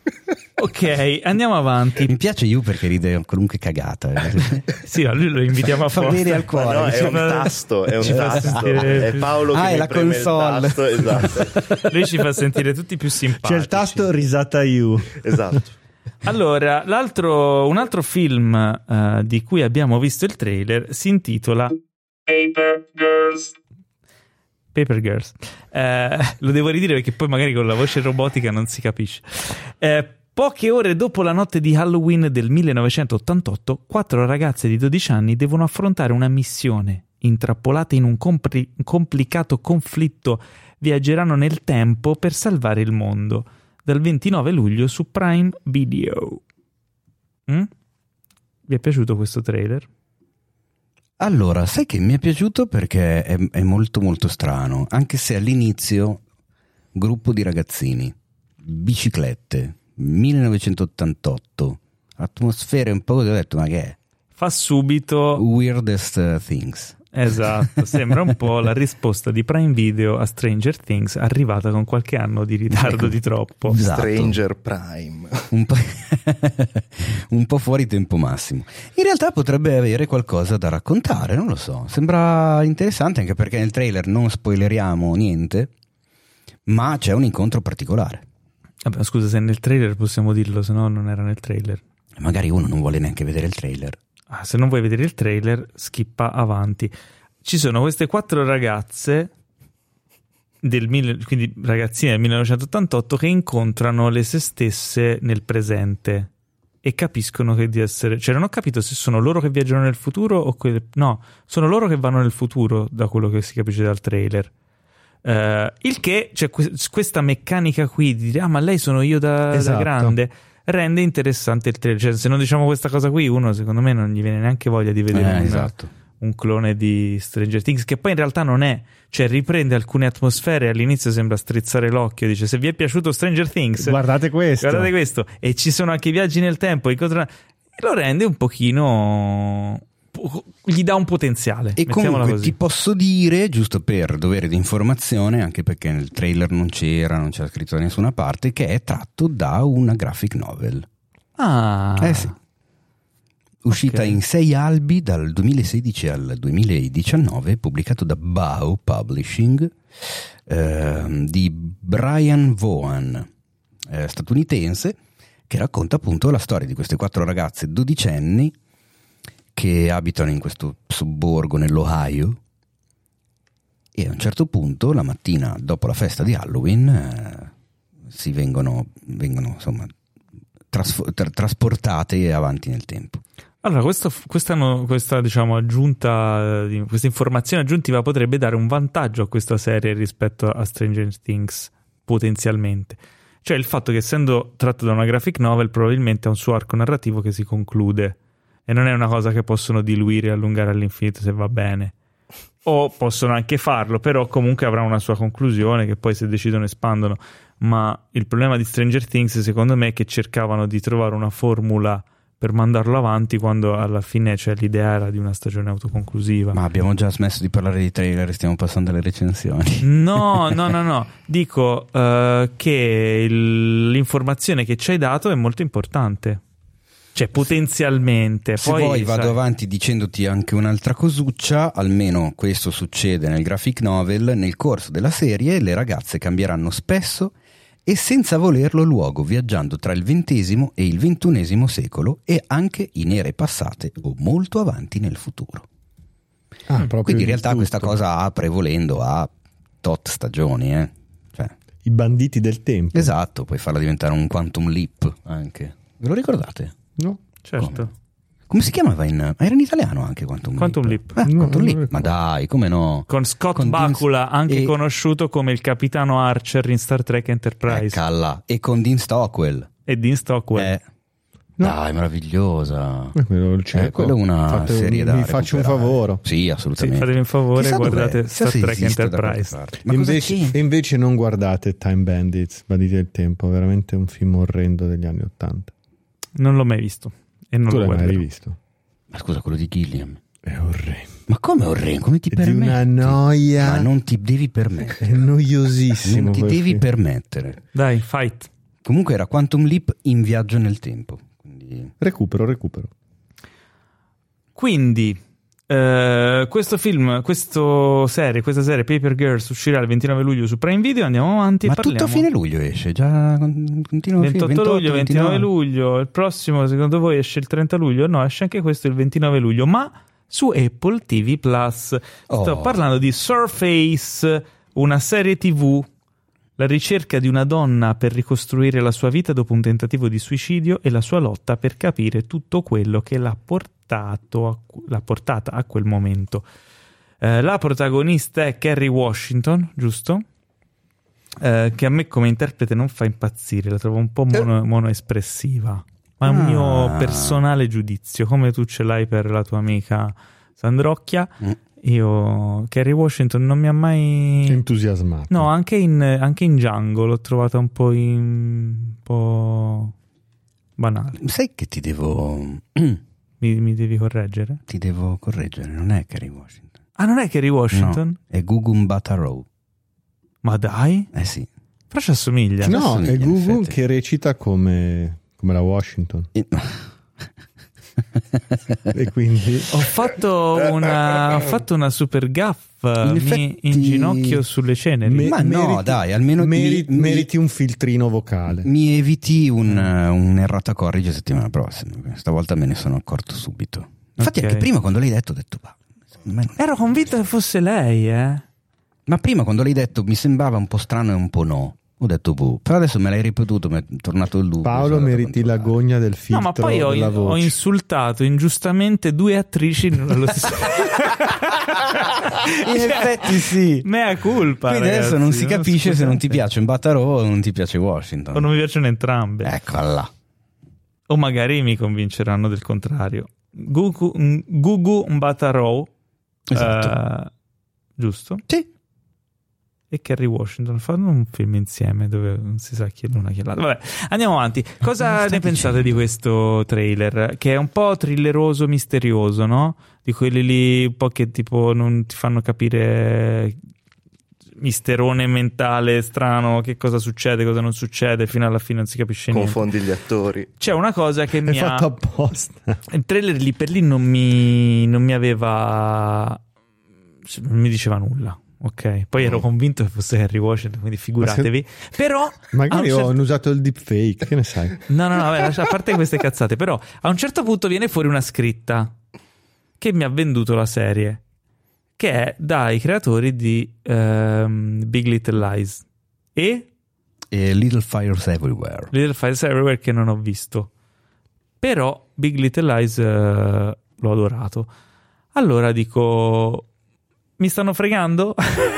[SPEAKER 1] Ok, andiamo avanti.
[SPEAKER 2] Mi piace io perché ride qualunque cagata. Eh.
[SPEAKER 1] Sì, no, lui lo invitiamo a
[SPEAKER 2] fa
[SPEAKER 1] forza.
[SPEAKER 2] bene al cuore.
[SPEAKER 4] No, è un tasto, è un
[SPEAKER 1] Ci fa
[SPEAKER 4] tasto.
[SPEAKER 1] sentire-
[SPEAKER 4] È Paolo
[SPEAKER 2] Ah,
[SPEAKER 4] che
[SPEAKER 2] è
[SPEAKER 4] mi
[SPEAKER 2] la
[SPEAKER 4] preme
[SPEAKER 2] console.
[SPEAKER 4] il tasto, esatto.
[SPEAKER 1] Lui ci fa sentire tutti più simpatici.
[SPEAKER 3] C'è il tasto risata you.
[SPEAKER 4] Esatto.
[SPEAKER 1] Allora, l'altro, un altro film uh, di cui abbiamo visto il trailer si intitola
[SPEAKER 6] Paper Girls.
[SPEAKER 1] Paper Girls. Eh, lo devo ridire perché poi magari con la voce robotica non si capisce. Eh, poche ore dopo la notte di Halloween del millenovecentottantotto, quattro ragazze di dodici anni devono affrontare una missione. Intrappolate in un compli- complicato conflitto, viaggeranno nel tempo per salvare il mondo. Dal ventinove luglio su Prime Video. Mm? Vi è piaciuto questo trailer?
[SPEAKER 2] Allora, sai che mi è piaciuto perché è, è molto molto strano, anche se all'inizio gruppo di ragazzini, biciclette, millenovecentottantotto, atmosfere un po' così, ho detto ma che è?
[SPEAKER 1] Fa subito...
[SPEAKER 2] Weirdest Things.
[SPEAKER 1] Esatto, sembra un po' la risposta di Prime Video a Stranger Things, arrivata con qualche anno di ritardo
[SPEAKER 2] Ecco,
[SPEAKER 1] di troppo.
[SPEAKER 2] esatto.
[SPEAKER 4] Stranger Prime.
[SPEAKER 2] Un po', un po' fuori tempo massimo. In realtà potrebbe avere qualcosa da raccontare, non lo so. Sembra interessante anche perché nel trailer non spoileriamo niente, ma c'è un incontro particolare.
[SPEAKER 1] Vabbè, scusa, se è nel trailer possiamo dirlo, se no non era nel trailer.
[SPEAKER 2] Magari uno non vuole neanche vedere il trailer.
[SPEAKER 1] Ah, se non vuoi vedere il trailer, skippa avanti. Ci sono queste quattro ragazze, del mille, quindi ragazzine del millenovecentottantotto, che incontrano le se stesse nel presente e capiscono che di essere... Cioè non ho capito se sono loro che viaggiano nel futuro o... Que... No, sono loro che vanno nel futuro, da quello che si capisce dal trailer. Uh, il che, cioè que- questa meccanica qui di dire, ah ma lei sono io da,
[SPEAKER 3] Esatto.
[SPEAKER 1] da grande... rende interessante il trailer. Cioè, se non diciamo questa cosa qui, uno secondo me non gli viene neanche voglia di vedere
[SPEAKER 2] Eh,
[SPEAKER 1] un,
[SPEAKER 2] esatto.
[SPEAKER 1] un clone di Stranger Things, che poi in realtà non è, cioè riprende alcune atmosfere e all'inizio sembra strizzare l'occhio, dice se vi è piaciuto Stranger Things
[SPEAKER 3] Guardate questo.
[SPEAKER 1] guardate questo, e ci sono anche i viaggi nel tempo, incontra... e lo rende un pochino, gli dà un potenziale.
[SPEAKER 2] E
[SPEAKER 1] mettiamola
[SPEAKER 2] comunque
[SPEAKER 1] così.
[SPEAKER 2] ti posso dire, giusto per dovere di informazione, anche perché nel trailer non c'era, non c'era scritto da nessuna parte, che è tratto da una graphic novel.
[SPEAKER 1] Ah,
[SPEAKER 2] Eh sì. Uscita
[SPEAKER 1] ok.
[SPEAKER 2] in sei albi dal duemilasedici al duemiladiciannove, pubblicato da Bow Publishing, ehm, di Brian Vaughan, eh, statunitense, che racconta appunto la storia di queste quattro ragazze dodicenni che abitano in questo sobborgo nell'Ohio e a un certo punto la mattina dopo la festa di Halloween eh, si vengono, vengono insomma trasfo- tra- trasportate avanti nel tempo.
[SPEAKER 1] Allora, questo, questa, no, questa diciamo aggiunta, di, questa informazione aggiuntiva potrebbe dare un vantaggio a questa serie rispetto a Stranger Things, potenzialmente. Cioè il fatto che, essendo tratto da una graphic novel, probabilmente ha un suo arco narrativo che si conclude e non è una cosa che possono diluire e allungare all'infinito se va bene. O possono anche farlo, però comunque avrà una sua conclusione che poi, se decidono, espandono. Ma il problema di Stranger Things, secondo me, è che cercavano di trovare una formula per mandarlo avanti, quando alla fine, cioè, l'idea era di una stagione autoconclusiva.
[SPEAKER 2] Ma abbiamo già smesso di parlare di trailer e stiamo passando alle recensioni.
[SPEAKER 1] No, no, no, no. Dico uh, che il, l'informazione che ci hai dato è molto importante. Cioè, potenzialmente.
[SPEAKER 2] Se
[SPEAKER 1] poi,
[SPEAKER 2] vuoi vado
[SPEAKER 1] sai...
[SPEAKER 2] avanti dicendoti anche un'altra cosuccia. Almeno questo succede nel graphic novel. Nel corso della serie le ragazze cambieranno spesso e senza volerlo luogo, viaggiando tra il ventesimo e il ventunesimo secolo e anche in ere passate o molto avanti nel futuro.
[SPEAKER 3] Ah,
[SPEAKER 2] Quindi in realtà questa cosa apre, volendo, a tot stagioni, eh? Cioè,
[SPEAKER 3] i banditi del tempo.
[SPEAKER 2] esatto, puoi farla diventare un quantum leap anche. Ve lo ricordate?
[SPEAKER 3] No?
[SPEAKER 1] Certo.
[SPEAKER 2] Come? Come si chiamava in... Era in italiano anche Quantum,
[SPEAKER 1] Quantum
[SPEAKER 2] Leap?
[SPEAKER 1] Leap.
[SPEAKER 2] Eh,
[SPEAKER 3] No,
[SPEAKER 2] Quantum
[SPEAKER 3] non
[SPEAKER 2] Leap.
[SPEAKER 3] lo
[SPEAKER 2] Ma dai, come no?
[SPEAKER 1] Con Scott
[SPEAKER 2] Con
[SPEAKER 1] Bakula,
[SPEAKER 2] Dean-
[SPEAKER 1] anche
[SPEAKER 2] e-
[SPEAKER 1] conosciuto come il capitano Archer in Star Trek Enterprise.
[SPEAKER 2] Eh, calla. E con Dean Stockwell.
[SPEAKER 1] E Dean Stockwell.
[SPEAKER 2] Eh,
[SPEAKER 3] No.
[SPEAKER 2] Dai, meravigliosa.
[SPEAKER 3] Eh, quello il
[SPEAKER 2] Eh,
[SPEAKER 3] cerco.
[SPEAKER 2] quello è una
[SPEAKER 3] Fate un-
[SPEAKER 2] serie da
[SPEAKER 3] mi faccio un
[SPEAKER 2] recuperare.
[SPEAKER 3] favore.
[SPEAKER 2] Sì,
[SPEAKER 1] Sì,
[SPEAKER 2] assolutamente.
[SPEAKER 1] fatevi un favore,
[SPEAKER 2] Chissà dov'è.
[SPEAKER 1] guardate
[SPEAKER 2] Chissà
[SPEAKER 1] Star
[SPEAKER 2] se
[SPEAKER 1] Trek
[SPEAKER 2] esiste da qualche
[SPEAKER 1] Enterprise.
[SPEAKER 2] parte. Ma
[SPEAKER 3] E
[SPEAKER 2] cosa
[SPEAKER 3] invece,
[SPEAKER 2] c'è?
[SPEAKER 3] e invece non guardate Time Bandits, Banditi del Tempo, veramente un film orrendo degli anni Ottanta.
[SPEAKER 1] Non l'ho mai visto e non
[SPEAKER 3] Tu
[SPEAKER 1] lo
[SPEAKER 3] l'hai mai
[SPEAKER 1] guarderò.
[SPEAKER 3] rivisto?
[SPEAKER 2] Ma scusa, quello di Gilliam.
[SPEAKER 3] È orrendo.
[SPEAKER 2] Ma come orrendo? Come ti
[SPEAKER 3] È di
[SPEAKER 2] permetti?
[SPEAKER 3] una noia.
[SPEAKER 2] Ma non ti devi permettere.
[SPEAKER 3] È noiosissimo.
[SPEAKER 2] Non ti
[SPEAKER 3] quel
[SPEAKER 2] devi
[SPEAKER 3] film.
[SPEAKER 2] permettere.
[SPEAKER 1] Dai, fight.
[SPEAKER 2] Comunque era Quantum Leap in viaggio nel tempo. Quindi...
[SPEAKER 3] Recupero, recupero.
[SPEAKER 1] Quindi, eh, questo film, questa serie, questa serie Paper Girls uscirà il ventinove luglio su Prime Video. Andiamo avanti e
[SPEAKER 2] Ma
[SPEAKER 1] parliamo.
[SPEAKER 2] tutto a fine luglio esce, già con- continua fino-
[SPEAKER 1] ventotto luglio, ventinove
[SPEAKER 2] ventinove
[SPEAKER 1] luglio. Il prossimo, secondo voi, esce il trenta luglio? No, esce anche questo il ventinove luglio, ma su Apple T V Plus. Sto
[SPEAKER 2] Oh.
[SPEAKER 1] parlando di Surface, una serie tivù. La ricerca di una donna per ricostruire la sua vita dopo un tentativo di suicidio e la sua lotta per capire tutto quello che l'ha portato a, l'ha portata a quel momento. Eh, la protagonista è Kerry Washington, giusto? Eh, che a me come interprete non fa impazzire, la trovo un po' mono, monoespressiva. Ma è un
[SPEAKER 2] Ah.
[SPEAKER 1] mio personale giudizio, come tu ce l'hai per la tua amica Sandrocchia.
[SPEAKER 2] Mm.
[SPEAKER 1] Io, Kerry Washington non mi ha mai...
[SPEAKER 3] Entusiasmato.
[SPEAKER 1] No, anche in, anche in Django l'ho trovata un po', in, un po' banale.
[SPEAKER 2] Sai che ti devo
[SPEAKER 1] Mi, mi devi correggere?
[SPEAKER 2] ti devo correggere, non è Kerry Washington.
[SPEAKER 1] Ah, non è Kerry Washington?
[SPEAKER 2] No, è Gugum Batarow.
[SPEAKER 1] Ma dai?
[SPEAKER 2] Eh sì.
[SPEAKER 1] Però ci assomiglia.
[SPEAKER 3] No,
[SPEAKER 2] assomiglia,
[SPEAKER 3] è
[SPEAKER 2] in
[SPEAKER 3] Gugu
[SPEAKER 2] effetti.
[SPEAKER 3] che recita come, come la Washington.
[SPEAKER 2] E-
[SPEAKER 3] E quindi
[SPEAKER 1] Ho fatto una, ho fatto una super gaffa.
[SPEAKER 2] In
[SPEAKER 1] Mi
[SPEAKER 2] effetti-
[SPEAKER 1] inginocchio sulle ceneri.
[SPEAKER 3] Me-
[SPEAKER 2] Ma no, dai, almeno
[SPEAKER 3] meri-
[SPEAKER 2] mi- mi-
[SPEAKER 3] meriti un filtrino vocale.
[SPEAKER 2] Mi eviti un, un errata corrige settimana prossima. Stavolta me ne sono accorto subito. Infatti
[SPEAKER 1] Ok.
[SPEAKER 2] anche prima quando l'hai detto ho detto ma, ma-
[SPEAKER 1] Ero convinto che fosse lei, eh.
[SPEAKER 2] ma prima quando l'hai detto mi sembrava un po' strano e un po' no. Ho detto boh, però adesso me l'hai ripetuto, mi è tornato il dubbio.
[SPEAKER 3] Paolo,
[SPEAKER 2] sono andato a
[SPEAKER 3] meriti
[SPEAKER 2] controllare.
[SPEAKER 3] la gogna del
[SPEAKER 1] No,
[SPEAKER 3] filtro
[SPEAKER 1] ma poi ho,
[SPEAKER 3] della
[SPEAKER 1] ho
[SPEAKER 3] voce.
[SPEAKER 1] insultato ingiustamente due attrici nello stesso.
[SPEAKER 2] In effetti sì.
[SPEAKER 1] Mea culpa.
[SPEAKER 2] Quindi
[SPEAKER 1] ragazzi,
[SPEAKER 2] adesso non si capisce se non ti
[SPEAKER 1] scusate.
[SPEAKER 2] piace Batarow o non ti piace Washington.
[SPEAKER 1] O non mi piacciono entrambe.
[SPEAKER 2] Eccola.
[SPEAKER 1] O magari mi convinceranno del contrario. Gugu, Gugu Batarow,
[SPEAKER 2] Esatto.
[SPEAKER 1] eh, giusto?
[SPEAKER 2] Sì.
[SPEAKER 1] E Kerry Washington fanno un film insieme dove non si sa chi è l'una chi è l'altra. Vabbè, andiamo avanti. Cosa ne pensate di questo trailer? Che è un po' thrilleroso, misterioso, no? Di quelli lì un po' che tipo non ti fanno capire, misterone mentale strano, che cosa succede, cosa non succede, fino alla fine non si capisce niente.
[SPEAKER 4] Confondi gli attori.
[SPEAKER 1] C'è una cosa che
[SPEAKER 3] È
[SPEAKER 1] mi ha...
[SPEAKER 3] fatto apposta.
[SPEAKER 1] Il trailer lì per lì non mi, non mi aveva... non mi diceva nulla. Ok, poi ero convinto che fosse Harry Washington, quindi figuratevi. Però
[SPEAKER 3] Magari
[SPEAKER 1] a un
[SPEAKER 3] ho
[SPEAKER 1] cer-
[SPEAKER 3] usato il deepfake, che ne sai?
[SPEAKER 1] no, no, no, vabbè, lascia- a parte queste cazzate, però a un certo punto viene fuori una scritta che mi ha venduto la serie, che è dai creatori di ehm, Big Little Lies e...
[SPEAKER 2] e Little Fires Everywhere.
[SPEAKER 1] Little Fires Everywhere, che non ho visto. Però Big Little Lies eh, l'ho adorato. Allora dico, mi stanno fregando?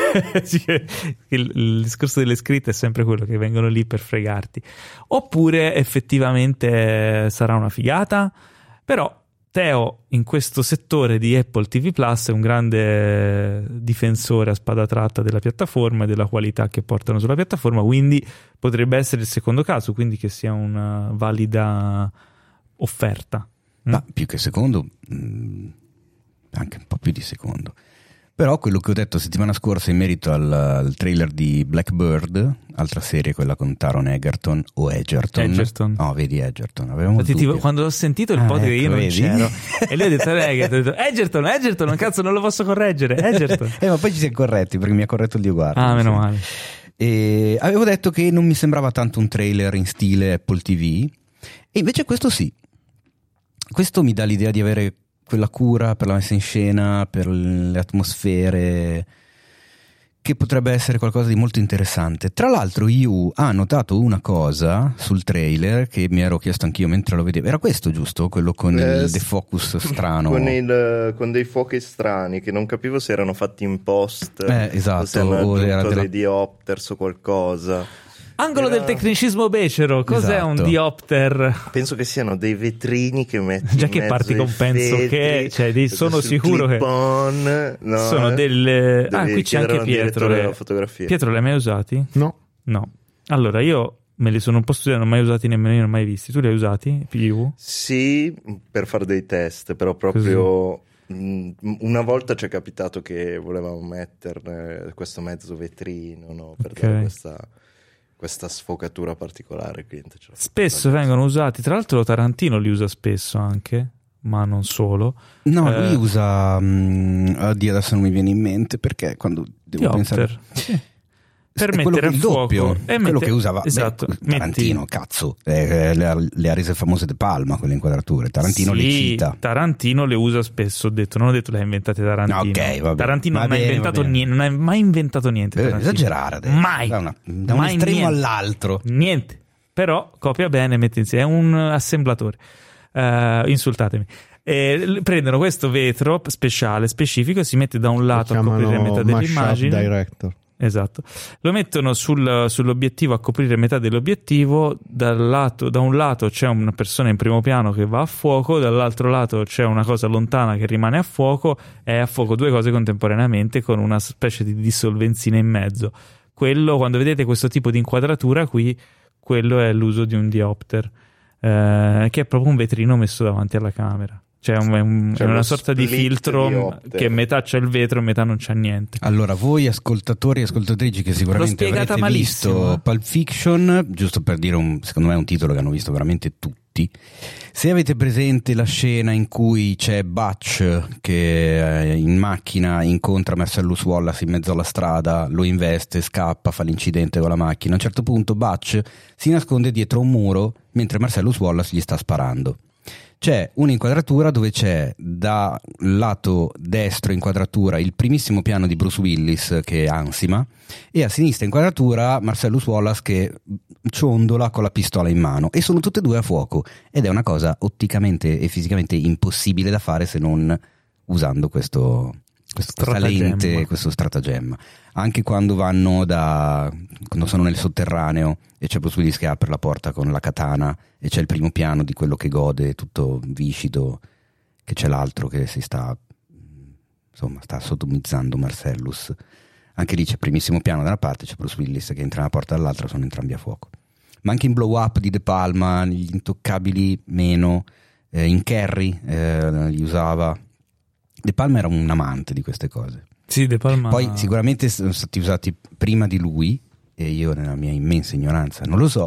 [SPEAKER 1] il, il discorso delle scritte è sempre quello, che vengono lì per fregarti. Oppure effettivamente sarà una figata? Però Teo in questo settore di Apple T V Plus è un grande difensore a spada tratta della piattaforma e della qualità che portano sulla piattaforma, quindi potrebbe essere il secondo caso, quindi che sia una valida offerta.
[SPEAKER 2] Ma più che secondo, mh, anche un po' più di secondo. Però quello che ho detto settimana scorsa in merito al, al trailer di Blackbird, altra serie, quella con Taron Egerton o Egerton.
[SPEAKER 1] Egerton.
[SPEAKER 2] No, vedi Egerton. Avevamo
[SPEAKER 1] Infatti, tipo, quando ho sentito il
[SPEAKER 2] ah,
[SPEAKER 1] podcast
[SPEAKER 2] ecco,
[SPEAKER 1] io non
[SPEAKER 2] vedi?
[SPEAKER 1] c'ero e lui ha detto Egerton, ho detto, Egerton, Egerton, cazzo non lo posso correggere, Egerton.
[SPEAKER 2] eh, ma poi ci siamo corretti perché mi ha corretto il Dio guarda.
[SPEAKER 1] Ah, meno male.
[SPEAKER 2] E avevo detto che non mi sembrava tanto un trailer in stile Apple T V, e invece questo sì. Questo mi dà l'idea di avere quella cura per la messa in scena, per le atmosfere, che potrebbe essere qualcosa di molto interessante. Tra l'altro io ho notato una cosa sul trailer che mi ero chiesto anch'io mentre lo vedevo. Era questo, giusto? Quello con
[SPEAKER 4] eh,
[SPEAKER 2] il defocus strano.
[SPEAKER 4] Con, il, con dei fuochi strani che non capivo se erano fatti in post,
[SPEAKER 2] eh, esatto,
[SPEAKER 4] o se hanno
[SPEAKER 2] o era
[SPEAKER 4] aggiunto
[SPEAKER 2] della...
[SPEAKER 4] dei diopters o qualcosa.
[SPEAKER 1] Angolo
[SPEAKER 4] Era...
[SPEAKER 1] del tecnicismo becero, cos'è
[SPEAKER 2] Esatto.
[SPEAKER 1] un diopter?
[SPEAKER 4] Penso che siano dei vetrini che metti
[SPEAKER 1] Già
[SPEAKER 4] in
[SPEAKER 1] che
[SPEAKER 4] mezzo
[SPEAKER 1] parti
[SPEAKER 4] ai
[SPEAKER 1] con penso
[SPEAKER 4] vetri,
[SPEAKER 1] che, cioè, dei- sono
[SPEAKER 4] sul
[SPEAKER 1] sicuro che
[SPEAKER 4] clip-on, no?
[SPEAKER 1] sono delle... Ah,
[SPEAKER 4] Devi
[SPEAKER 1] qui c'è
[SPEAKER 4] chiedere
[SPEAKER 1] anche
[SPEAKER 4] al
[SPEAKER 1] Pietro.
[SPEAKER 4] direttore
[SPEAKER 1] le-
[SPEAKER 4] della fotografia.
[SPEAKER 1] Pietro, li hai mai usati?
[SPEAKER 3] No.
[SPEAKER 1] No. Allora, io me li sono un po' studiati, non ho mai usati nemmeno io, non ho mai visti. Tu li hai usati? P V?
[SPEAKER 4] Sì, per fare dei test, però proprio mh, una volta ci è capitato che volevamo metterne questo mezzo vetrino, no? Per
[SPEAKER 1] Ok.
[SPEAKER 4] dare questa, questa sfocatura particolare. il cliente ce l'ha
[SPEAKER 1] Spesso
[SPEAKER 4] fatta.
[SPEAKER 1] vengono usati, tra l'altro Tarantino li usa spesso anche, ma non solo.
[SPEAKER 2] No,
[SPEAKER 1] Eh,
[SPEAKER 2] lui usa... mh, oddio, adesso non mi viene in mente perché quando devo
[SPEAKER 1] Diopter.
[SPEAKER 2] pensare...
[SPEAKER 1] Sì. Per
[SPEAKER 2] È quello
[SPEAKER 1] mettere
[SPEAKER 2] che-
[SPEAKER 1] a
[SPEAKER 2] il doppio,
[SPEAKER 1] fuoco. E
[SPEAKER 2] quello
[SPEAKER 1] mette-
[SPEAKER 2] che usava
[SPEAKER 1] esatto,
[SPEAKER 2] beh, Tarantino,
[SPEAKER 1] metti-
[SPEAKER 2] cazzo, eh, le, ha, le ha rese famose De Palma quelle inquadrature. Tarantino
[SPEAKER 1] sì,
[SPEAKER 2] le cita.
[SPEAKER 1] Tarantino le usa spesso, ho detto, non ho detto le ha inventate Tarantino.
[SPEAKER 2] No, ok, va bene.
[SPEAKER 1] Tarantino
[SPEAKER 2] Va
[SPEAKER 1] non,
[SPEAKER 2] bene,
[SPEAKER 1] ha inventato
[SPEAKER 2] va bene.
[SPEAKER 1] niente, non ha mai inventato niente.
[SPEAKER 2] Eh,
[SPEAKER 1] Tarantino.
[SPEAKER 2] esagerare adesso.
[SPEAKER 1] Mai.
[SPEAKER 2] Da, una- da un
[SPEAKER 1] Mai
[SPEAKER 2] estremo
[SPEAKER 1] niente.
[SPEAKER 2] all'altro.
[SPEAKER 1] Niente. Però copia bene, mette insieme, è un assemblatore. Eh, insultatemi. E l- prendono questo vetro speciale, specifico, si mette da un lato a coprire
[SPEAKER 3] chiamano
[SPEAKER 1] metà
[SPEAKER 3] mashup
[SPEAKER 1] dell'immagine.
[SPEAKER 3] director.
[SPEAKER 1] Esatto, lo mettono sul- sull'obiettivo a coprire metà dell'obiettivo. Dal lato, da un lato c'è una persona in primo piano che va a fuoco, dall'altro lato c'è una cosa lontana che rimane a fuoco, e a fuoco due cose contemporaneamente con una specie di dissolvenzina in mezzo. Quello, quando vedete questo tipo di inquadratura qui, quello è l'uso di un diopter, eh, che è proprio un vetrino messo davanti alla camera. Cioè è, un- è un-
[SPEAKER 4] C'è
[SPEAKER 1] è una
[SPEAKER 4] uno
[SPEAKER 1] sorta di
[SPEAKER 4] split
[SPEAKER 1] filtro
[SPEAKER 4] diopter.
[SPEAKER 1] che metà c'è il vetro e metà non c'è niente.
[SPEAKER 2] Allora, voi ascoltatori e ascoltatrici che sicuramente
[SPEAKER 1] L'ho spiegata
[SPEAKER 2] avrete
[SPEAKER 1] malissimo,
[SPEAKER 2] visto
[SPEAKER 1] eh.
[SPEAKER 2] Pulp Fiction, giusto per dire un, secondo me è un titolo che hanno visto veramente tutti. Se avete presente la scena in cui c'è Butch che eh, in macchina incontra Marcellus Wallace in mezzo alla strada, lo investe, scappa, fa l'incidente con la macchina, a un certo punto Butch si nasconde dietro un muro mentre Marcellus Wallace gli sta sparando. C'è un'inquadratura dove c'è da lato destro inquadratura il primissimo piano di Bruce Willis che ansima, e a sinistra inquadratura Marcellus Wallace che ciondola con la pistola in mano, e sono tutte e due a fuoco, ed è una cosa otticamente e fisicamente impossibile da fare se non usando questo, questo questa
[SPEAKER 1] Stratagemma.
[SPEAKER 2] lente, questo stratagemma. Anche quando vanno da quando sono nel sotterraneo e c'è Bruce Willis che apre la porta con la katana e c'è il primo piano di quello che gode tutto viscido, che c'è l'altro che si sta insomma sta sodomizzando Marcellus, anche lì c'è primissimo piano da una parte, c'è Bruce Willis che entra nella porta dall'altra, sono entrambi a fuoco. Ma anche in Blow Up di De Palma, gli Intoccabili meno, eh, in Carrie eh, li usava. De Palma era un amante di queste cose.
[SPEAKER 1] Sì, De Palma.
[SPEAKER 2] Poi sicuramente sono stati usati prima di lui, e io nella mia immensa ignoranza non lo so,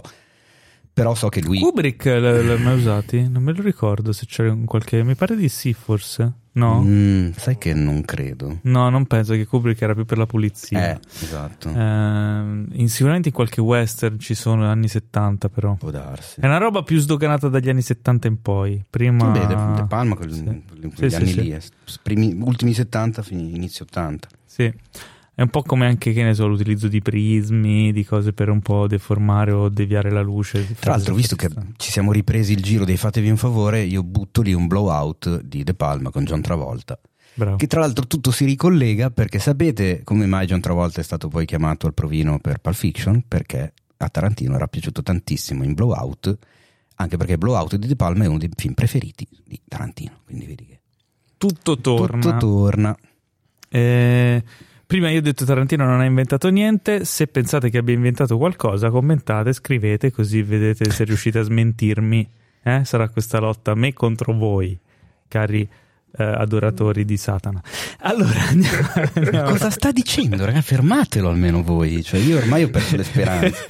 [SPEAKER 2] però so che lui...
[SPEAKER 1] Kubrick l- l'ha mai usati? Non me lo ricordo se c'era un qualche. Mi pare di sì, forse. No?
[SPEAKER 2] Mm, sai che non credo.
[SPEAKER 1] No, non penso, che Kubrick era più per la pulizia.
[SPEAKER 2] Eh, esatto.
[SPEAKER 1] Eh, in, sicuramente in qualche western ci sono anni settanta, però.
[SPEAKER 2] Può darsi.
[SPEAKER 1] È una roba più sdoganata dagli anni settanta in poi. Prima...
[SPEAKER 2] Beh, De, De Palma, quegli,
[SPEAKER 1] Sì.
[SPEAKER 2] quegli
[SPEAKER 1] Sì, sì,
[SPEAKER 2] anni
[SPEAKER 1] sì.
[SPEAKER 2] lì, eh, primi, ultimi settanta, fini, inizio ottanta.
[SPEAKER 1] Sì. È un po' come anche, che ne so, l'utilizzo di prismi, di cose per un po' deformare o deviare la luce.
[SPEAKER 2] Tra l'altro, visto che ci siamo ripresi il giro dei fatevi un favore, io butto lì un blowout di De Palma con John Travolta.
[SPEAKER 1] Bravo.
[SPEAKER 2] Che tra l'altro tutto si ricollega, perché sapete come mai John Travolta è stato poi chiamato al provino per Pulp Fiction? Perché a Tarantino era piaciuto tantissimo in Blowout, anche perché Blowout di De Palma è uno dei film preferiti di Tarantino, quindi vedi che
[SPEAKER 1] Tutto torna.
[SPEAKER 2] tutto torna.
[SPEAKER 1] Eh, prima io ho detto Tarantino non ha inventato niente. Se pensate che abbia inventato qualcosa, commentate, scrivete, così vedete se riuscite a smentirmi. Eh? Sarà questa lotta me contro voi, cari eh, adoratori di Satana. Allora andiamo, andiamo.
[SPEAKER 2] Cosa sta dicendo, ragazzi? Fermatelo almeno voi, cioè io ormai ho perso le speranze.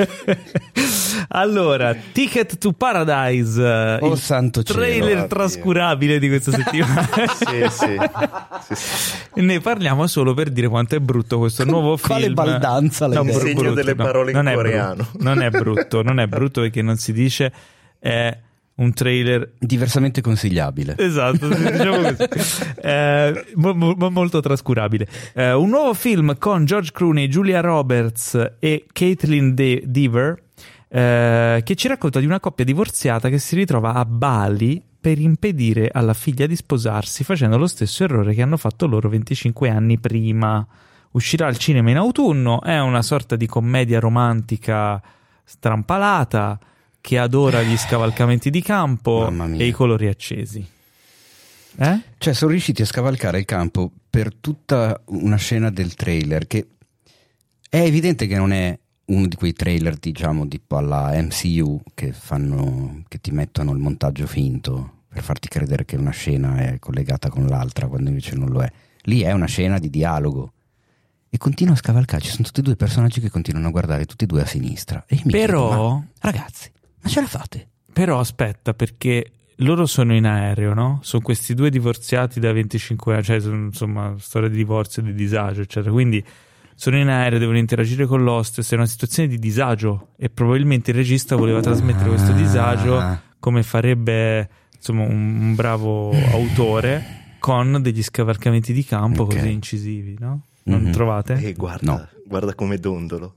[SPEAKER 1] Allora, Ticket to Paradise, eh,
[SPEAKER 2] Oh,
[SPEAKER 1] il
[SPEAKER 2] santo cielo,
[SPEAKER 1] trailer
[SPEAKER 4] oddio.
[SPEAKER 1] trascurabile di questa settimana.
[SPEAKER 4] Sì, sì. Sì, sì.
[SPEAKER 1] Ne parliamo solo per dire quanto è brutto questo nuovo
[SPEAKER 2] Quale
[SPEAKER 1] film.
[SPEAKER 2] baldanza l'hai
[SPEAKER 1] No,
[SPEAKER 2] detto?
[SPEAKER 1] bru-
[SPEAKER 4] Segno
[SPEAKER 1] brutto,
[SPEAKER 4] delle
[SPEAKER 1] no,
[SPEAKER 4] parole in
[SPEAKER 1] non è
[SPEAKER 4] coreano.
[SPEAKER 1] brutto, non è brutto, non è brutto perché non si dice, è un trailer
[SPEAKER 2] Diversamente consigliabile.
[SPEAKER 1] esatto, diciamo così. Eh, mo- mo- molto trascurabile. Eh, un nuovo film con George Clooney, Julia Roberts e Caitlin De- Dever, eh, che ci racconta di una coppia divorziata che si ritrova a Bali per impedire alla figlia di sposarsi, facendo lo stesso errore che hanno fatto loro venticinque anni prima. Uscirà al cinema in autunno, è una sorta di commedia romantica strampalata che adora gli scavalcamenti di campo
[SPEAKER 2] Mamma mia.
[SPEAKER 1] e i colori accesi. Eh?
[SPEAKER 2] Cioè, sono riusciti a scavalcare il campo per tutta una scena del trailer che è evidente che non è uno di quei trailer, diciamo, tipo alla M C U che fanno, che ti mettono il montaggio finto per farti credere che una scena è collegata con l'altra quando invece non lo è. Lì è una scena di dialogo e continua a scavalcare. Ci sono tutti e due personaggi che continuano a guardare tutti e due a sinistra. E io mi
[SPEAKER 1] Però-
[SPEAKER 2] chiedo, ma, ragazzi, ma ce la fate?
[SPEAKER 1] Però aspetta, perché loro sono in aereo, no? Sono questi due divorziati da venticinque anni, cioè sono, insomma, storia di divorzio e di disagio, eccetera. Quindi sono in aereo, devono interagire con l'hostess, è una situazione di disagio e probabilmente il regista voleva trasmettere questo disagio come farebbe, insomma, un, un bravo autore, con degli scavalcamenti di campo
[SPEAKER 2] Ok.
[SPEAKER 1] così incisivi, no? Non
[SPEAKER 2] Mhm.
[SPEAKER 1] trovate?
[SPEAKER 4] E guarda,
[SPEAKER 2] No.
[SPEAKER 4] guarda come dondolo.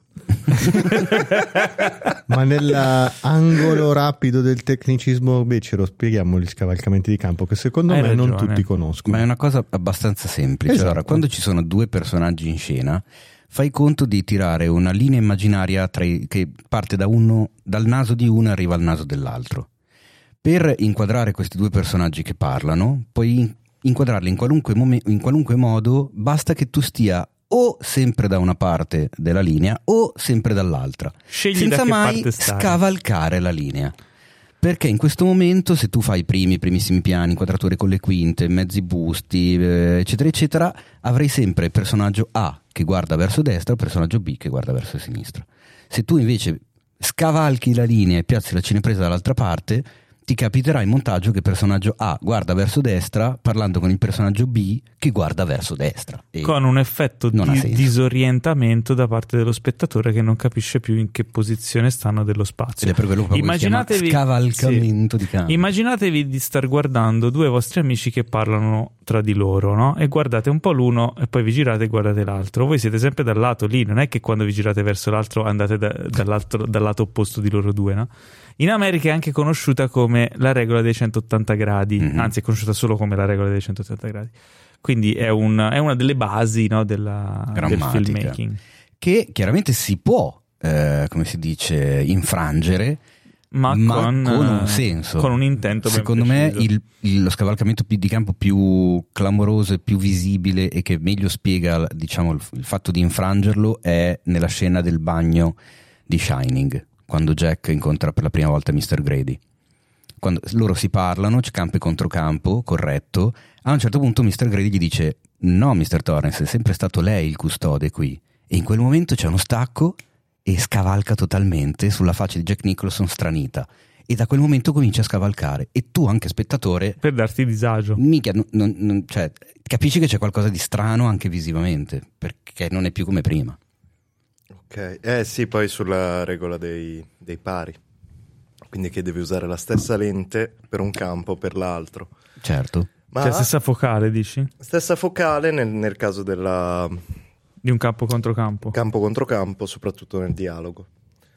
[SPEAKER 3] Ma nell'angolo rapido del tecnicismo becero spieghiamo gli scavalcamenti di campo che secondo
[SPEAKER 1] Hai
[SPEAKER 3] me non
[SPEAKER 1] ragione.
[SPEAKER 3] tutti conoscono.
[SPEAKER 2] Ma è una cosa abbastanza semplice.
[SPEAKER 3] Esatto.
[SPEAKER 2] Allora, quando ci sono due personaggi in scena, fai conto di tirare una linea immaginaria tra i- che parte da uno, dal naso di uno e arriva al naso dell'altro. Per inquadrare questi due personaggi che parlano, puoi in- inquadrarli in qualunque, momen- in qualunque modo, basta che tu stia o sempre da una parte della linea o sempre dall'altra,
[SPEAKER 1] Scegli
[SPEAKER 2] senza
[SPEAKER 1] da che
[SPEAKER 2] mai
[SPEAKER 1] parte stare.
[SPEAKER 2] scavalcare la linea. Perché in questo momento, se tu fai i primi, primissimi piani, inquadrature con le quinte, mezzi busti, eh, eccetera, eccetera, avrai sempre il personaggio A che guarda verso destra e il personaggio B che guarda verso sinistra. Se tu invece scavalchi la linea e piazzi la cinepresa dall'altra parte, ti capiterà in montaggio che il personaggio A guarda verso destra parlando con il personaggio B che guarda verso destra. E
[SPEAKER 1] Con un effetto
[SPEAKER 2] non ha
[SPEAKER 1] di
[SPEAKER 2] senso.
[SPEAKER 1] disorientamento da parte dello spettatore che non capisce più in che posizione stanno dello spazio.
[SPEAKER 2] Ed è per quello che proprio si chiama
[SPEAKER 1] Immaginatevi,
[SPEAKER 2] scavalcamento
[SPEAKER 1] sì.
[SPEAKER 2] di campo.
[SPEAKER 1] Immaginatevi di star guardando due vostri amici che parlano tra di loro, no? E guardate un po' l'uno e poi vi girate e guardate l'altro. Voi siete sempre dal lato lì, non è che quando vi girate verso l'altro andate da- dall'altro, dal lato opposto di loro due, no? In America è anche conosciuta come la regola dei centottanta gradi,
[SPEAKER 2] Mhm.
[SPEAKER 1] anzi è conosciuta solo come la regola dei centottanta gradi. Quindi è, un- è una delle basi, no, della, del
[SPEAKER 2] Grammatica.
[SPEAKER 1] filmmaking.
[SPEAKER 2] Che chiaramente si può, eh, come si dice, infrangere,
[SPEAKER 1] Ma,
[SPEAKER 2] ma
[SPEAKER 1] con,
[SPEAKER 2] con un
[SPEAKER 1] eh,
[SPEAKER 2] senso.
[SPEAKER 1] con un intento ben
[SPEAKER 2] Secondo me
[SPEAKER 1] preciso.
[SPEAKER 2] il, il- lo scavalcamento più di campo più clamoroso e più visibile e che meglio spiega, diciamo, il, il fatto di infrangerlo è nella scena del bagno di Shining, quando Jack incontra per la prima volta mister Grady. Quando loro si parlano, c'è campo e controcampo, corretto. A un certo punto mister Grady gli dice: no, mister Torrance, è sempre stato lei il custode qui. E in quel momento c'è uno stacco e scavalca totalmente sulla faccia di Jack Nicholson stranita. e da quel momento cominci a scavalcare e tu anche spettatore
[SPEAKER 1] Per darti disagio.
[SPEAKER 2] mica non- non- non- cioè, capisci che c'è qualcosa di strano anche visivamente, perché non è più come prima.
[SPEAKER 4] Ok, eh sì, poi sulla regola dei, dei pari. Quindi che devi usare la stessa lente per un campo o per l'altro.
[SPEAKER 2] Certo.
[SPEAKER 4] Ma
[SPEAKER 1] Cioè, stessa focale, dici?
[SPEAKER 4] stessa focale nel, nel caso del
[SPEAKER 1] Di un campo contro campo.
[SPEAKER 4] campo contro campo, soprattutto nel dialogo.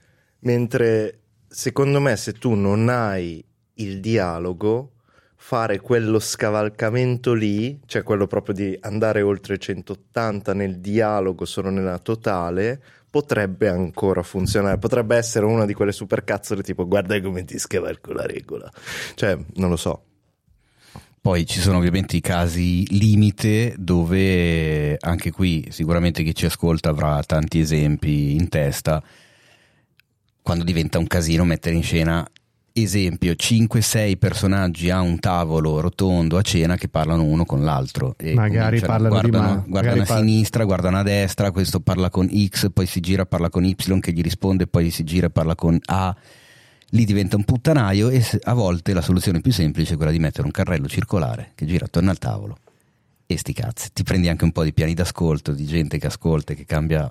[SPEAKER 4] Mentre secondo me se tu non hai il dialogo, fare quello scavalcamento lì, cioè quello proprio di andare oltre centottanta nel dialogo solo nella totale, potrebbe ancora funzionare. Potrebbe essere una di quelle supercazzole tipo guarda come ti scavalco la regola. Cioè, non lo so.
[SPEAKER 2] Poi ci sono ovviamente i casi limite dove anche qui sicuramente chi ci ascolta avrà tanti esempi in testa, quando diventa un casino mettere in scena, esempio, cinque sei personaggi a un tavolo rotondo a cena che parlano uno con l'altro e
[SPEAKER 3] Magari
[SPEAKER 2] cominciano-
[SPEAKER 3] parlano di
[SPEAKER 2] guardano,
[SPEAKER 3] ma-
[SPEAKER 2] guardano
[SPEAKER 3] magari
[SPEAKER 2] a
[SPEAKER 3] par-
[SPEAKER 2] sinistra, guardano a destra, questo parla con X, poi si gira, parla con Y che gli risponde, poi si gira e parla con A. Lì diventa un puttanaio e se- a volte la soluzione più semplice è quella di mettere un carrello circolare che gira attorno al tavolo e sti cazzi. Ti prendi anche un po' di piani d'ascolto, di gente che ascolta e che cambia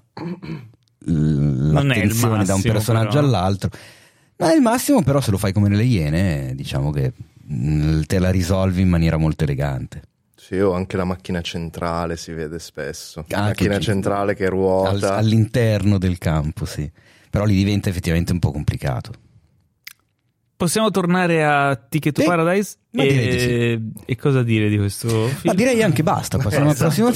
[SPEAKER 2] l-
[SPEAKER 1] Non è il
[SPEAKER 2] l'attenzione da un
[SPEAKER 1] massimo,
[SPEAKER 2] personaggio
[SPEAKER 1] però.
[SPEAKER 2] all'altro. Ma è il massimo, però se lo fai come nelle Iene, diciamo che mm, te la risolvi in maniera molto elegante.
[SPEAKER 4] Sì, o anche la macchina centrale si vede spesso. La
[SPEAKER 2] Anche
[SPEAKER 4] macchina
[SPEAKER 2] ci-
[SPEAKER 4] centrale che
[SPEAKER 2] Al-
[SPEAKER 4] ruota.
[SPEAKER 2] all'interno del campo, sì. Però lì diventa effettivamente un po' complicato.
[SPEAKER 1] Possiamo tornare a Ticket to
[SPEAKER 2] Sì,
[SPEAKER 1] Paradise?
[SPEAKER 2] ma
[SPEAKER 1] E,
[SPEAKER 2] direi di
[SPEAKER 1] e cosa dire di questo film?
[SPEAKER 2] Ma direi anche basta, passiamo al prossimo.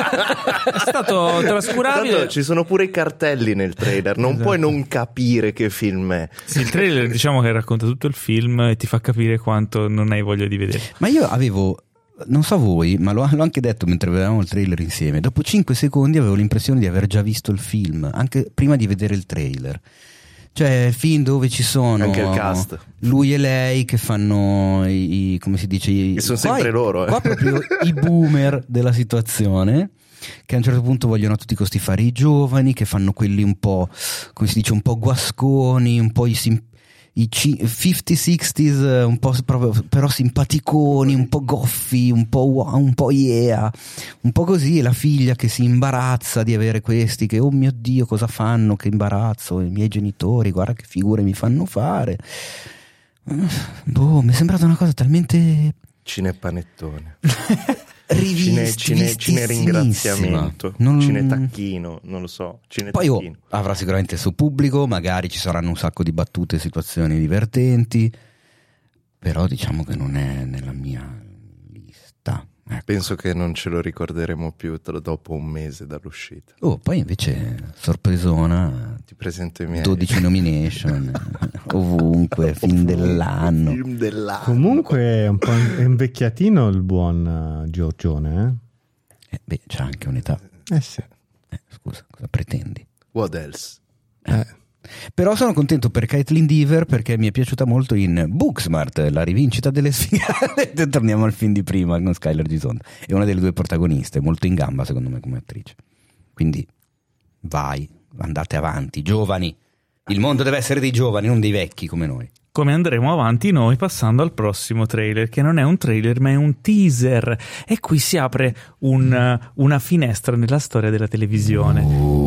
[SPEAKER 1] È stato trascurabile.
[SPEAKER 4] Tanto ci sono pure i cartelli nel trailer, non
[SPEAKER 1] Esatto.
[SPEAKER 4] puoi non capire che film è.
[SPEAKER 1] Sì, il trailer diciamo che racconta tutto il film e ti fa capire quanto non hai voglia di vedere.
[SPEAKER 2] Ma io avevo, non so voi, ma l'ho, l'ho anche detto mentre vedevamo il trailer insieme, dopo cinque secondi avevo l'impressione di aver già visto il film, anche prima di vedere il trailer. Cioè film dove ci sono
[SPEAKER 4] Anche il cast.
[SPEAKER 2] lui e lei che fanno i, i- come si dice i,
[SPEAKER 4] Che sono
[SPEAKER 2] qua-
[SPEAKER 4] sempre loro, eh.
[SPEAKER 2] qua proprio i boomer della situazione, che a un certo punto vogliono a tutti i costi fare i giovani, che fanno quelli un po', come si dice, un po' guasconi, un po' i, sim- i ci- cinquanta sessanta, un po' proprio, però simpaticoni, un po' goffi, un po' wow, un po' yeah, un po' così, e la figlia che si imbarazza di avere questi, che oh mio Dio cosa fanno, che imbarazzo, i miei genitori, guarda che figure mi fanno fare. Boh, mi è sembrata una cosa talmente
[SPEAKER 4] Cinepanettone.
[SPEAKER 2] rivist-
[SPEAKER 4] Cine, cine, cine ringraziamento.
[SPEAKER 2] Non-
[SPEAKER 4] Cine tacchino, non lo so. Cine
[SPEAKER 2] Poi oh,
[SPEAKER 4] tacchino.
[SPEAKER 2] avrà sicuramente il suo pubblico, magari ci saranno un sacco di battute e situazioni divertenti, però diciamo che non è nella mia lista. Ecco.
[SPEAKER 4] Penso che non ce lo ricorderemo più tra- dopo un mese dall'uscita.
[SPEAKER 2] Oh, poi invece sorpresona,
[SPEAKER 4] Ti presento i miei
[SPEAKER 2] dodici nomination ovunque, film dell'anno.
[SPEAKER 4] film dell'anno.
[SPEAKER 3] Comunque è un po' invecchiatino il buon uh, Giorgione,
[SPEAKER 2] Eh, beh, c'ha anche un'età.
[SPEAKER 3] eh? Eh sì.
[SPEAKER 2] Eh, scusa, cosa pretendi?
[SPEAKER 4] What else?
[SPEAKER 3] Eh.
[SPEAKER 2] Però sono contento per Caitlin Dever perché mi è piaciuta molto in Booksmart, la rivincita delle sfigate. Torniamo al film di prima con Skyler Gisonda. È una delle due protagoniste, molto in gamba secondo me come attrice. Quindi vai, andate avanti, giovani. Il mondo deve essere dei giovani, non dei vecchi come noi.
[SPEAKER 1] Come andremo avanti noi passando al prossimo trailer, che non è un trailer ma è un teaser. E qui si apre un, una finestra nella storia della televisione.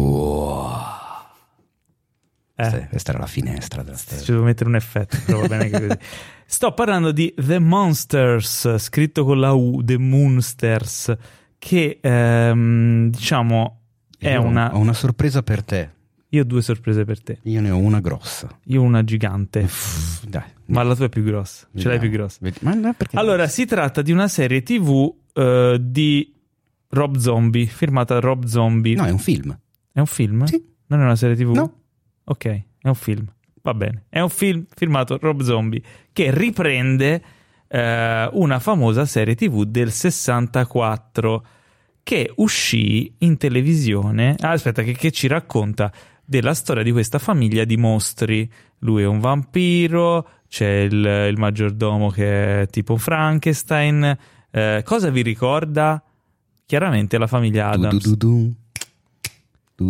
[SPEAKER 2] Questa- Questa era la finestra della storia.
[SPEAKER 1] Ci devo mettere un effetto, però va bene che così. Sto parlando di The Monsters, scritto con la U, The Moonsters, che ehm, diciamo è
[SPEAKER 2] Io ho-
[SPEAKER 1] una...
[SPEAKER 2] Ho una sorpresa per te.
[SPEAKER 1] Io ho due sorprese per te.
[SPEAKER 2] Io ne ho una grossa.
[SPEAKER 1] Io ho una gigante,
[SPEAKER 2] Uff, dai.
[SPEAKER 1] ma la tua è più grossa. Ce l'hai più grossa.
[SPEAKER 2] Vedi- Ma no, perché?
[SPEAKER 1] Allora, si tratta di una serie tivù eh, di Rob Zombie, firmata Rob Zombie.
[SPEAKER 2] No, è un film.
[SPEAKER 1] È un film?
[SPEAKER 2] Sì.
[SPEAKER 1] Non è una serie tivù?
[SPEAKER 2] No.
[SPEAKER 1] Ok, è un film. Va bene. È un film firmato Rob Zombie che riprende eh, una famosa serie tivù del sessantaquattro che uscì in televisione. Ah, aspetta, che, che ci racconta della storia di questa famiglia di mostri. Lui è un vampiro, c'è il, il maggiordomo che è tipo Frankenstein. Eh, cosa vi ricorda? Chiaramente la famiglia Addams.
[SPEAKER 2] Du-du-du-du.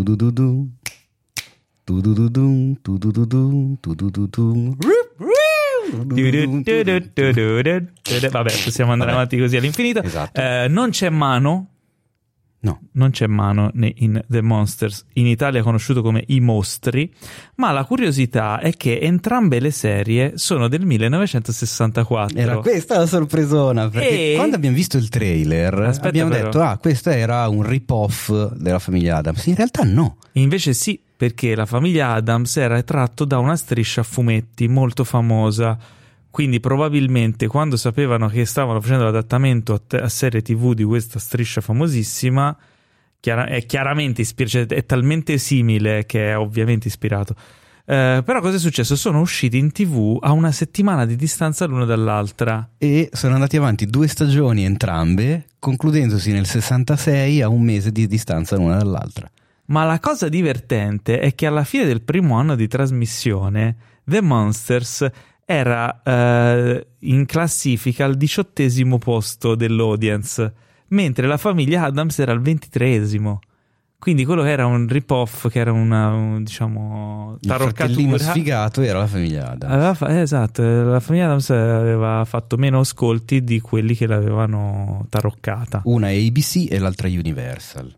[SPEAKER 2] Du-du-du-du. Du-du-du-du. Du-du-du-du. Du-du-du-du.
[SPEAKER 1] Vabbè, possiamo andare
[SPEAKER 2] Vabbè.
[SPEAKER 1] avanti così all'infinito.
[SPEAKER 2] Esatto.
[SPEAKER 1] Eh, non c'è Mano.
[SPEAKER 2] No.
[SPEAKER 1] Non c'è Mano in The Monsters, in Italia conosciuto come I Mostri, ma la curiosità è che entrambe le serie sono del millenovecentosessantaquattro.
[SPEAKER 2] Era questa la sorpresona, perché
[SPEAKER 1] E-
[SPEAKER 2] quando abbiamo visto il trailer
[SPEAKER 1] Aspetta,
[SPEAKER 2] abbiamo
[SPEAKER 1] però.
[SPEAKER 2] detto ah, questo era un rip-off della famiglia Adams. In realtà no.
[SPEAKER 1] Invece sì, perché la famiglia Adams era tratto da una striscia a fumetti molto famosa. Quindi probabilmente quando sapevano che stavano facendo l'adattamento a, te- a serie tivù di questa striscia famosissima, chiara- è chiaramente ispirato, cioè è talmente simile che è ovviamente ispirato. Eh, però cosa è successo? Sono usciti in tivù a una settimana di distanza l'uno dall'altra.
[SPEAKER 2] E sono andati avanti due stagioni entrambe, concludendosi nel sessantasei a un mese di distanza l'una dall'altra.
[SPEAKER 1] Ma la cosa divertente è che alla fine del primo anno di trasmissione The Monsters era eh, in classifica al diciottesimo posto dell'audience, mentre la famiglia Adams era al ventitreesimo. Quindi quello che era un rip-off, che era una, un, diciamo,
[SPEAKER 2] Il fratellino
[SPEAKER 1] taroccatura,
[SPEAKER 2] sfigato era la famiglia Adams.
[SPEAKER 1] aveva fa- eh, esatto, la famiglia Adams aveva fatto meno ascolti di quelli che l'avevano taroccata.
[SPEAKER 2] Una è A B C e l'altra Universal.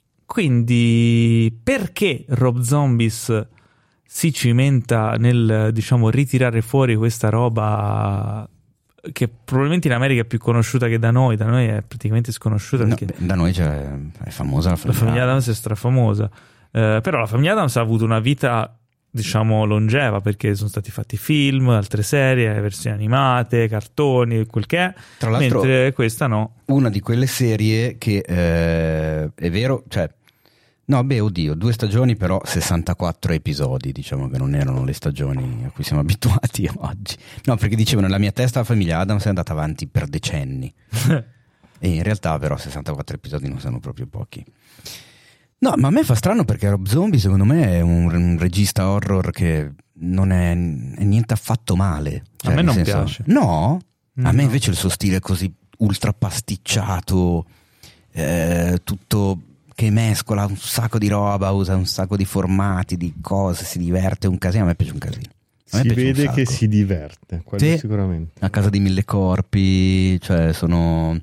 [SPEAKER 1] Quindi perché Rob Zombies si cimenta nel, diciamo, ritirare fuori questa roba che probabilmente in America è più conosciuta che da noi, da noi è praticamente sconosciuta,
[SPEAKER 2] No,
[SPEAKER 1] perché
[SPEAKER 2] beh, da noi c'è, è famosa la
[SPEAKER 1] la
[SPEAKER 2] famiglia,
[SPEAKER 1] famiglia Adams è strafamosa. Eh, però la famiglia Adams ha avuto una vita, diciamo, longeva, perché sono stati fatti film, altre serie, versioni animate, cartoni, quel che è,
[SPEAKER 2] Tra l'altro,
[SPEAKER 1] mentre questa no.
[SPEAKER 2] una di quelle serie che eh, è vero, cioè no, beh, oddio, due stagioni però sessantaquattro episodi, diciamo che non erano le stagioni a cui siamo abituati oggi. No, perché dicevano nella mia testa la famiglia Adams è andata avanti per decenni. E in realtà però sessantaquattro episodi non sono proprio pochi. No, ma a me fa strano perché Rob Zombie secondo me è un, un regista horror che non è, è niente affatto male. Cioè,
[SPEAKER 1] A me
[SPEAKER 2] nel
[SPEAKER 1] non
[SPEAKER 2] senso-
[SPEAKER 1] piace.
[SPEAKER 2] No? A
[SPEAKER 1] No.
[SPEAKER 2] me invece il suo stile così ultra pasticciato, eh, tutto che mescola un sacco di roba, usa un sacco di formati, di cose, si diverte un casino. A me piace un casino. A me
[SPEAKER 3] Si
[SPEAKER 2] piace un
[SPEAKER 3] vede che
[SPEAKER 2] sacco.
[SPEAKER 3] si diverte, quello
[SPEAKER 2] Sì.
[SPEAKER 3] sicuramente.
[SPEAKER 2] A casa di mille corpi, cioè sono...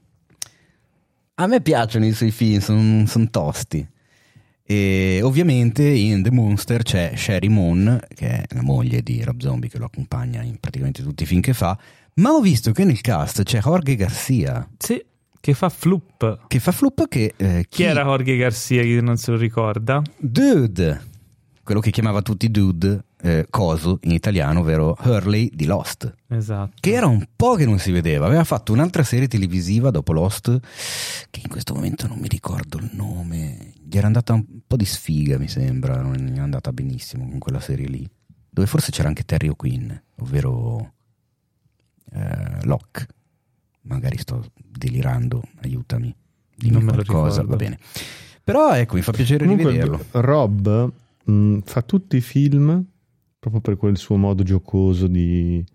[SPEAKER 2] A me piacciono i suoi film, sono son tosti. E ovviamente in The Monster c'è Sherry Moon, che è la moglie di Rob Zombie, che lo accompagna in praticamente tutti i film che fa. Ma ho visto che nel cast c'è Jorge Garcia,
[SPEAKER 1] Sì, che fa Floop.
[SPEAKER 2] che fa Floop, che... eh,
[SPEAKER 1] Chi era Jorge Garcia, chi non se lo ricorda?
[SPEAKER 2] Dude, quello che chiamava tutti Dude, eh, coso in italiano, ovvero Hurley di Lost,
[SPEAKER 1] Esatto.
[SPEAKER 2] che era un po' che non si vedeva. Aveva fatto un'altra serie televisiva dopo Lost, che in questo momento non mi ricordo il nome. Gli era andata un po' di sfiga, mi sembra, non gli è andata benissimo con quella serie lì, dove forse c'era anche Terry O'Quinn, ovvero eh, Locke. Magari sto delirando, aiutami, dimmi
[SPEAKER 1] Non me lo
[SPEAKER 2] qualcosa,
[SPEAKER 1] ricordo.
[SPEAKER 2] va bene. Però ecco, mi fa piacere
[SPEAKER 3] Comunque,
[SPEAKER 2] rivederlo.
[SPEAKER 3] Rob mh, fa tutti i film proprio per quel suo modo giocoso di,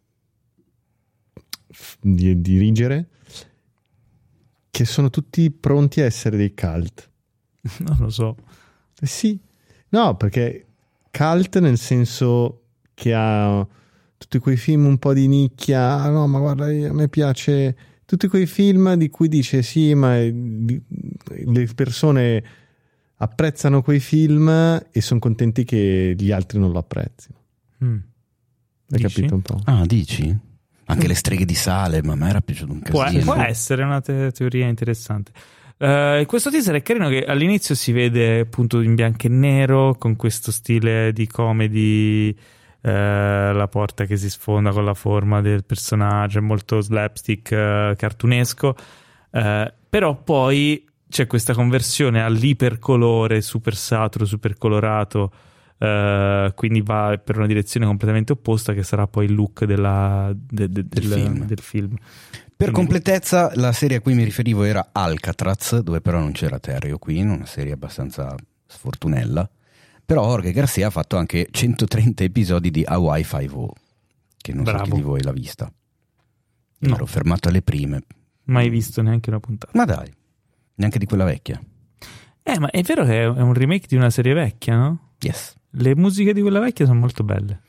[SPEAKER 3] di dirigere, che sono tutti pronti a essere dei cult.
[SPEAKER 1] Non lo so.
[SPEAKER 3] Eh sì, no, perché cult nel senso che ha tutti quei film un po' di nicchia. Ah, no, ma guarda, a me piace tutti quei film di cui dice sì, ma eh, di- le persone apprezzano quei film e sono contenti che gli altri non lo apprezzino.
[SPEAKER 1] Mm.
[SPEAKER 3] Hai
[SPEAKER 1] Dici?
[SPEAKER 3] capito un po'?
[SPEAKER 2] Ah, dici? Anche le streghe di Salem, a me era piaciuto un
[SPEAKER 1] Può,
[SPEAKER 2] casino.
[SPEAKER 1] può essere una te- teoria interessante. Eh, questo teaser è carino, che all'inizio si vede appunto in bianco e nero, con questo stile di comedy, eh, la porta che si sfonda con la forma del personaggio, è molto slapstick, eh, cartunesco, eh, però poi c'è questa conversione all'ipercolore, super saturo, super colorato, eh, quindi va per una direzione completamente opposta, che sarà poi il look della, de- de- del,
[SPEAKER 2] film.
[SPEAKER 1] del film.
[SPEAKER 2] Per
[SPEAKER 1] Quindi-
[SPEAKER 2] completezza, la serie a cui mi riferivo era Alcatraz, dove però non c'era Terry O'Quinn, una serie abbastanza sfortunella. Però Jorge Garcia ha fatto anche centotrenta episodi di Hawaii Five-O, che non
[SPEAKER 1] Bravo.
[SPEAKER 2] so chi di voi l'ha vista. Io
[SPEAKER 1] No.
[SPEAKER 2] ero fermato alle prime.
[SPEAKER 1] Mai visto neanche una puntata.
[SPEAKER 2] Ma dai, neanche di quella vecchia.
[SPEAKER 1] Eh, ma è vero che è un remake di una serie vecchia, no?
[SPEAKER 2] Yes.
[SPEAKER 1] Le musiche di quella vecchia sono molto belle.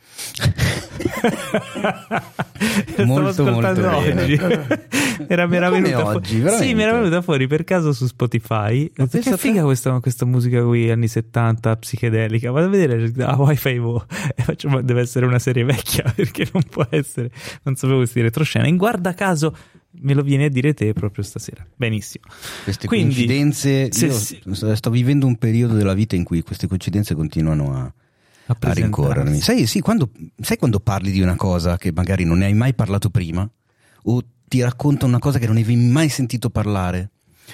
[SPEAKER 2] Molto,
[SPEAKER 1] Stavo ascoltando
[SPEAKER 2] molto
[SPEAKER 1] oggi. era, mi era
[SPEAKER 2] come
[SPEAKER 1] venuta
[SPEAKER 2] oggi,
[SPEAKER 1] fuori.
[SPEAKER 2] veramente?
[SPEAKER 1] Sì, mi era venuta fuori per caso su Spotify.
[SPEAKER 2] Ma
[SPEAKER 1] Che
[SPEAKER 2] pensa
[SPEAKER 1] figa
[SPEAKER 2] te.
[SPEAKER 1] questa, questa musica qui anni settanta psichedelica. Vado a vedere a Wi-Fi Vo e faccio, ma deve essere una serie vecchia, perché non può essere. Non sapevo questi retroscena. In guarda caso me lo vieni a dire te proprio stasera. Benissimo.
[SPEAKER 2] Queste
[SPEAKER 1] Quindi,
[SPEAKER 2] coincidenze,
[SPEAKER 1] se
[SPEAKER 2] io
[SPEAKER 1] si-
[SPEAKER 2] sto vivendo un periodo della vita in cui queste coincidenze continuano a,
[SPEAKER 1] A
[SPEAKER 2] a rincorrermi. Sai, sì, quando, sai quando parli di una cosa che magari non ne hai mai parlato prima, o ti racconta una cosa che non avevi mai sentito parlare,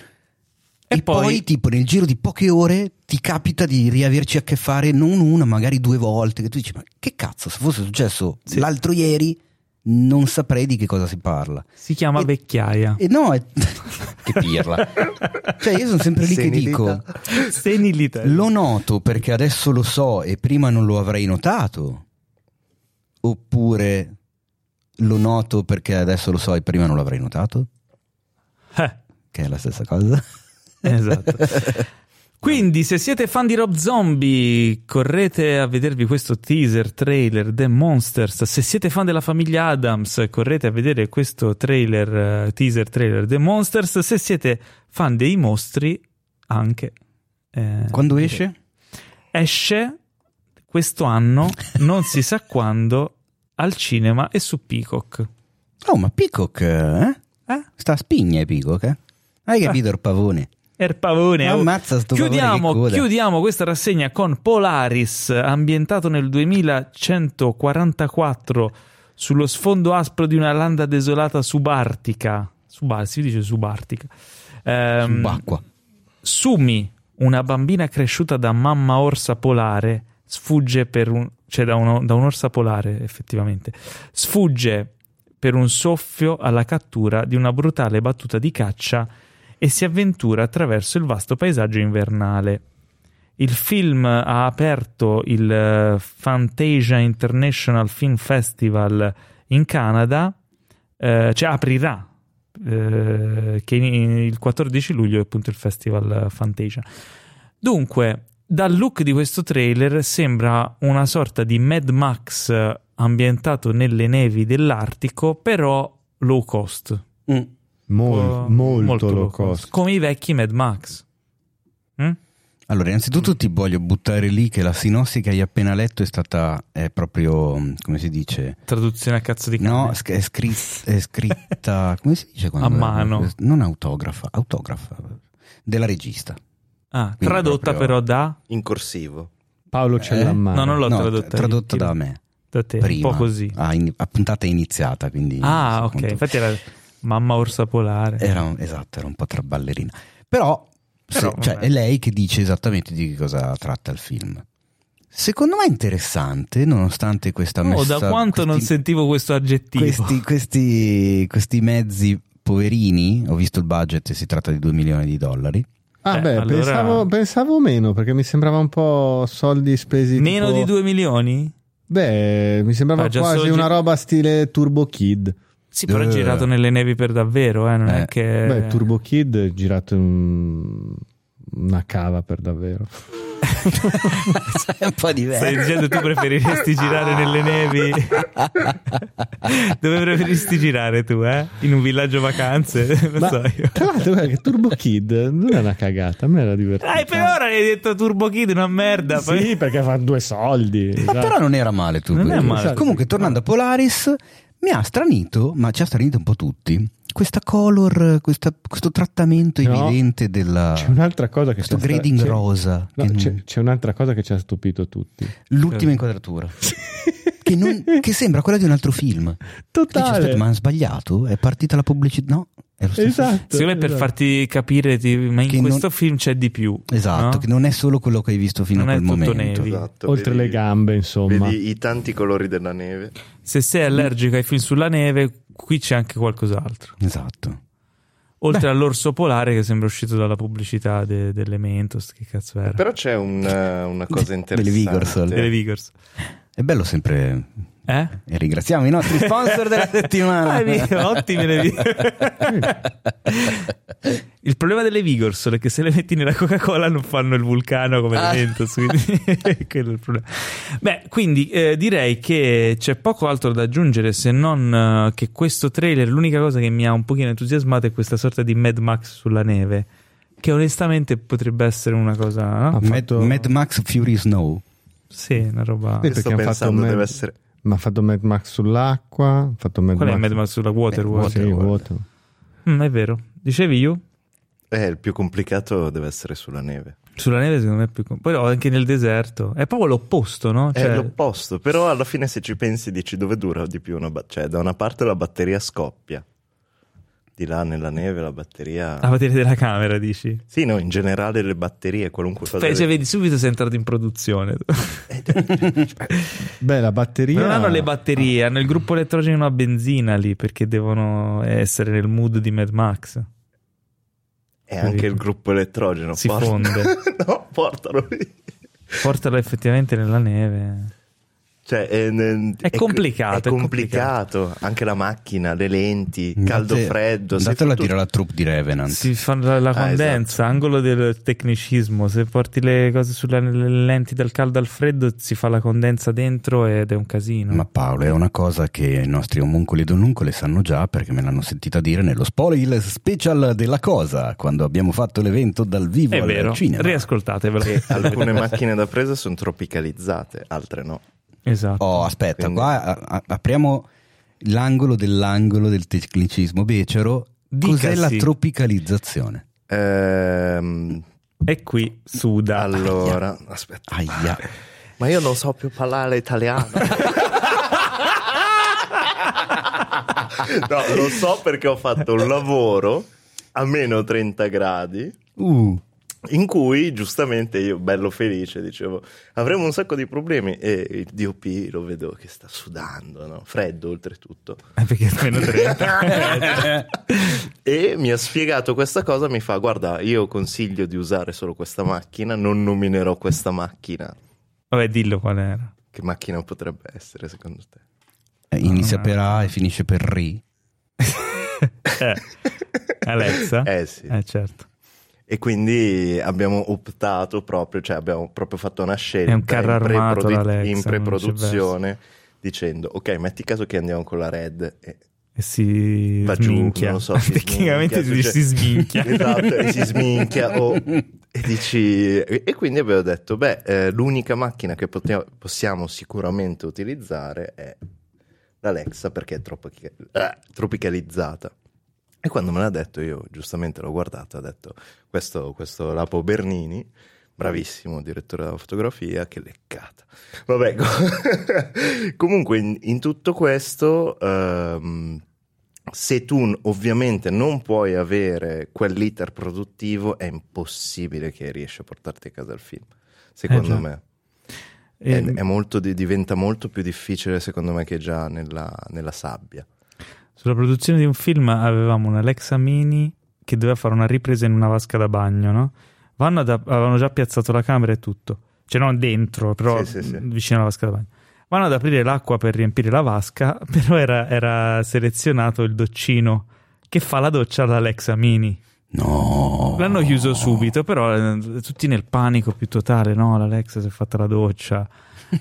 [SPEAKER 1] E
[SPEAKER 2] e, poi,
[SPEAKER 1] poi-
[SPEAKER 2] tipo nel giro di poche ore ti capita di riaverci a che fare non una, magari due volte, che tu dici, ma che cazzo, se fosse successo
[SPEAKER 1] Sì.
[SPEAKER 2] l'altro ieri non saprei di che cosa si parla.
[SPEAKER 1] Si chiama
[SPEAKER 2] E-
[SPEAKER 1] vecchiaia.
[SPEAKER 2] E no, è... che pirla. Cioè io sono sempre lì che
[SPEAKER 4] Senilità.
[SPEAKER 2] dico,
[SPEAKER 1] Senilità.
[SPEAKER 2] lo noto perché adesso lo so e prima non lo avrei notato, oppure lo noto perché adesso lo so e prima non lo avrei notato,
[SPEAKER 1] Eh.
[SPEAKER 2] che è la stessa cosa.
[SPEAKER 1] Esatto. Quindi, se siete fan di Rob Zombie, correte a vedervi questo teaser trailer The Monsters. Se siete fan della famiglia Addams, correte a vedere questo trailer eh, teaser trailer The Monsters. Se siete fan dei mostri, anche eh,
[SPEAKER 2] Quando esce?
[SPEAKER 1] esce questo anno, non si sa quando, al cinema e su Peacock.
[SPEAKER 2] Oh, ma Peacock, eh?
[SPEAKER 1] Eh?
[SPEAKER 2] Sta a spigna Peacock, eh? Hai capito il pavone?
[SPEAKER 1] Erpavone. oh.
[SPEAKER 2] Ammazza sto pavone
[SPEAKER 1] chiudiamo,
[SPEAKER 2] che coda.
[SPEAKER 1] chiudiamo questa rassegna con Polaris, ambientato nel duemilacentoquarantaquattro sullo sfondo aspro di una landa desolata subartica. Subar- si dice subartica. Ehm,
[SPEAKER 2] Subacqua.
[SPEAKER 1] Sumi, una bambina cresciuta da mamma orsa polare, sfugge per un... cioè da, uno, da un'orsa polare, effettivamente. Sfugge per un soffio alla cattura di una brutale battuta di caccia e si avventura attraverso il vasto paesaggio invernale. Il film ha aperto il eh, Fantasia International Film Festival in Canada, eh, cioè aprirà eh, che in- il quattordici luglio è appunto il festival eh, Fantasia. Dunque, dal look di questo trailer sembra una sorta di Mad Max eh, ambientato nelle nevi dell'Artico, però low cost.
[SPEAKER 2] Mm.
[SPEAKER 3] Mol-
[SPEAKER 1] Uh,
[SPEAKER 3] molto, low cost.
[SPEAKER 1] come i vecchi Mad Max. Mm?
[SPEAKER 2] Allora, innanzitutto ti voglio buttare lì che la sinossi che hai appena letto è stata, è proprio, come si dice?
[SPEAKER 1] Traduzione a cazzo di cane.
[SPEAKER 2] No, sc- è, scritt- è scritta, come si dice? Quando
[SPEAKER 1] A mano.
[SPEAKER 2] Non autografa, autografa, della regista.
[SPEAKER 1] Ah,
[SPEAKER 2] Quindi
[SPEAKER 1] tradotta
[SPEAKER 2] proprio-
[SPEAKER 1] però da,
[SPEAKER 4] In corsivo.
[SPEAKER 3] Paolo Cellammare.
[SPEAKER 1] no, non l'ho
[SPEAKER 2] No,
[SPEAKER 1] tradotta,
[SPEAKER 2] tradotta
[SPEAKER 1] io.
[SPEAKER 2] da me.
[SPEAKER 1] da te,
[SPEAKER 2] Prima,
[SPEAKER 1] un po' così.
[SPEAKER 2] a, in- a puntata iniziata, quindi...
[SPEAKER 1] Ah, ok,
[SPEAKER 2] appunto,
[SPEAKER 1] infatti era mamma orsa polare.
[SPEAKER 2] Era, un- esatto, era un po' traballerina. Però, se-
[SPEAKER 1] Però,
[SPEAKER 2] cioè,
[SPEAKER 1] vabbè.
[SPEAKER 2] è lei che dice esattamente di che cosa tratta il film. Secondo me è interessante, nonostante questa
[SPEAKER 1] Oh,
[SPEAKER 2] messa...
[SPEAKER 1] da quanto non
[SPEAKER 2] questi-
[SPEAKER 1] sentivo questo aggettivo.
[SPEAKER 2] questi, questi, questi mezzi poverini, ho visto il budget e si tratta di due milioni di dollari.
[SPEAKER 3] Ah,
[SPEAKER 1] Eh,
[SPEAKER 3] beh,
[SPEAKER 1] allora-
[SPEAKER 3] pensavo, pensavo meno perché mi sembrava un po' soldi spesi.
[SPEAKER 1] Meno
[SPEAKER 3] tipo-
[SPEAKER 1] di due milioni?
[SPEAKER 3] Beh, mi sembrava
[SPEAKER 1] Ah, già
[SPEAKER 3] quasi
[SPEAKER 1] solo
[SPEAKER 3] una
[SPEAKER 1] gi-
[SPEAKER 3] roba stile Turbo Kid.
[SPEAKER 1] Sì, però è
[SPEAKER 2] Eh.
[SPEAKER 1] girato nelle nevi per davvero, eh, non
[SPEAKER 2] Eh.
[SPEAKER 1] è che...
[SPEAKER 3] Beh, Turbo Kid è girato in una cava per davvero.
[SPEAKER 2] È un po'
[SPEAKER 1] Stai dicendo tu preferiresti girare nelle nevi? Dove preferiresti girare tu, eh? In un villaggio vacanze? Non
[SPEAKER 3] Ma
[SPEAKER 1] so io.
[SPEAKER 3] tra l'altro, guarda che Turbo Kid non è una cagata, a me era divertente.
[SPEAKER 1] Dai, per ora hai detto Turbo Kid, una merda. poi-
[SPEAKER 3] Sì, perché fa due soldi.
[SPEAKER 2] Ma però non era male tu.
[SPEAKER 1] Non è male.
[SPEAKER 2] Comunque, tornando a Polaris, mi ha stranito, ma ci ha stranito un po' tutti, questa color, questa- questo trattamento
[SPEAKER 3] No.
[SPEAKER 2] evidente della...
[SPEAKER 3] C'è un'altra cosa che
[SPEAKER 2] questo
[SPEAKER 3] ci ha stra-
[SPEAKER 2] grading
[SPEAKER 3] c'è-
[SPEAKER 2] rosa.
[SPEAKER 3] no,
[SPEAKER 2] che non-
[SPEAKER 3] c'è, c'è un'altra cosa che ci ha stupito tutti.
[SPEAKER 2] L'ultima inquadratura. che, non- che sembra quella di un altro film. Dici,
[SPEAKER 3] Totale.
[SPEAKER 2] aspetta, ma hanno sbagliato? È partita la pubblicità? No, è lo stesso.
[SPEAKER 3] Esatto.
[SPEAKER 1] Secondo me per
[SPEAKER 3] esatto.
[SPEAKER 1] farti capire, ti- ma in
[SPEAKER 2] Che
[SPEAKER 1] questo
[SPEAKER 2] non-
[SPEAKER 1] film c'è di più.
[SPEAKER 2] Esatto,
[SPEAKER 1] no?
[SPEAKER 2] che non è solo quello che hai visto fino
[SPEAKER 1] Non
[SPEAKER 2] a
[SPEAKER 1] è
[SPEAKER 2] quel
[SPEAKER 1] tutto
[SPEAKER 2] momento.
[SPEAKER 1] nevi.
[SPEAKER 4] Esatto,
[SPEAKER 3] Oltre
[SPEAKER 4] vedi-
[SPEAKER 3] le gambe, insomma.
[SPEAKER 4] Vedi i tanti colori della neve.
[SPEAKER 1] Se sei allergico ai film sulla neve, qui c'è anche qualcos'altro.
[SPEAKER 2] Esatto.
[SPEAKER 1] Oltre all'orso polare che sembra uscito dalla pubblicità de- delle Mentos, che cazzo era?
[SPEAKER 4] Però c'è un, eh, una cosa
[SPEAKER 2] Delle
[SPEAKER 4] interessante.
[SPEAKER 2] Vigorsol.
[SPEAKER 1] Delle Vigors.
[SPEAKER 2] È bello sempre...
[SPEAKER 1] Eh?
[SPEAKER 2] E ringraziamo i nostri sponsor della settimana.
[SPEAKER 1] Ah, mia, ottime le Vigors. Il problema delle Vigors è che se le metti nella Coca-Cola non fanno il vulcano come
[SPEAKER 2] ah.
[SPEAKER 1] Mentos, quindi quello è il problema. Beh, quindi eh, direi che c'è poco altro da aggiungere, se non uh, che questo trailer, l'unica cosa che mi ha un pochino entusiasmato è questa sorta di Mad Max sulla neve, che onestamente potrebbe essere una cosa, no?
[SPEAKER 2] Mad,
[SPEAKER 3] fatto...
[SPEAKER 2] Mad Max Fury Snow.
[SPEAKER 1] Sì, una roba.
[SPEAKER 3] Sì,
[SPEAKER 4] Sto
[SPEAKER 3] perché hanno
[SPEAKER 4] pensando
[SPEAKER 3] fatto Mad...
[SPEAKER 4] deve essere...
[SPEAKER 3] Ma ha fatto Mad Max sull'acqua, ha fatto Mad
[SPEAKER 1] Qual è
[SPEAKER 3] Max...
[SPEAKER 1] Mad Max sulla water?
[SPEAKER 3] Eh,
[SPEAKER 1] water?
[SPEAKER 3] sì, water.
[SPEAKER 1] Mm, è vero. Dicevi io?
[SPEAKER 4] Eh, il più complicato deve essere sulla neve.
[SPEAKER 1] Sulla neve secondo me è più com- poi anche nel deserto è proprio l'opposto, no?
[SPEAKER 4] È
[SPEAKER 1] Cioè,
[SPEAKER 4] l'opposto, però alla fine se ci pensi dici dove dura di più una batteria. Cioè da una parte la batteria scoppia, di là nella neve la batteria...
[SPEAKER 1] la batteria della camera, dici?
[SPEAKER 4] Sì, no, in generale le batterie, qualunque cosa...
[SPEAKER 1] Beh, cioè, vedi, subito sei entrato in produzione.
[SPEAKER 3] Beh, la batteria...
[SPEAKER 1] Non hanno le batterie, hanno il gruppo elettrogeno a benzina lì, perché devono essere nel mood di Mad Max.
[SPEAKER 4] E anche il gruppo elettrogeno.
[SPEAKER 1] Si
[SPEAKER 4] porta...
[SPEAKER 1] fonde.
[SPEAKER 4] No, portalo lì.
[SPEAKER 1] Portalo effettivamente nella neve.
[SPEAKER 4] Cioè, è,
[SPEAKER 1] È complicato,
[SPEAKER 4] È
[SPEAKER 1] è
[SPEAKER 4] complicato. Anche la macchina, le lenti, caldo
[SPEAKER 2] Andate-
[SPEAKER 4] freddo. se
[SPEAKER 2] Andatela a
[SPEAKER 4] tu-
[SPEAKER 2] dire alla troupe di Revenant.
[SPEAKER 1] Si fa la, la
[SPEAKER 4] Ah,
[SPEAKER 1] condensa,
[SPEAKER 4] esatto.
[SPEAKER 1] angolo del tecnicismo. Se porti le cose sulle le lenti dal caldo al freddo, si fa la condensa dentro ed è un casino.
[SPEAKER 2] Ma Paolo, è una cosa che i nostri omuncoli e donuncole sanno già, perché me l'hanno sentita dire nello spoiler special della cosa, quando abbiamo fatto l'evento dal vivo
[SPEAKER 1] È
[SPEAKER 2] al
[SPEAKER 1] vero,
[SPEAKER 2] cinema.
[SPEAKER 1] riascoltatevelo.
[SPEAKER 4] E alcune macchine da presa sono tropicalizzate, altre no.
[SPEAKER 1] Esatto.
[SPEAKER 2] Oh, aspetta,
[SPEAKER 4] Quindi-
[SPEAKER 2] qua a- a- apriamo l'angolo dell'angolo del tecnicismo becero.
[SPEAKER 1] Dica
[SPEAKER 2] Cos'è la
[SPEAKER 1] sì.
[SPEAKER 2] tropicalizzazione?
[SPEAKER 4] Ehm,
[SPEAKER 1] E qui suda.
[SPEAKER 4] allora, aspetta.
[SPEAKER 2] Aia.
[SPEAKER 4] Ma io non so più parlare italiano. No, lo so perché ho fatto un lavoro a meno trenta gradi
[SPEAKER 2] Uh,
[SPEAKER 4] in cui giustamente io, bello felice, dicevo avremo un sacco di problemi e il D O P lo vedo che sta sudando, no? Freddo oltretutto.
[SPEAKER 1] Eh, perché è meno trenta.
[SPEAKER 4] E mi ha spiegato questa cosa, mi fa guarda, io consiglio di usare solo questa macchina, non nominerò questa macchina.
[SPEAKER 1] Vabbè, dillo qual era.
[SPEAKER 4] Che macchina potrebbe essere secondo te?
[SPEAKER 2] eh, inizia
[SPEAKER 1] Ah.
[SPEAKER 2] per A e finisce per Ri.
[SPEAKER 1] Eh, Alexa?
[SPEAKER 4] Eh sì.
[SPEAKER 1] Eh, certo.
[SPEAKER 4] E quindi abbiamo optato proprio, cioè abbiamo proprio fatto una scelta
[SPEAKER 1] È un carro
[SPEAKER 4] in,
[SPEAKER 1] armato
[SPEAKER 4] preprodu-
[SPEAKER 1] l'Alexa,
[SPEAKER 4] in
[SPEAKER 1] non c'è
[SPEAKER 4] preproduzione dicendo ok, metti caso che andiamo con la Red e
[SPEAKER 1] E si
[SPEAKER 4] va giù,
[SPEAKER 1] sminchia.
[SPEAKER 4] non so, si
[SPEAKER 1] Tecnicamente
[SPEAKER 4] sminchia,
[SPEAKER 1] si, si sminchia.
[SPEAKER 4] esatto, e si sminchia o- e dici e, e quindi abbiamo detto beh, eh, l'unica macchina che pote- possiamo sicuramente utilizzare è l'Alexa perché è troppo chi- eh, tropicalizzata. E quando me l'ha detto io giustamente l'ho guardata, ho detto questo, questo Lapo Bernini, bravissimo direttore della fotografia, che leccata. Vabbè, comunque in, in tutto questo, ehm, se tu ovviamente non puoi avere quell'iter produttivo, è impossibile che riesci a portarti a casa il film, secondo
[SPEAKER 1] Eh, già.
[SPEAKER 4] me.
[SPEAKER 1] E-
[SPEAKER 4] È, è molto, di- diventa molto più difficile secondo me che già nella, nella sabbia.
[SPEAKER 1] Sulla produzione di un film avevamo un Alexa Mini che doveva fare una ripresa in una vasca da bagno, no? Vanno ad, avevano già piazzato la camera e tutto. Cioè non dentro, però
[SPEAKER 4] Sì, sì, sì.
[SPEAKER 1] vicino alla vasca da bagno. Vanno ad aprire l'acqua per riempire la vasca, però era, era selezionato il doccino che fa la doccia all'Alexa Mini.
[SPEAKER 2] No.
[SPEAKER 1] L'hanno chiuso subito, però eh, tutti nel panico più totale, no? L'Alexa si è fatta la doccia.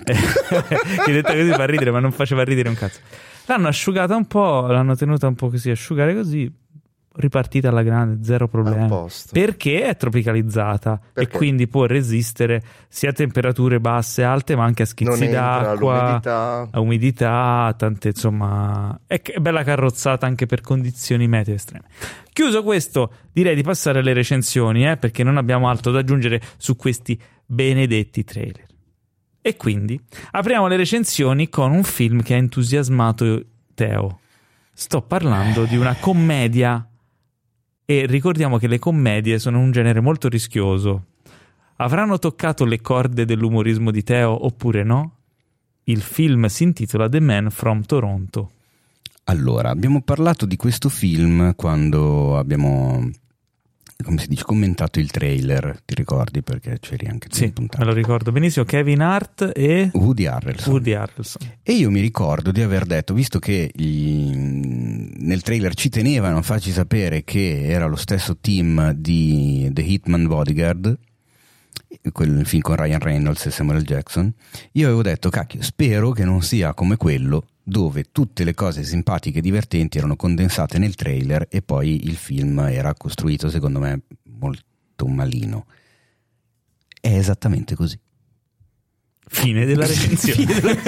[SPEAKER 1] Che detto così fa ridere, ma non faceva ridere un cazzo. L'hanno asciugata un po', l'hanno tenuta un po' così, asciugare così, ripartita alla grande, zero
[SPEAKER 4] A
[SPEAKER 1] problemi.
[SPEAKER 4] posto.
[SPEAKER 1] Perché è tropicalizzata
[SPEAKER 4] Perché?
[SPEAKER 1] e quindi può resistere sia a temperature basse e alte, ma anche a
[SPEAKER 4] Non
[SPEAKER 1] schizzi
[SPEAKER 4] entra
[SPEAKER 1] d'acqua,
[SPEAKER 4] l'umidità.
[SPEAKER 1] a umidità, tante insomma. È, è bella carrozzata anche per condizioni meteo estreme. Chiuso questo, direi di passare alle recensioni, eh, perché non abbiamo altro da aggiungere su questi benedetti trailer. E quindi apriamo le recensioni con un film che ha entusiasmato Teo. Sto parlando di una commedia e ricordiamo che le commedie sono un genere molto rischioso. Avranno toccato le corde dell'umorismo di Teo oppure no? Il film si intitola The Man from Toronto.
[SPEAKER 2] Allora, abbiamo parlato di questo film quando abbiamo come si dice, commentato il trailer, ti ricordi, perché c'eri anche tu
[SPEAKER 1] Sì,
[SPEAKER 2] in puntata.
[SPEAKER 1] me lo ricordo benissimo. Kevin Hart e
[SPEAKER 2] Woody Harrelson.
[SPEAKER 1] Woody Harrelson.
[SPEAKER 2] E io mi ricordo di aver detto, visto che gli, nel trailer ci tenevano a farci sapere che era lo stesso team di The Hitman Bodyguard, quel film con Ryan Reynolds e Samuel Jackson, io avevo detto, cacchio, spero che non sia come quello dove tutte le cose simpatiche e divertenti erano condensate nel trailer e poi il film era costruito, secondo me, molto malino. È esattamente così.
[SPEAKER 1] Fine della recensione.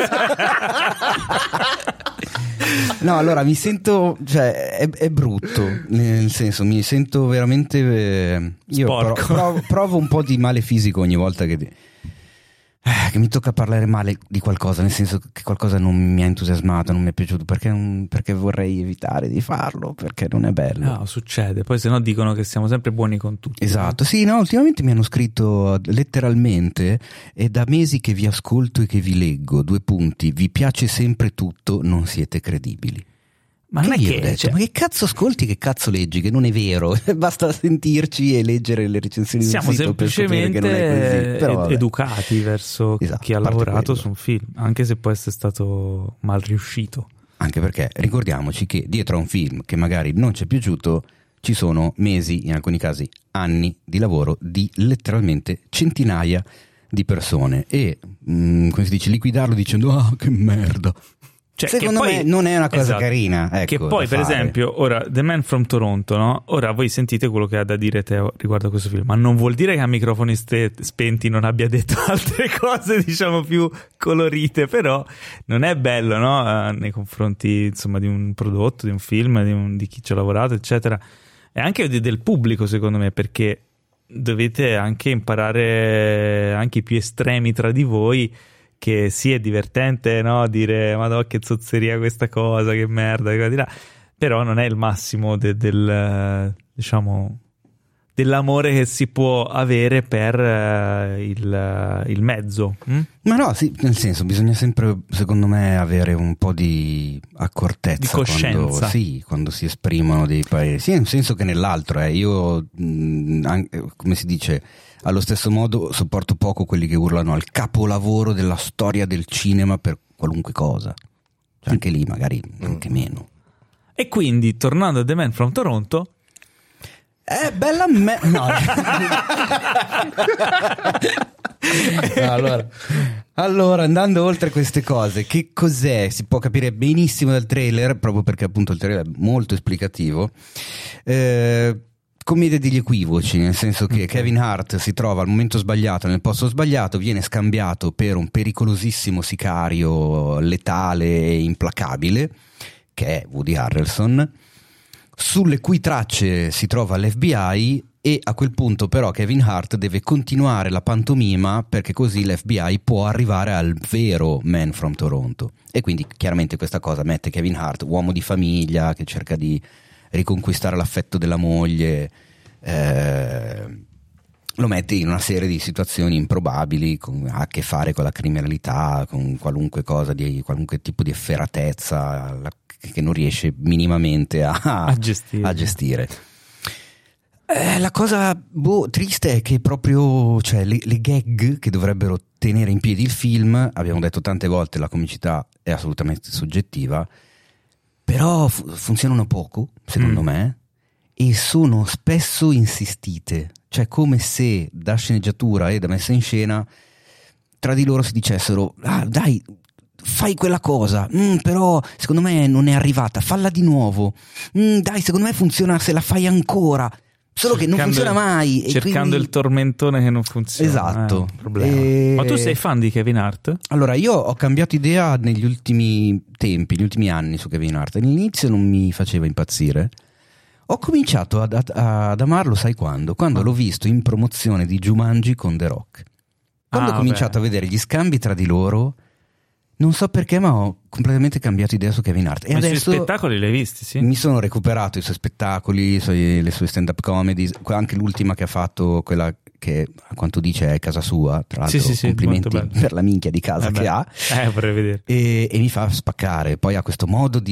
[SPEAKER 2] No, allora mi sento, cioè è, è brutto, nel senso mi sento veramente eh, io pro, provo, provo un po' di male fisico ogni volta che, eh, che mi tocca parlare male di qualcosa, nel senso che qualcosa non mi ha entusiasmato, non mi è piaciuto, perché, non, perché vorrei evitare di farlo, perché non è bello.
[SPEAKER 1] No, succede, poi se no dicono che siamo sempre buoni con tutti.
[SPEAKER 2] Esatto, sì, no, ultimamente mi hanno scritto letteralmente: è da mesi che vi ascolto e che vi leggo, due punti, vi piace sempre tutto, non siete credibili.
[SPEAKER 1] Ma non è
[SPEAKER 2] io
[SPEAKER 1] che,
[SPEAKER 2] ho detto,
[SPEAKER 1] cioè,
[SPEAKER 2] ma che cazzo ascolti, che cazzo leggi? Che non è vero, basta sentirci e leggere le recensioni
[SPEAKER 1] siamo
[SPEAKER 2] sul sito per scoprire che non è così. Però,
[SPEAKER 1] ed- educati verso
[SPEAKER 2] esatto,
[SPEAKER 1] chi ha lavorato su un film, anche se può essere stato mal riuscito.
[SPEAKER 2] Anche perché ricordiamoci che dietro a un film che magari non ci è piaciuto ci sono mesi, in alcuni casi anni di lavoro di letteralmente centinaia di persone e mh, come si dice, liquidarlo dicendo ah che merda.
[SPEAKER 1] Cioè,
[SPEAKER 2] secondo
[SPEAKER 1] che poi,
[SPEAKER 2] me non è una cosa
[SPEAKER 1] esatto,
[SPEAKER 2] carina, ecco,
[SPEAKER 1] che poi per
[SPEAKER 2] fare.
[SPEAKER 1] esempio ora The Man from Toronto, no? Ora voi sentite quello che ha da dire Teo riguardo a questo film, ma non vuol dire che a microfoni ste- spenti non abbia detto altre cose diciamo più colorite, però non è bello, no? Eh, nei confronti insomma di un prodotto, di un film, di, un, di chi ci ha lavorato eccetera, e anche di, del pubblico secondo me, perché dovete anche imparare anche i più estremi tra di voi che sì è divertente, no? Dire madonna che zozzeria questa cosa, che merda, che dirà, però non è il massimo de- del diciamo dell'amore che si può avere per uh, il, il mezzo. hm?
[SPEAKER 2] Ma no, sì, nel senso bisogna sempre secondo me avere un po' di accortezza,
[SPEAKER 1] di coscienza,
[SPEAKER 2] quando, sì, quando si esprimono dei pareri, sia in un senso che nell'altro. eh. Io mh, anche, come si dice, allo stesso modo sopporto poco quelli che urlano al capolavoro della storia del cinema per qualunque cosa, cioè anche lì magari anche meno.
[SPEAKER 1] E quindi tornando a The Man from Toronto,
[SPEAKER 2] è bella me... no. No, allora, allora, andando oltre queste cose, che cos'è? Si può capire benissimo dal trailer, proprio perché appunto il trailer è molto esplicativo. Eh, commedia degli equivoci, nel senso che Kevin Hart si trova al momento sbagliato, nel posto sbagliato, viene scambiato per un pericolosissimo sicario letale e implacabile, che è Woody Harrelson, sulle cui tracce si trova l'F B I, e a quel punto però Kevin Hart deve continuare la pantomima perché così l'F B I può arrivare al vero Man from Toronto. E quindi chiaramente questa cosa mette Kevin Hart, uomo di famiglia che cerca di riconquistare l'affetto della moglie, eh, lo mette in una serie di situazioni improbabili, con, ha a che fare con la criminalità, con qualunque cosa, di qualunque tipo di efferatezza la, che non riesce minimamente a,
[SPEAKER 1] a gestire,
[SPEAKER 2] a gestire. Eh, la cosa boh, triste è che proprio, cioè, le, le gag che dovrebbero tenere in piedi il film, abbiamo detto tante volte la comicità è assolutamente soggettiva, però fu- funzionano poco secondo mm. me, e sono spesso insistite, cioè come se da sceneggiatura e da messa in scena tra di loro si dicessero ah dai fai quella cosa, mm, però secondo me non è arrivata, falla di nuovo, mm, dai secondo me funziona se la fai ancora, solo cercando, che non funziona mai,
[SPEAKER 1] cercando
[SPEAKER 2] quindi...
[SPEAKER 1] il tormentone che non funziona,
[SPEAKER 2] esatto,
[SPEAKER 1] eh, problema.
[SPEAKER 2] E...
[SPEAKER 1] Ma tu sei fan di Kevin Hart?
[SPEAKER 2] Allora io ho cambiato idea negli ultimi tempi, negli ultimi anni su Kevin Hart. All'inizio non mi faceva impazzire, ho cominciato ad, ad, ad amarlo, sai quando? Quando ah. l'ho visto in promozione di Jumanji con The Rock, quando ah, ho cominciato vabbè. a vedere gli scambi tra di loro. Non so perché, ma ho completamente cambiato idea su Kevin Hart. E
[SPEAKER 1] ma
[SPEAKER 2] adesso
[SPEAKER 1] i suoi spettacoli li hai visti, sì?
[SPEAKER 2] Mi sono recuperato i suoi spettacoli, i suoi, le sue stand-up comedy, anche l'ultima che ha fatto, quella che a quanto dice è casa sua, tra l'altro
[SPEAKER 1] sì, sì,
[SPEAKER 2] complimenti
[SPEAKER 1] sì,
[SPEAKER 2] per la minchia di casa
[SPEAKER 1] eh
[SPEAKER 2] che
[SPEAKER 1] beh.
[SPEAKER 2] ha.
[SPEAKER 1] Eh, vorrei vedere.
[SPEAKER 2] E, e mi fa spaccare. Poi ha questo modo di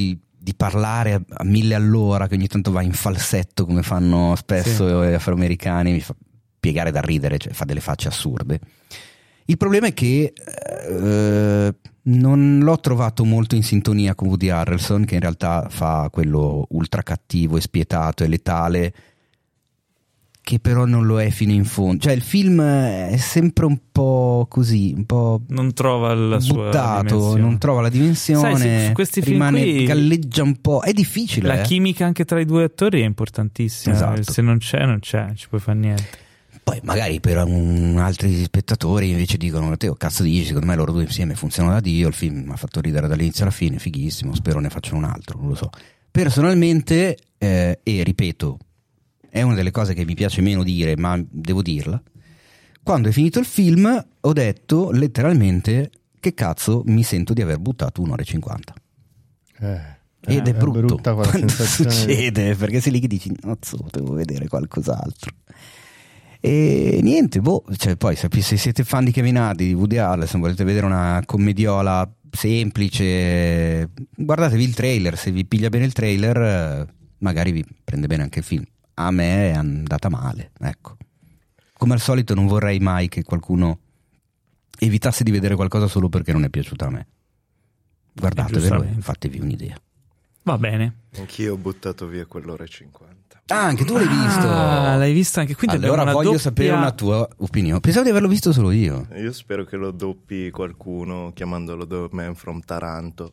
[SPEAKER 2] di parlare a, a mille all'ora, che ogni tanto va in falsetto come fanno spesso
[SPEAKER 1] sì.
[SPEAKER 2] gli afroamericani, mi fa piegare da ridere, cioè fa delle facce assurde. Il problema è che eh, non l'ho trovato molto in sintonia con Woody Harrelson, che in realtà fa quello ultra cattivo e spietato e letale, che però non lo è fino in fondo. Cioè il film è sempre un po' così, un po'
[SPEAKER 1] non trova la sua
[SPEAKER 2] buttato,
[SPEAKER 1] dimensione.
[SPEAKER 2] non trova la dimensione.
[SPEAKER 1] Sai, sì, questi film
[SPEAKER 2] rimane,
[SPEAKER 1] qui,
[SPEAKER 2] galleggia un po', è difficile.
[SPEAKER 1] La
[SPEAKER 2] eh.
[SPEAKER 1] chimica anche tra i due attori è importantissima.
[SPEAKER 2] Esatto.
[SPEAKER 1] Se non c'è, non c'è, non ci puoi fare niente.
[SPEAKER 2] Poi magari per un, altri spettatori invece dicono: te, oh, cazzo dici, secondo me loro due insieme funzionano da Dio, il film mi ha fatto ridere dall'inizio alla fine, fighissimo, spero ne facciano un altro, non lo so. Personalmente, eh, e ripeto, è una delle cose che mi piace meno dire, ma devo dirla, quando è finito il film ho detto letteralmente: che cazzo, mi sento di aver buttato un'ora e cinquanta.
[SPEAKER 3] Eh,
[SPEAKER 2] Ed
[SPEAKER 3] eh,
[SPEAKER 2] è brutto,
[SPEAKER 3] è brutta quella
[SPEAKER 2] quando
[SPEAKER 3] sensazione.
[SPEAKER 2] succede, perché sei lì che dici: cazzo, devo vedere qualcos'altro. E niente, boh, cioè, poi se, se siete fan di Kevin Hart, di Woody Harrelson, volete vedere una commediola semplice, guardatevi il trailer. Se vi piglia bene il trailer, magari vi prende bene anche il film. A me è andata male, ecco. Come al solito non vorrei mai che qualcuno evitasse di vedere qualcosa solo perché non è piaciuta a me. Guardatevelo e fatevi un'idea.
[SPEAKER 1] Va bene.
[SPEAKER 4] Anch'io ho buttato via quell'ora e cinquanta.
[SPEAKER 2] Ah, anche tu l'hai visto?
[SPEAKER 1] Ah, l'hai visto anche, quindi
[SPEAKER 2] allora
[SPEAKER 1] abbiamo una
[SPEAKER 2] voglio
[SPEAKER 1] doppia...
[SPEAKER 2] sapere una tua opinione. Pensavo di averlo visto solo io.
[SPEAKER 4] Io spero che lo doppi qualcuno chiamandolo The Man from Taranto.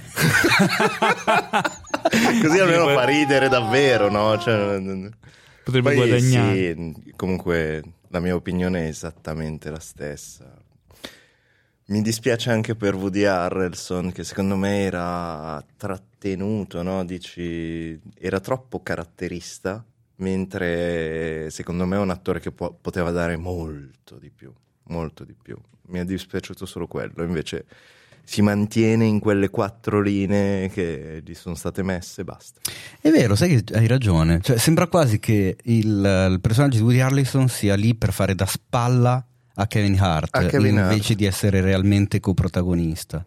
[SPEAKER 4] Così almeno fa ridere davvero, no? Cioè,
[SPEAKER 1] potrebbe
[SPEAKER 4] poi,
[SPEAKER 1] guadagnare.
[SPEAKER 4] Sì, comunque la mia opinione è esattamente la stessa. Mi dispiace anche per Woody Harrelson, che secondo me era trattenuto, no? Dici, era troppo caratterista, mentre secondo me è un attore che po- poteva dare molto di più, molto di più. Mi è dispiaciuto solo quello, invece si mantiene in quelle quattro linee che gli sono state messe e basta.
[SPEAKER 2] È vero, sai che hai ragione. Cioè, sembra quasi che il, il personaggio di Woody Harrelson sia lì per fare da spalla a Kevin Hart,
[SPEAKER 4] a Kevin
[SPEAKER 2] invece
[SPEAKER 4] Hart.
[SPEAKER 2] di essere realmente coprotagonista.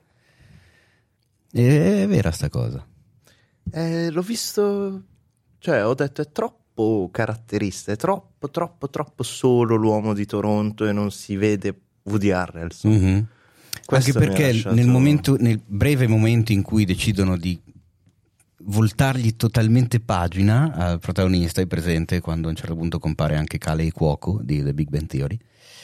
[SPEAKER 2] È vera sta cosa.
[SPEAKER 4] Eh, l'ho visto, cioè ho detto è troppo caratterista, è troppo troppo troppo solo l'uomo di Toronto e non si vede Woody Harrelson.
[SPEAKER 2] Mm-hmm. Anche
[SPEAKER 4] Questo mi ha
[SPEAKER 2] perché
[SPEAKER 4] lasciato-
[SPEAKER 2] nel momento, nel breve momento in cui decidono di voltargli totalmente pagina al protagonista, è presente quando a un certo punto compare anche Kaley Cuoco di The Big Bang Theory,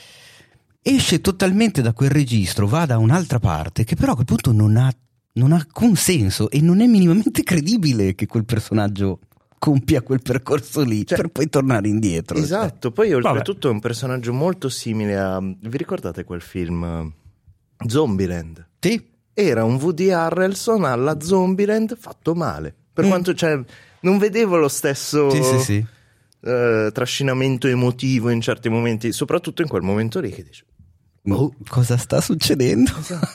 [SPEAKER 2] esce totalmente da quel registro, va da un'altra parte che però a quel punto non ha, non ha alcun senso e non è minimamente credibile che quel personaggio compia quel percorso lì, cioè, per poi tornare indietro.
[SPEAKER 4] Esatto,
[SPEAKER 2] cioè.
[SPEAKER 4] poi oltretutto è un personaggio molto simile a... Vi ricordate quel film uh, Zombieland?
[SPEAKER 2] Sì.
[SPEAKER 4] Era un Woody Harrelson alla Zombieland fatto male. Per
[SPEAKER 2] Mm.
[SPEAKER 4] quanto, cioè, non vedevo lo stesso
[SPEAKER 2] Sì, sì, sì.
[SPEAKER 4] uh, trascinamento emotivo in certi momenti, soprattutto in quel momento lì che dice...
[SPEAKER 2] Oh, cosa sta succedendo?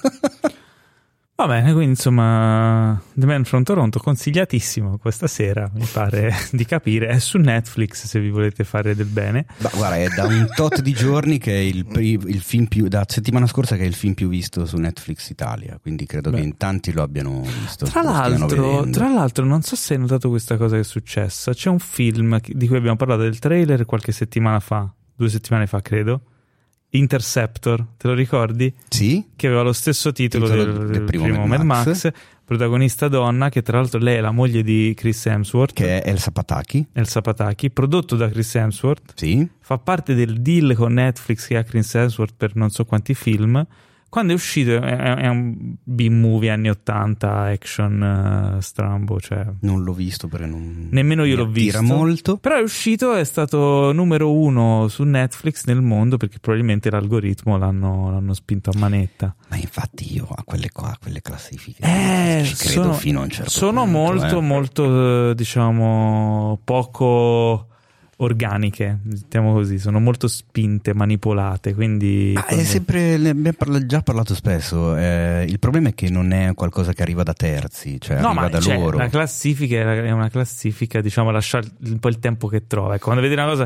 [SPEAKER 1] Va bene, quindi insomma The Man from Toronto consigliatissimo questa sera, mi pare di capire, è su Netflix se vi volete fare del bene.
[SPEAKER 2] Ma guarda, è da un tot di giorni che è il, pri- il film più, da settimana scorsa che è il film più visto su Netflix Italia, quindi credo
[SPEAKER 1] Beh.
[SPEAKER 2] che in tanti lo abbiano visto.
[SPEAKER 1] Tra
[SPEAKER 2] lo stiano
[SPEAKER 1] l'altro,
[SPEAKER 2] vedendo.
[SPEAKER 1] tra l'altro, non so se hai notato questa cosa che è successa, c'è un film di cui abbiamo parlato del trailer qualche settimana fa, due settimane fa credo, Interceptor, te lo ricordi?
[SPEAKER 2] Sì?
[SPEAKER 1] Che aveva lo stesso titolo,
[SPEAKER 2] Titolo
[SPEAKER 1] del,
[SPEAKER 2] del
[SPEAKER 1] del
[SPEAKER 2] primo
[SPEAKER 1] primo,
[SPEAKER 2] Mad
[SPEAKER 1] Mad
[SPEAKER 2] Max.
[SPEAKER 1] Max, protagonista donna, che tra l'altro lei è la moglie di Chris Hemsworth,
[SPEAKER 2] Che è Elsa Pataki.
[SPEAKER 1] Elsa Pataki, prodotto da Chris Hemsworth,
[SPEAKER 2] Sì.
[SPEAKER 1] fa parte del deal con Netflix che ha Chris Hemsworth per non so quanti film. Quando è uscito è, è un B-movie anni ottanta, action, uh, strambo, cioè
[SPEAKER 2] Non l'ho visto perché non...
[SPEAKER 1] nemmeno io
[SPEAKER 2] mi
[SPEAKER 1] l'ho
[SPEAKER 2] attira
[SPEAKER 1] visto,
[SPEAKER 2] molto.
[SPEAKER 1] però è uscito, è stato numero uno su Netflix nel mondo perché probabilmente l'algoritmo l'hanno, l'hanno spinto a manetta.
[SPEAKER 2] Ma infatti io a quelle qua, a quelle classifiche
[SPEAKER 1] Eh,
[SPEAKER 2] ci credo
[SPEAKER 1] sono,
[SPEAKER 2] fino a un certo
[SPEAKER 1] sono
[SPEAKER 2] punto.
[SPEAKER 1] molto
[SPEAKER 2] eh.
[SPEAKER 1] molto eh, diciamo poco organiche, diciamo così, sono molto spinte, manipolate, quindi
[SPEAKER 2] Ah, è sempre, ne abbiamo parla- già parlato spesso, eh, il problema è che non è qualcosa che arriva da terzi, cioè
[SPEAKER 1] no,
[SPEAKER 2] arriva
[SPEAKER 1] ma
[SPEAKER 2] da
[SPEAKER 1] cioè,
[SPEAKER 2] loro.
[SPEAKER 1] la classifica è una classifica, diciamo, lascia un po' il tempo che trova. Ecco, quando vedi una cosa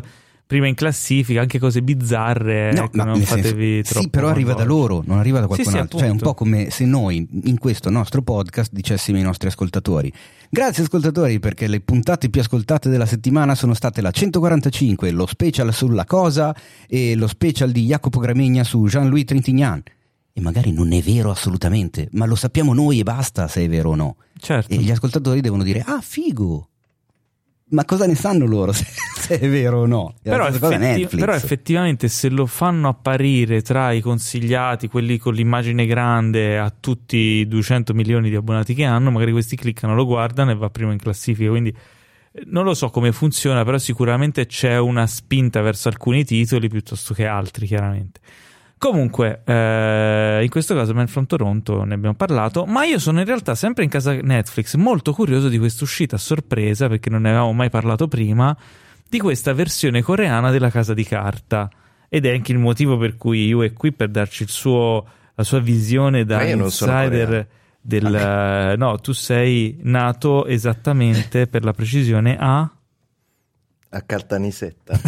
[SPEAKER 1] prima in classifica, anche cose bizzarre,
[SPEAKER 2] No,
[SPEAKER 1] ecco,
[SPEAKER 2] ma
[SPEAKER 1] non
[SPEAKER 2] nel
[SPEAKER 1] fatevi
[SPEAKER 2] senso,
[SPEAKER 1] troppo
[SPEAKER 2] sì, però arriva da
[SPEAKER 1] coinvolti.
[SPEAKER 2] loro, non arriva da qualcun
[SPEAKER 1] Sì, sì,
[SPEAKER 2] altro. Cioè, è un
[SPEAKER 1] appunto.
[SPEAKER 2] po' come se noi in questo nostro podcast dicessimo ai nostri ascoltatori: grazie ascoltatori, perché le puntate più ascoltate della settimana sono state la centoquarantacinque, lo special sulla cosa e lo special di Jacopo Gramegna su Jean-Louis Trintignant. E magari non è vero assolutamente, ma lo sappiamo noi e basta se è vero o no.
[SPEAKER 1] Certo.
[SPEAKER 2] E gli ascoltatori devono dire: ah, figo. Ma cosa ne sanno loro se, se è vero o no? È la
[SPEAKER 1] Però,
[SPEAKER 2] stessa cosa
[SPEAKER 1] effetti-
[SPEAKER 2] Netflix.
[SPEAKER 1] però effettivamente se lo fanno apparire tra i consigliati, quelli con l'immagine grande, a tutti i duecento milioni di abbonati che hanno, magari questi cliccano, lo guardano e va prima in classifica. Quindi eh, non lo so come funziona, però sicuramente c'è una spinta verso alcuni titoli piuttosto che altri, chiaramente. Comunque, eh, in questo caso Man from Toronto ne abbiamo parlato, ma io sono in realtà sempre in casa Netflix molto curioso di questa uscita a sorpresa, perché non ne avevamo mai parlato prima, di questa versione coreana della Casa di Carta. Ed è anche il motivo per cui Yu è qui, per darci il suo, la sua visione da
[SPEAKER 4] Ma io non sono
[SPEAKER 1] insider
[SPEAKER 4] coreano.
[SPEAKER 1] del... No, tu sei nato esattamente, per la precisione, a...
[SPEAKER 4] A Caltanissetta.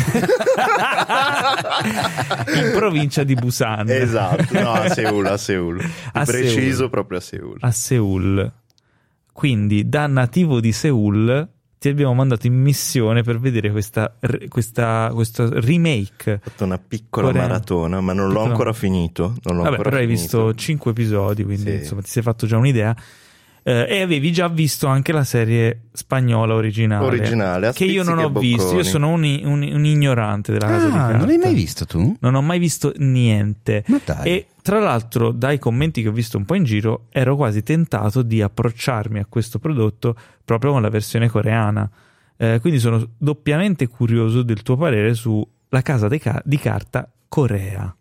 [SPEAKER 1] in provincia di Busan.
[SPEAKER 4] Esatto, no, a Seul, a Seul. Di
[SPEAKER 1] A
[SPEAKER 4] preciso
[SPEAKER 1] Seul.
[SPEAKER 4] proprio a Seul.
[SPEAKER 1] A Seul. Quindi da nativo di Seul ti abbiamo mandato in missione per vedere questa, questa, questo remake.
[SPEAKER 4] Ho fatto una piccola
[SPEAKER 1] coreana.
[SPEAKER 4] maratona, ma non l'ho
[SPEAKER 1] Piccola-
[SPEAKER 4] ancora finito. Non l'ho
[SPEAKER 1] Vabbè,
[SPEAKER 4] ancora
[SPEAKER 1] però hai
[SPEAKER 4] finito.
[SPEAKER 1] visto cinque episodi, quindi
[SPEAKER 4] Sì.
[SPEAKER 1] insomma ti sei fatto già un'idea. Eh, e avevi già visto anche la serie spagnola originale,
[SPEAKER 4] Originale, a
[SPEAKER 1] che io non ho
[SPEAKER 4] spizzichi e
[SPEAKER 1] visto. Io
[SPEAKER 4] bocconi.
[SPEAKER 1] sono un, un, un ignorante della Casa di
[SPEAKER 2] Ah,
[SPEAKER 1] Carta.
[SPEAKER 2] non l'hai mai visto tu?
[SPEAKER 1] Non ho mai visto niente.
[SPEAKER 2] Ma dai.
[SPEAKER 1] E tra l'altro, dai commenti che ho visto un po' in giro, ero quasi tentato di approcciarmi a questo prodotto proprio con la versione coreana. Eh, quindi sono doppiamente curioso del tuo parere su La Casa di, Ca- di Carta Corea.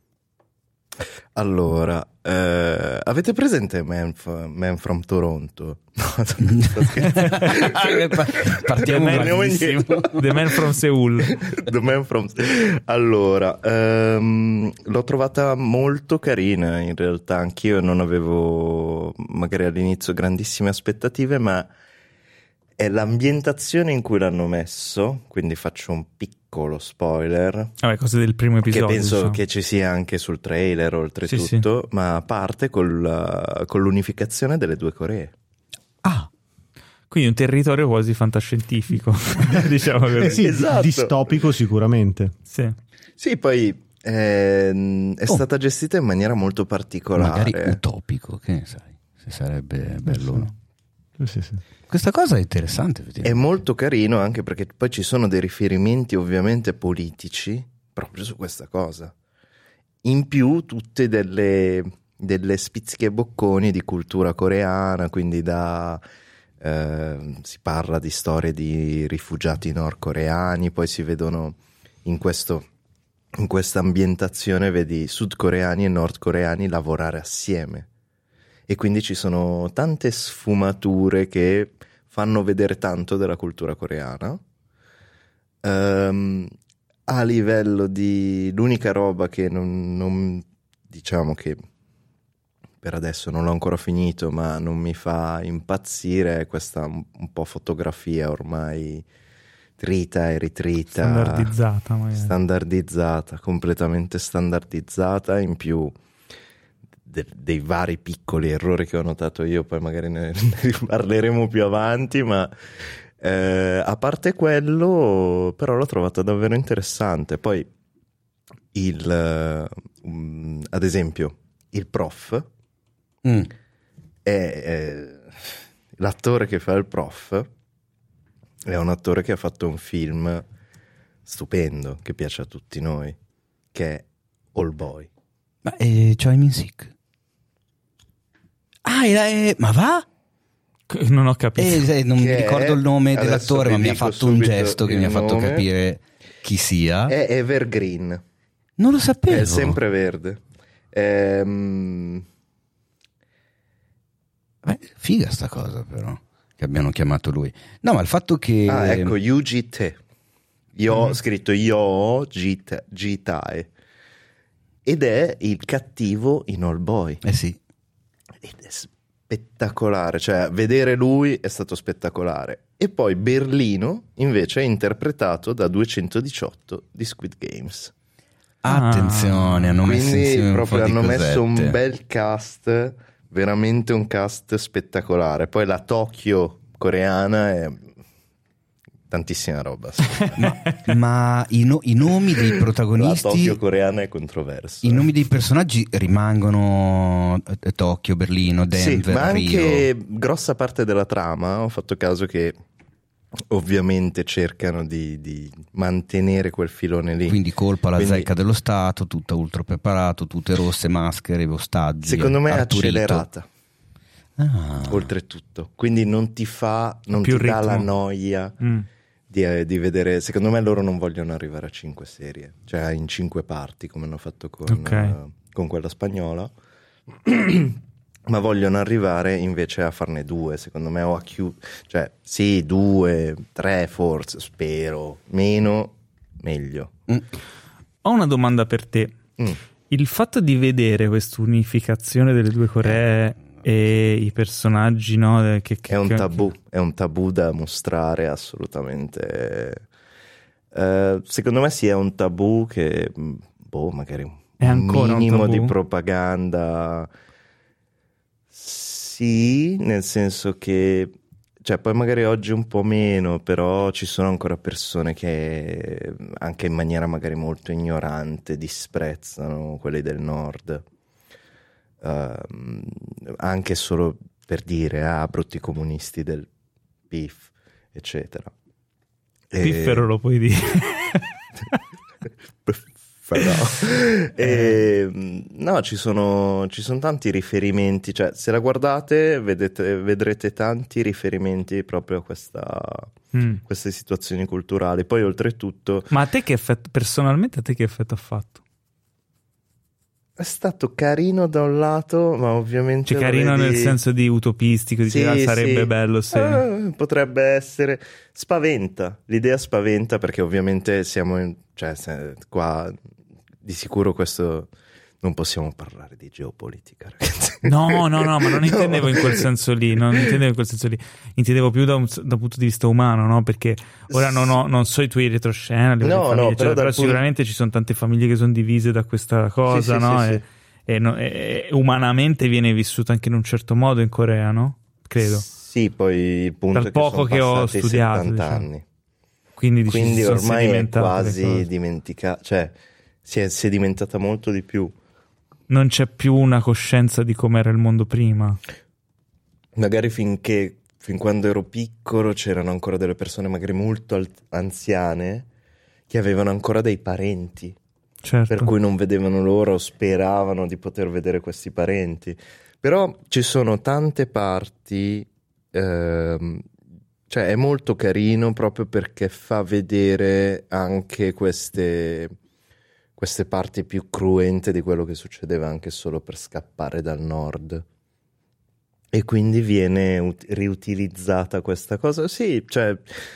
[SPEAKER 4] Allora, eh, avete presente Man, F- Man from Toronto? No, non sto scherzando.
[SPEAKER 2] Partiamo
[SPEAKER 1] The Man-
[SPEAKER 2] malissimo.
[SPEAKER 1] The Man from Seoul.
[SPEAKER 4] The Man from... Allora, ehm, l'ho trovata molto carina in realtà, anch'io non avevo magari all'inizio grandissime aspettative, ma è l'ambientazione in cui l'hanno messo, quindi faccio un piccolo spoiler,
[SPEAKER 1] Vabbè, cose del primo episodio.
[SPEAKER 4] che penso
[SPEAKER 1] diciamo.
[SPEAKER 4] che ci sia anche sul trailer oltretutto,
[SPEAKER 1] Sì, sì.
[SPEAKER 4] ma parte col, con l'unificazione delle due Coree.
[SPEAKER 2] Ah,
[SPEAKER 1] Quindi un territorio quasi fantascientifico, diciamo così.
[SPEAKER 3] Eh sì,
[SPEAKER 4] Esatto.
[SPEAKER 3] distopico sicuramente.
[SPEAKER 1] Sì.
[SPEAKER 4] Sì, poi ehm, è
[SPEAKER 2] Oh.
[SPEAKER 4] stata gestita in maniera molto particolare.
[SPEAKER 2] magari utopico, che ne sai, se sarebbe bello o no.
[SPEAKER 3] Sì, sì, sì.
[SPEAKER 2] Questa cosa è interessante,
[SPEAKER 4] È
[SPEAKER 2] effettivamente.
[SPEAKER 4] molto carino anche perché poi ci sono dei riferimenti ovviamente politici proprio su questa cosa. In più tutte delle, delle spizziche e bocconi di cultura coreana, quindi da eh, si parla di storie di rifugiati nordcoreani, poi si vedono in questo in questa ambientazione vedi sudcoreani e nordcoreani lavorare assieme. E quindi ci sono tante sfumature che fanno vedere tanto della cultura coreana. Ehm, a livello di... l'unica roba che non, non- diciamo che per adesso non l'ho ancora finito, ma non mi fa impazzire, è questa un, un po' fotografia ormai trita e ritrita.
[SPEAKER 1] Standardizzata, magari.
[SPEAKER 4] Standardizzata, completamente standardizzata, in più de- dei vari piccoli errori che ho notato io, poi magari ne, ne riparleremo più avanti, ma eh, a parte quello, però l'ho trovata davvero interessante. Poi il, eh, um, ad esempio, il prof
[SPEAKER 2] Mm.
[SPEAKER 4] è, è l'attore che fa il prof è un attore che ha fatto un film stupendo che piace a tutti noi, che è All Boy.
[SPEAKER 2] Ma eh, Choi Min-sik. Ah, era, eh, ma va?
[SPEAKER 1] Non ho capito.
[SPEAKER 2] Eh, eh, non mi
[SPEAKER 4] Che
[SPEAKER 2] ricordo
[SPEAKER 4] è-
[SPEAKER 2] il nome
[SPEAKER 4] adesso
[SPEAKER 2] dell'attore,
[SPEAKER 4] vi
[SPEAKER 2] ma mi ha
[SPEAKER 4] dico
[SPEAKER 2] fatto un
[SPEAKER 4] subito
[SPEAKER 2] gesto che
[SPEAKER 4] il
[SPEAKER 2] mi ha fatto
[SPEAKER 4] nome.
[SPEAKER 2] capire chi sia.
[SPEAKER 4] È Evergreen,
[SPEAKER 2] Non lo sapevo.
[SPEAKER 4] è sempre verde. Ehm,
[SPEAKER 2] Beh, figa sta cosa, però, che abbiano chiamato lui. No, ma il fatto che...
[SPEAKER 4] ah, ecco, Yu Ji-tae. Io ho
[SPEAKER 1] Mhm.
[SPEAKER 4] scritto Yo Ji-tae, Ji-tae. Ed è il cattivo in All Boy.
[SPEAKER 2] Eh sì.
[SPEAKER 4] Ed è s- spettacolare, cioè vedere lui è stato spettacolare. E poi Berlino invece è interpretato da duecentodiciotto di Squid Games.
[SPEAKER 2] Ah. Attenzione, hanno messo
[SPEAKER 4] Quindi
[SPEAKER 2] insieme un
[SPEAKER 4] proprio
[SPEAKER 2] po' di
[SPEAKER 4] hanno messo un
[SPEAKER 2] cosette.
[SPEAKER 4] bel cast, veramente un cast spettacolare. Poi la Tokyo coreana è tantissima roba.
[SPEAKER 2] ma, ma i, no- i nomi dei
[SPEAKER 4] La
[SPEAKER 2] protagonisti,
[SPEAKER 4] Tokyo coreana è controversa.
[SPEAKER 2] i nomi dei personaggi rimangono eh, Tokyo, Berlino, Denver,
[SPEAKER 4] Sì, ma
[SPEAKER 2] Rio.
[SPEAKER 4] anche grossa parte della trama ho fatto caso che ovviamente cercano di, di mantenere quel filone lì.
[SPEAKER 2] Quindi colpa alla
[SPEAKER 4] Quindi,
[SPEAKER 2] zecca dello Stato, tutto ultra preparato, tutte rosse, maschere, ostaggi.
[SPEAKER 4] secondo me è
[SPEAKER 2] Arturito.
[SPEAKER 4] accelerata.
[SPEAKER 2] Ah.
[SPEAKER 4] Oltretutto, quindi non ti fa, non
[SPEAKER 1] Più
[SPEAKER 4] ti dà
[SPEAKER 1] ritmo.
[SPEAKER 4] la noia
[SPEAKER 1] Mm.
[SPEAKER 4] di, eh, di vedere. Secondo me loro non vogliono arrivare a cinque serie, cioè in cinque parti come hanno fatto con,
[SPEAKER 1] Ok.
[SPEAKER 4] eh, con quella spagnola, ma vogliono arrivare invece a farne due, secondo me, o a chiudere, cioè sì, due, tre forse, spero, meno, meglio.
[SPEAKER 2] Mm.
[SPEAKER 1] Ho una domanda per te.
[SPEAKER 4] Mm.
[SPEAKER 1] Il fatto di vedere questa unificazione delle due Coree e i personaggi, no, che, che-
[SPEAKER 4] È un
[SPEAKER 1] che-
[SPEAKER 4] tabù, è un tabù da mostrare assolutamente. Eh, secondo me sì, è un tabù che, boh, magari un
[SPEAKER 1] È ancora un
[SPEAKER 4] minimo
[SPEAKER 1] tabù?
[SPEAKER 4] di propaganda. Sì, nel senso che, cioè, poi magari oggi un po' meno, però ci sono ancora persone che, anche in maniera magari molto ignorante, disprezzano quelli del nord. Ehm, anche solo per dire, ah, brutti comunisti del P I F, eccetera. E-
[SPEAKER 1] Piffero lo puoi dire.
[SPEAKER 4] Però, e, no, ci sono, ci sono tanti riferimenti, cioè se la guardate vedete, vedrete tanti riferimenti proprio a questa,
[SPEAKER 1] Mm.
[SPEAKER 4] queste situazioni culturali. Poi oltretutto
[SPEAKER 1] Ma a te che effetto, personalmente a te che effetto ha fatto?
[SPEAKER 4] è stato carino da un lato, ma ovviamente
[SPEAKER 1] Cioè
[SPEAKER 4] lo
[SPEAKER 1] carino
[SPEAKER 4] vedi-
[SPEAKER 1] nel senso di utopistico, dici
[SPEAKER 4] Sì,
[SPEAKER 1] ah, sarebbe
[SPEAKER 4] sì.
[SPEAKER 1] bello se...
[SPEAKER 4] Ah, potrebbe essere, spaventa, l'idea spaventa perché ovviamente siamo in, cioè se- qua di sicuro questo non possiamo parlare di geopolitica, ragazzi.
[SPEAKER 1] No, no, no, ma non
[SPEAKER 4] No.
[SPEAKER 1] intendevo in quel senso lì, non intendevo in quel senso lì, intendevo più da un, da un punto di vista umano, no? Perché ora non, ho, non so i tuoi retroscena, le
[SPEAKER 4] No,
[SPEAKER 1] varie
[SPEAKER 4] no,
[SPEAKER 1] famiglie,
[SPEAKER 4] però
[SPEAKER 1] eccetera,
[SPEAKER 4] dal
[SPEAKER 1] però
[SPEAKER 4] punto-
[SPEAKER 1] sicuramente ci sono tante famiglie che sono divise da questa cosa,
[SPEAKER 4] Sì, sì,
[SPEAKER 1] no?
[SPEAKER 4] sì,
[SPEAKER 1] e,
[SPEAKER 4] sì.
[SPEAKER 1] e no- e- e umanamente viene vissuto anche in un certo modo in Corea, no? Credo.
[SPEAKER 4] Sì, poi il punto
[SPEAKER 1] Dal
[SPEAKER 4] è che
[SPEAKER 1] poco
[SPEAKER 4] sono
[SPEAKER 1] che ho
[SPEAKER 4] passati
[SPEAKER 1] studiato,
[SPEAKER 4] settanta
[SPEAKER 1] diciamo.
[SPEAKER 4] anni.
[SPEAKER 1] Quindi, dici,
[SPEAKER 4] Quindi
[SPEAKER 1] si sono
[SPEAKER 4] ormai è
[SPEAKER 1] sedimentate le
[SPEAKER 4] quasi
[SPEAKER 1] cose.
[SPEAKER 4] dimenticata, cioè si è sedimentata molto di più.
[SPEAKER 1] Non c'è più una coscienza di com'era il mondo prima.
[SPEAKER 4] Magari finché, fin quando ero piccolo, c'erano ancora delle persone magari molto al- anziane che avevano ancora dei parenti,
[SPEAKER 1] Certo.
[SPEAKER 4] per cui non vedevano loro, speravano di poter vedere questi parenti. Però ci sono tante parti, ehm, cioè è molto carino proprio perché fa vedere anche queste, queste parti più cruente di quello che succedeva anche solo per scappare dal nord. E quindi viene ut- riutilizzata questa cosa. Sì, cioè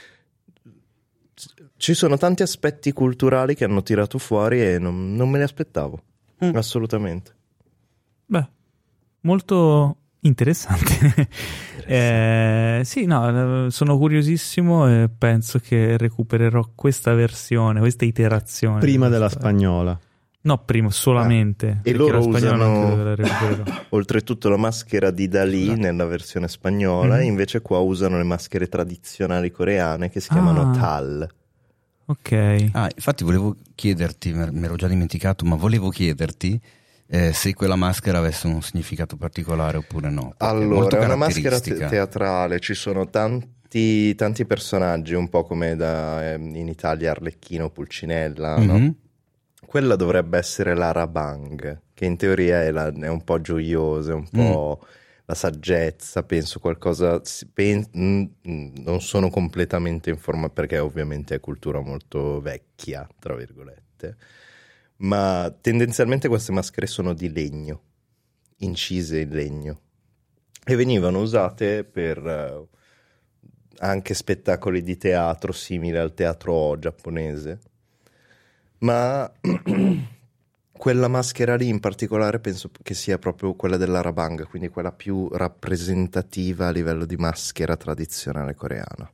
[SPEAKER 4] c- ci sono tanti aspetti culturali che hanno tirato fuori e non, non me li aspettavo,
[SPEAKER 2] Mm.
[SPEAKER 4] assolutamente.
[SPEAKER 1] Beh, molto interessante. Eh, sì, no, sono curiosissimo e penso che recupererò questa versione, questa iterazione.
[SPEAKER 3] Prima della
[SPEAKER 1] Questa-
[SPEAKER 3] spagnola.
[SPEAKER 1] No, prima, solamente.
[SPEAKER 4] Ah, e
[SPEAKER 1] perché
[SPEAKER 4] loro
[SPEAKER 1] la spagnola
[SPEAKER 4] usano-
[SPEAKER 1] anche la recupererò.
[SPEAKER 4] Oltretutto la maschera di Dalì nella versione spagnola,
[SPEAKER 1] Mhm.
[SPEAKER 4] invece qua usano le maschere tradizionali coreane che si chiamano
[SPEAKER 1] Ah.
[SPEAKER 4] Tal.
[SPEAKER 1] Ok.
[SPEAKER 2] Ah, infatti volevo chiederti, me- mi ero già dimenticato, ma volevo chiederti eh, se quella maschera avesse un significato particolare oppure no. perché è molto
[SPEAKER 4] Allora, è una maschera te-
[SPEAKER 2] caratteristica.
[SPEAKER 4] teatrale, ci sono tanti, tanti personaggi, un po' come da, ehm, in Italia Arlecchino, Pulcinella, no?
[SPEAKER 2] Mhm.
[SPEAKER 4] Quella dovrebbe essere la Rabang, che in teoria è, la- è un po' gioiosa, è un po' la saggezza, penso qualcosa... si- pen- mm, mm, non sono completamente informato perché ovviamente è cultura molto vecchia, tra virgolette, ma tendenzialmente queste maschere sono di legno, incise in legno, e venivano usate per eh, anche spettacoli di teatro simili al teatro giapponese, ma quella maschera lì in particolare penso che sia proprio quella dell'Arabang, quindi quella più rappresentativa a livello di maschera tradizionale coreana.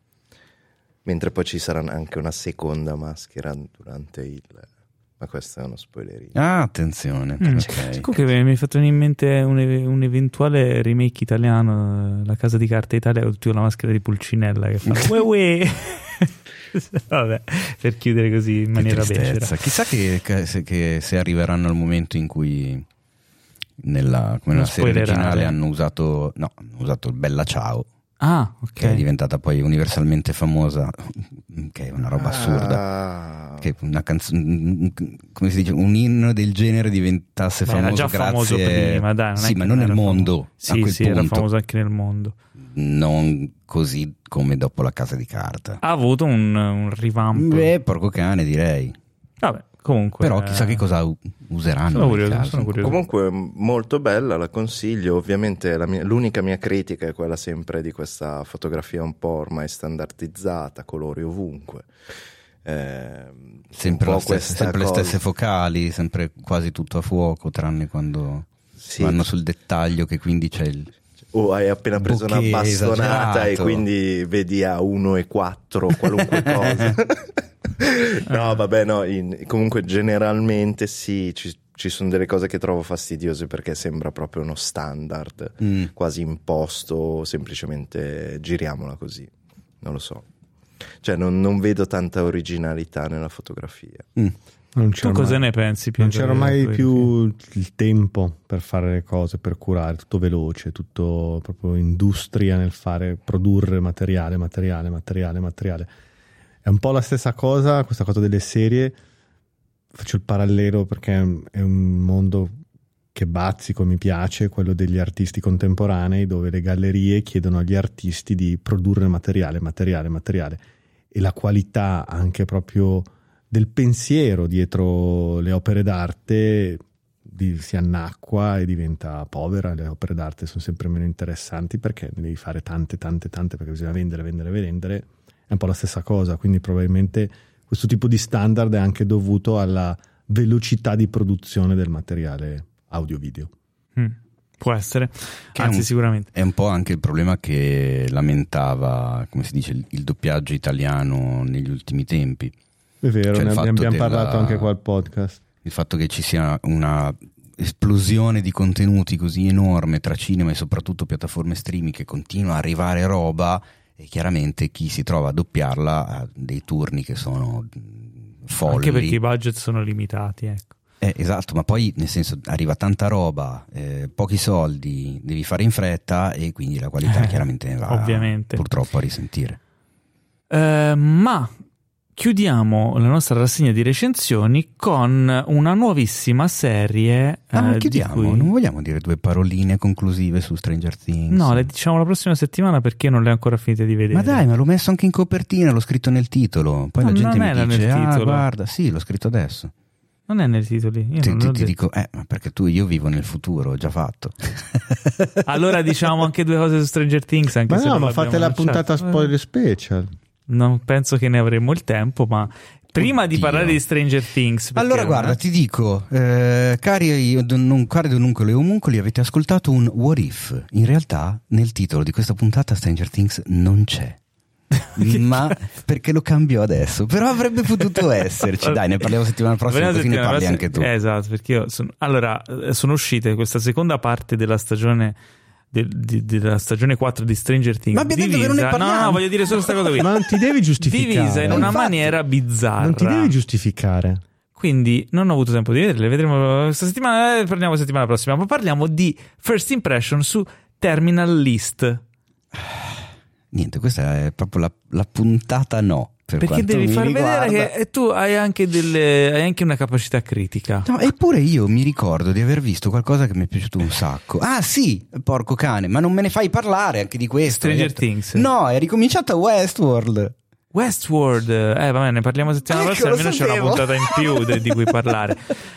[SPEAKER 4] Mentre poi ci sarà anche una seconda maschera durante il... ma questo è uno spoilerino.
[SPEAKER 2] Ah, attenzione.
[SPEAKER 1] Mm.
[SPEAKER 2] Okay.
[SPEAKER 1] Comunque mi è fatto venire in mente un, un eventuale remake italiano, La Casa di Carta Italia, con tutta la maschera di Pulcinella che fa uè uè. Vabbè, per chiudere così in maniera becera.
[SPEAKER 2] Chissà che, che, che se arriveranno al momento in cui nella, come nella serie originale hanno usato, no, hanno usato il Bella Ciao.
[SPEAKER 1] Ah, ok.
[SPEAKER 2] Che è diventata poi universalmente famosa, che è una roba assurda.
[SPEAKER 4] Ah.
[SPEAKER 2] Che una canzone, come si dice, un inno del genere diventasse
[SPEAKER 1] Beh,
[SPEAKER 2] famoso
[SPEAKER 1] era già
[SPEAKER 2] grazie...
[SPEAKER 1] famoso prima, dai, non
[SPEAKER 2] sì,
[SPEAKER 1] è
[SPEAKER 2] ma
[SPEAKER 1] che
[SPEAKER 2] non nel
[SPEAKER 1] era
[SPEAKER 2] mondo.
[SPEAKER 1] Famoso.
[SPEAKER 2] A
[SPEAKER 1] Sì,
[SPEAKER 2] quel
[SPEAKER 1] sì,
[SPEAKER 2] punto.
[SPEAKER 1] era famoso anche nel mondo.
[SPEAKER 2] Non così come dopo La Casa di Carta.
[SPEAKER 1] Ha avuto un, un revamp.
[SPEAKER 2] Beh, porco cane, direi.
[SPEAKER 1] Vabbè, comunque.
[SPEAKER 2] Però chissà che cosa useranno.
[SPEAKER 1] Sono curioso,
[SPEAKER 2] caso.
[SPEAKER 1] sono curioso.
[SPEAKER 4] Comunque molto bella, la consiglio. Ovviamente la mia, l'unica mia critica è quella sempre di questa fotografia un po' ormai standardizzata, colori ovunque. Eh,
[SPEAKER 2] sempre,
[SPEAKER 4] un
[SPEAKER 2] la
[SPEAKER 4] po'
[SPEAKER 2] stessa, sempre le
[SPEAKER 4] cosa.
[SPEAKER 2] stesse focali, sempre quasi tutto a fuoco, tranne quando
[SPEAKER 4] Sì.
[SPEAKER 2] vanno sul dettaglio, che quindi c'è il...
[SPEAKER 4] O hai appena preso
[SPEAKER 2] bokeh
[SPEAKER 4] una bastonata
[SPEAKER 2] esagerato.
[SPEAKER 4] e quindi vedi a uno e quattro qualunque cosa. No, vabbè, no, in, comunque generalmente sì, ci, ci sono delle cose che trovo fastidiose perché sembra proprio uno standard
[SPEAKER 2] Mm.
[SPEAKER 4] quasi imposto, semplicemente giriamola così, non lo so. Cioè non, non vedo tanta originalità nella fotografia.
[SPEAKER 2] Mm.
[SPEAKER 3] Non
[SPEAKER 1] Tu cosa
[SPEAKER 3] mai,
[SPEAKER 1] ne pensi?
[SPEAKER 3] non
[SPEAKER 1] Pietro,
[SPEAKER 3] c'era mai
[SPEAKER 1] delle
[SPEAKER 3] più il tempo per fare le cose, per curare, tutto veloce, tutto proprio industria nel fare, produrre materiale, materiale, materiale, materiale. È un po' la stessa cosa, questa cosa delle serie. Faccio il parallelo perché è un, è un mondo che bazzico, mi piace, quello degli artisti contemporanei, dove le gallerie chiedono agli artisti di produrre materiale, materiale, materiale. E la qualità anche proprio del pensiero dietro le opere d'arte di, si annacqua e diventa povera. Le opere d'arte sono sempre meno interessanti perché ne devi fare tante, tante, tante, perché bisogna vendere, vendere, vendere. È un po' la stessa cosa, quindi probabilmente questo tipo di standard è anche dovuto alla velocità di produzione del materiale audio-video.
[SPEAKER 1] Mm, può essere,
[SPEAKER 2] Che
[SPEAKER 1] anzi
[SPEAKER 2] è un,
[SPEAKER 1] sicuramente.
[SPEAKER 2] è un po' anche il problema che lamentava, come si dice, il, il doppiaggio italiano negli ultimi tempi.
[SPEAKER 3] È vero,
[SPEAKER 2] Cioè,
[SPEAKER 3] ne
[SPEAKER 2] il
[SPEAKER 3] abbiamo,
[SPEAKER 2] fatto
[SPEAKER 3] abbiamo
[SPEAKER 2] della-
[SPEAKER 3] parlato anche qua al podcast.
[SPEAKER 2] Il fatto che ci sia una esplosione di contenuti così enorme tra cinema e soprattutto piattaforme streaming, che continua a arrivare roba, e chiaramente chi si trova a doppiarla ha dei turni che sono mh, folli.
[SPEAKER 1] Anche perché i budget sono limitati, ecco.
[SPEAKER 2] Eh, esatto, ma poi nel senso arriva tanta roba, eh, pochi soldi, devi fare in fretta e quindi la qualità
[SPEAKER 1] Eh,
[SPEAKER 2] chiaramente ne va
[SPEAKER 1] ovviamente.
[SPEAKER 2] purtroppo a risentire.
[SPEAKER 1] Eh, ma chiudiamo la nostra rassegna di recensioni con una nuovissima serie.
[SPEAKER 2] Ah, ma
[SPEAKER 1] eh,
[SPEAKER 2] chiudiamo,
[SPEAKER 1] di cui...
[SPEAKER 2] non vogliamo dire due paroline conclusive su Stranger Things?
[SPEAKER 1] No, le diciamo la prossima settimana perché non le ho ancora finite di vedere.
[SPEAKER 2] Ma dai, ma l'ho messo anche in copertina, l'ho scritto nel titolo. Poi
[SPEAKER 1] No,
[SPEAKER 2] la gente
[SPEAKER 1] non
[SPEAKER 2] mi
[SPEAKER 1] era
[SPEAKER 2] dice,
[SPEAKER 1] nel
[SPEAKER 2] ah
[SPEAKER 1] titolo."
[SPEAKER 2] guarda, sì, l'ho scritto adesso.
[SPEAKER 1] Non è nei titoli. Io
[SPEAKER 2] Ti,
[SPEAKER 1] non
[SPEAKER 2] ti-
[SPEAKER 1] l'ho
[SPEAKER 2] ti
[SPEAKER 1] detto.
[SPEAKER 2] dico, eh, ma perché tu, io vivo nel futuro, ho già fatto.
[SPEAKER 1] Allora diciamo anche due cose su Stranger Things. Anche
[SPEAKER 3] Ma
[SPEAKER 1] se
[SPEAKER 3] no,
[SPEAKER 1] non
[SPEAKER 3] ma
[SPEAKER 1] l'abbiamo
[SPEAKER 3] fate la
[SPEAKER 1] lanciato.
[SPEAKER 3] puntata spoiler special.
[SPEAKER 1] Non penso che ne avremo il tempo, ma prima di
[SPEAKER 2] Oddio.
[SPEAKER 1] parlare di Stranger Things, perché
[SPEAKER 2] Allora
[SPEAKER 1] è
[SPEAKER 2] guarda,
[SPEAKER 1] una-
[SPEAKER 2] ti dico, eh, cari non, cari onuncoli e omuncoli, avete ascoltato un what if. In realtà nel titolo di questa puntata Stranger Things non c'è. Ma perché lo cambio adesso? Però avrebbe potuto esserci. Dai, ne parliamo settimana prossima,
[SPEAKER 1] Voleva
[SPEAKER 2] così ne
[SPEAKER 1] settimana
[SPEAKER 2] parli
[SPEAKER 1] prossima-
[SPEAKER 2] anche tu.
[SPEAKER 1] Eh, esatto, perché io sono... Allora, eh, sono uscite questa seconda parte della stagione del- di- della stagione quattro di Stranger Things.
[SPEAKER 2] Ma abbiamo detto che non ne
[SPEAKER 1] divisa- no,
[SPEAKER 2] parliamo.
[SPEAKER 1] no, voglio dire solo questa cosa qui.
[SPEAKER 3] Ma non ti devi giustificare.
[SPEAKER 1] Divisa in una
[SPEAKER 3] Infatti,
[SPEAKER 1] maniera bizzarra.
[SPEAKER 3] non ti devi giustificare.
[SPEAKER 1] Quindi non ho avuto tempo di vederle, vedremo questa settimana, eh, parliamo la settimana prossima, ma parliamo di First Impression su Terminal List.
[SPEAKER 2] Niente, questa è proprio la, la puntata no. Per
[SPEAKER 1] Perché
[SPEAKER 2] quanto
[SPEAKER 1] devi
[SPEAKER 2] mi
[SPEAKER 1] far
[SPEAKER 2] riguarda.
[SPEAKER 1] vedere che tu hai anche, delle, hai anche una capacità critica.
[SPEAKER 2] No, eppure io mi ricordo di aver visto qualcosa che mi è piaciuto un sacco. Ah sì, porco cane, ma non me ne fai parlare anche di questo.
[SPEAKER 1] Stranger
[SPEAKER 2] Hai detto-
[SPEAKER 1] Things.
[SPEAKER 2] No, è ricominciata Westworld.
[SPEAKER 1] Westworld, eh vabbè, ne parliamo settimana
[SPEAKER 2] Ecco,
[SPEAKER 1] prossima,
[SPEAKER 2] lo
[SPEAKER 1] almeno c'è una
[SPEAKER 2] sapevo.
[SPEAKER 1] puntata in più de- di cui parlare.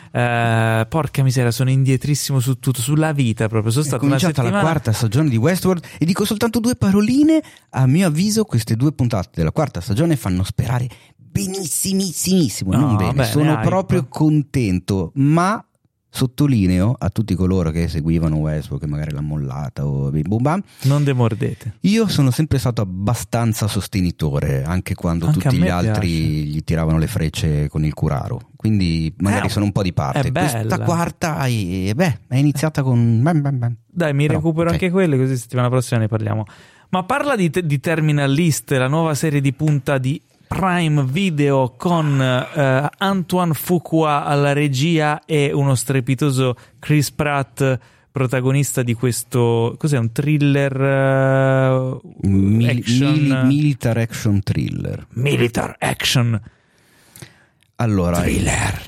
[SPEAKER 1] Eh, porca miseria, sono indietrissimo su tutto, sulla vita proprio. Sono
[SPEAKER 2] È
[SPEAKER 1] stato una
[SPEAKER 2] cominciata
[SPEAKER 1] settimana...
[SPEAKER 2] la quarta stagione di Westworld e dico soltanto due paroline. A mio avviso queste due puntate della quarta stagione fanno sperare benissimissimo,
[SPEAKER 1] No,
[SPEAKER 2] non bene,
[SPEAKER 1] bene,
[SPEAKER 2] sono
[SPEAKER 1] hype.
[SPEAKER 2] proprio contento, ma sottolineo a tutti coloro che seguivano Westworld, che magari l'ha mollata o bim bum bam,
[SPEAKER 1] Non demordete.
[SPEAKER 2] io sono sempre stato abbastanza sostenitore, anche quando
[SPEAKER 1] Anche a
[SPEAKER 2] tutti
[SPEAKER 1] me
[SPEAKER 2] gli altri
[SPEAKER 1] piace.
[SPEAKER 2] gli tiravano le frecce con il curaro, quindi magari
[SPEAKER 1] Eh,
[SPEAKER 2] sono un po' di parte.
[SPEAKER 1] è bella.
[SPEAKER 2] Questa quarta è, beh, è iniziata con bam bam bam.
[SPEAKER 1] Dai, mi
[SPEAKER 2] Però,
[SPEAKER 1] recupero
[SPEAKER 2] ok.
[SPEAKER 1] anche quelle, così settimana prossima ne parliamo. Ma parla di, di Terminal List, la nuova serie di punta di Prime Video con eh, Antoine Fuqua alla regia e uno strepitoso Chris Pratt protagonista di questo, cos'è, un thriller eh,
[SPEAKER 2] Mil-
[SPEAKER 1] action
[SPEAKER 2] mili- militar action thriller.
[SPEAKER 1] militar action
[SPEAKER 2] Allora,
[SPEAKER 1] thriller.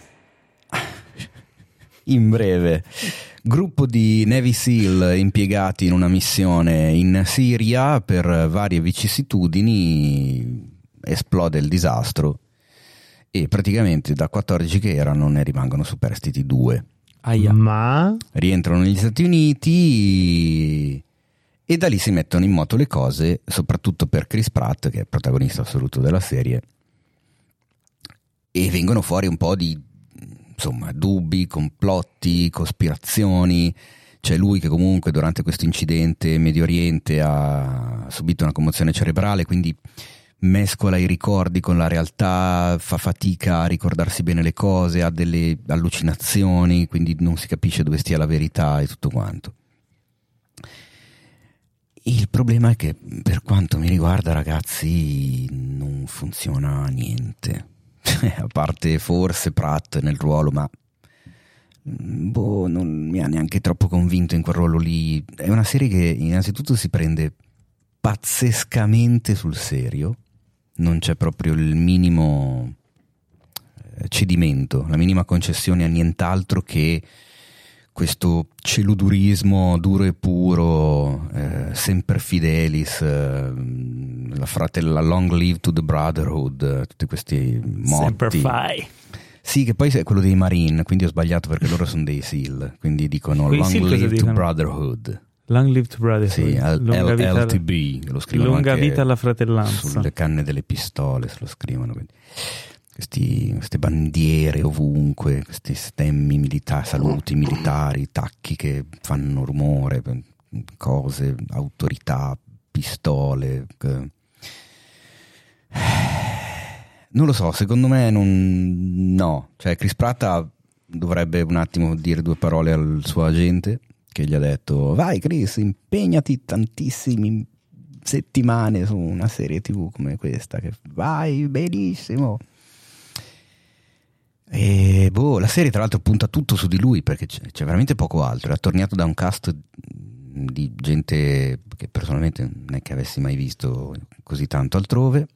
[SPEAKER 2] in breve, gruppo di Navy SEAL impiegati in una missione in Siria, per varie vicissitudini esplode il disastro e praticamente da quattordici che erano ne rimangono superstiti due.
[SPEAKER 1] Aia.
[SPEAKER 3] Ma
[SPEAKER 2] Rientrano negli Stati Uniti e da lì si mettono in moto le cose, soprattutto per Chris Pratt, che è il protagonista assoluto della serie, e vengono fuori un po' di, insomma, dubbi, complotti, cospirazioni. C'è lui che comunque durante questo incidente in Medio Oriente ha subito una commozione cerebrale, quindi mescola i ricordi con la realtà, fa fatica a ricordarsi bene le cose, ha delle allucinazioni, quindi non si capisce dove stia la verità e tutto quanto. Il problema è che, per quanto mi riguarda, ragazzi, non funziona niente. A parte forse Pratt nel ruolo, ma boh, non mi ha neanche troppo convinto in quel ruolo lì. È una serie che innanzitutto si prende pazzescamente sul serio, non c'è proprio il minimo eh, cedimento, la minima concessione a nient'altro che questo celudurismo duro e puro, eh, semper fidelis, eh, la fratella Long Live to the Brotherhood, eh, tutti questi
[SPEAKER 1] Semper
[SPEAKER 2] motti.
[SPEAKER 1] Fi.
[SPEAKER 2] Sì, che poi è quello dei Marine, quindi ho sbagliato perché loro sono dei SEAL, quindi dicono
[SPEAKER 1] Quei
[SPEAKER 2] Long
[SPEAKER 1] SEAL cosa
[SPEAKER 2] Live to
[SPEAKER 1] dicono?
[SPEAKER 2] Brotherhood.
[SPEAKER 1] Long Live to Brotherhood.
[SPEAKER 2] Sì, L-
[SPEAKER 1] lunga,
[SPEAKER 2] L-
[SPEAKER 1] vita,
[SPEAKER 2] L T B, lo scrivono
[SPEAKER 1] lunga
[SPEAKER 2] anche
[SPEAKER 1] vita alla fratellanza.
[SPEAKER 2] sulle canne delle pistole, se lo scrivono. Quindi. Questi, queste bandiere ovunque, questi stemmi militari, saluti militari, tacchi che fanno rumore, cose, autorità, pistole. Che... Non lo so, secondo me non... no, cioè Chris Pratt dovrebbe un attimo dire due parole al suo agente che gli ha detto: vai Chris, impegnati tantissime settimane su una serie tv come questa, che vai benissimo. E boh, la serie tra l'altro punta tutto su di lui perché c'è, c'è veramente poco altro. È attorniato da un cast di gente che personalmente non è che avessi mai visto così tanto altrove,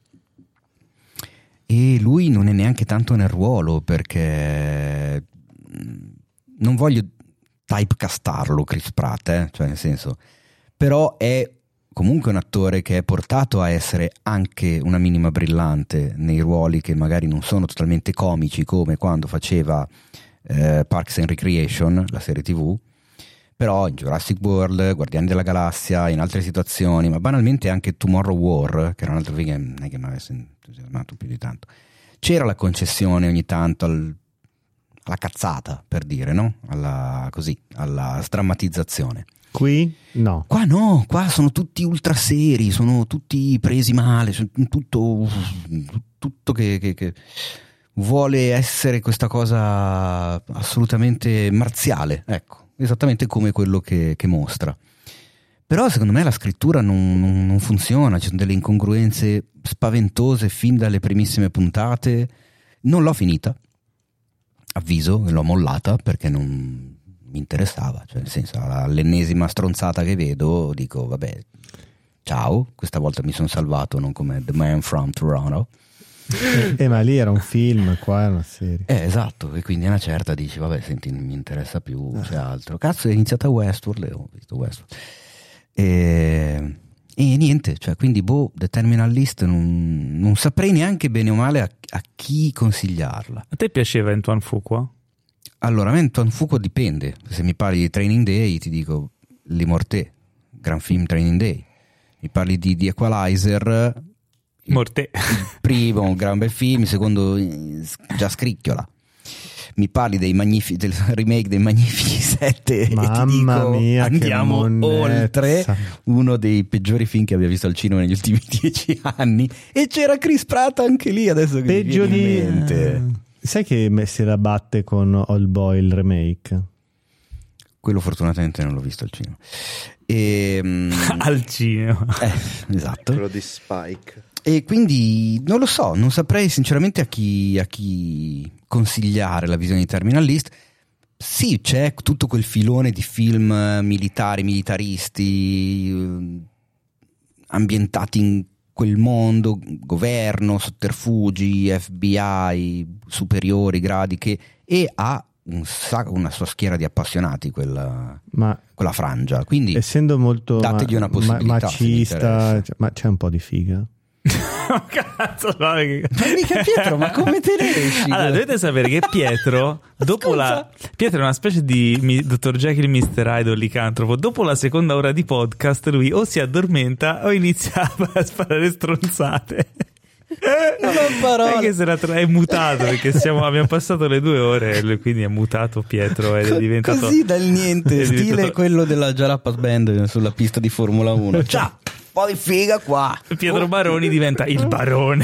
[SPEAKER 2] e lui non è neanche tanto nel ruolo, perché non voglio typecastarlo Chris Pratt, eh? Cioè nel senso, però è comunque un attore che è portato a essere anche una minima brillante nei ruoli che magari non sono totalmente comici, come quando faceva eh, Parks and Recreation, la serie tv, però in Jurassic World, Guardiani della Galassia, in altre situazioni, ma banalmente anche Tomorrow War, che era un altro film che non è che mi avesse entusiasmato più di tanto, c'era la concessione ogni tanto al, alla cazzata, per dire, no? Alla, così, alla sdrammatizzazione.
[SPEAKER 3] qui no.
[SPEAKER 2] Qua no, qua sono tutti ultra seri, sono tutti presi male, sono tutto, tutto che, che, che vuole essere questa cosa assolutamente marziale, ecco, esattamente come quello che, che mostra. Però secondo me la scrittura non, non, non funziona, ci sono delle incongruenze spaventose fin dalle primissime puntate. Non l'ho finita, avviso, l'ho mollata perché non mi interessava, cioè nel senso, all'ennesima stronzata che vedo dico vabbè, ciao, questa volta mi sono salvato, non come The Man from Toronto.
[SPEAKER 3] Eh, ma lì era un film, qua è una serie.
[SPEAKER 2] Eh, esatto, e quindi a una certa dici vabbè, senti, non mi interessa più, c'è altro. Cazzo, è iniziata Westworld e ho visto Westworld. E, e niente, cioè quindi boh, The Terminal List non, non saprei neanche bene o male a, a chi consigliarla.
[SPEAKER 1] A te piaceva Antoine Fuqua?
[SPEAKER 2] Allora, a me Antoine Fuqua dipende. Se mi parli di Training Day ti dico L'Immorté, gran film Training Day. Mi parli di, di Equalizer,
[SPEAKER 1] Morte.
[SPEAKER 2] Il primo, un gran bel film, il secondo eh, già scricchiola. Mi parli dei magnifici, del remake dei Magnifici Sette e
[SPEAKER 3] Mamma
[SPEAKER 2] ti dico,
[SPEAKER 3] mia, che
[SPEAKER 2] andiamo
[SPEAKER 3] monnezza.
[SPEAKER 2] oltre uno dei peggiori film che abbia visto al cinema negli ultimi dieci anni, e c'era Chris Pratt anche lì, adesso che
[SPEAKER 3] Peggio
[SPEAKER 2] mi viene
[SPEAKER 3] di...
[SPEAKER 2] in mente.
[SPEAKER 3] Sai che me- si rabatte con Old Boy il remake?
[SPEAKER 2] Quello fortunatamente non l'ho visto al cinema. E, mm,
[SPEAKER 1] Al cinema.
[SPEAKER 2] eh, esatto.
[SPEAKER 4] Quello di Spike.
[SPEAKER 2] E quindi non lo so, non saprei sinceramente a chi, a chi consigliare la visione di Terminal List. Sì, c'è tutto quel filone di film militari, militaristi, eh, ambientati in quel mondo, governo, sotterfugi, F B I, superiori, gradi, che e ha un sacco, una sua schiera di appassionati quella,
[SPEAKER 3] Ma
[SPEAKER 2] quella frangia. Quindi
[SPEAKER 3] essendo molto
[SPEAKER 2] dategli una possibilità, se vi
[SPEAKER 3] macista,
[SPEAKER 2] interessa.
[SPEAKER 3] cioè, ma c'è un po' di figa.
[SPEAKER 1] Oh, cazzo, no, che...
[SPEAKER 2] Ma mica Pietro, ma come te ne esci?
[SPEAKER 1] Allora, dovete sapere che Pietro, dopo la Pietro è una specie di mi, dottor Jekyll e mister Hyde o licantropo. Dopo la seconda ora di podcast, lui o si addormenta o inizia a sparare stronzate.
[SPEAKER 2] Non ho parole.
[SPEAKER 1] È che se la tra- è mutato perché siamo, abbiamo passato le due ore e quindi è mutato Pietro ed è diventato
[SPEAKER 2] così dal niente,
[SPEAKER 1] è
[SPEAKER 2] stile
[SPEAKER 1] diventato-
[SPEAKER 2] quello della Jalapas Band sulla pista di Formula uno. Ciao, un po' di figa qua.
[SPEAKER 1] Pietro Baroni diventa il barone.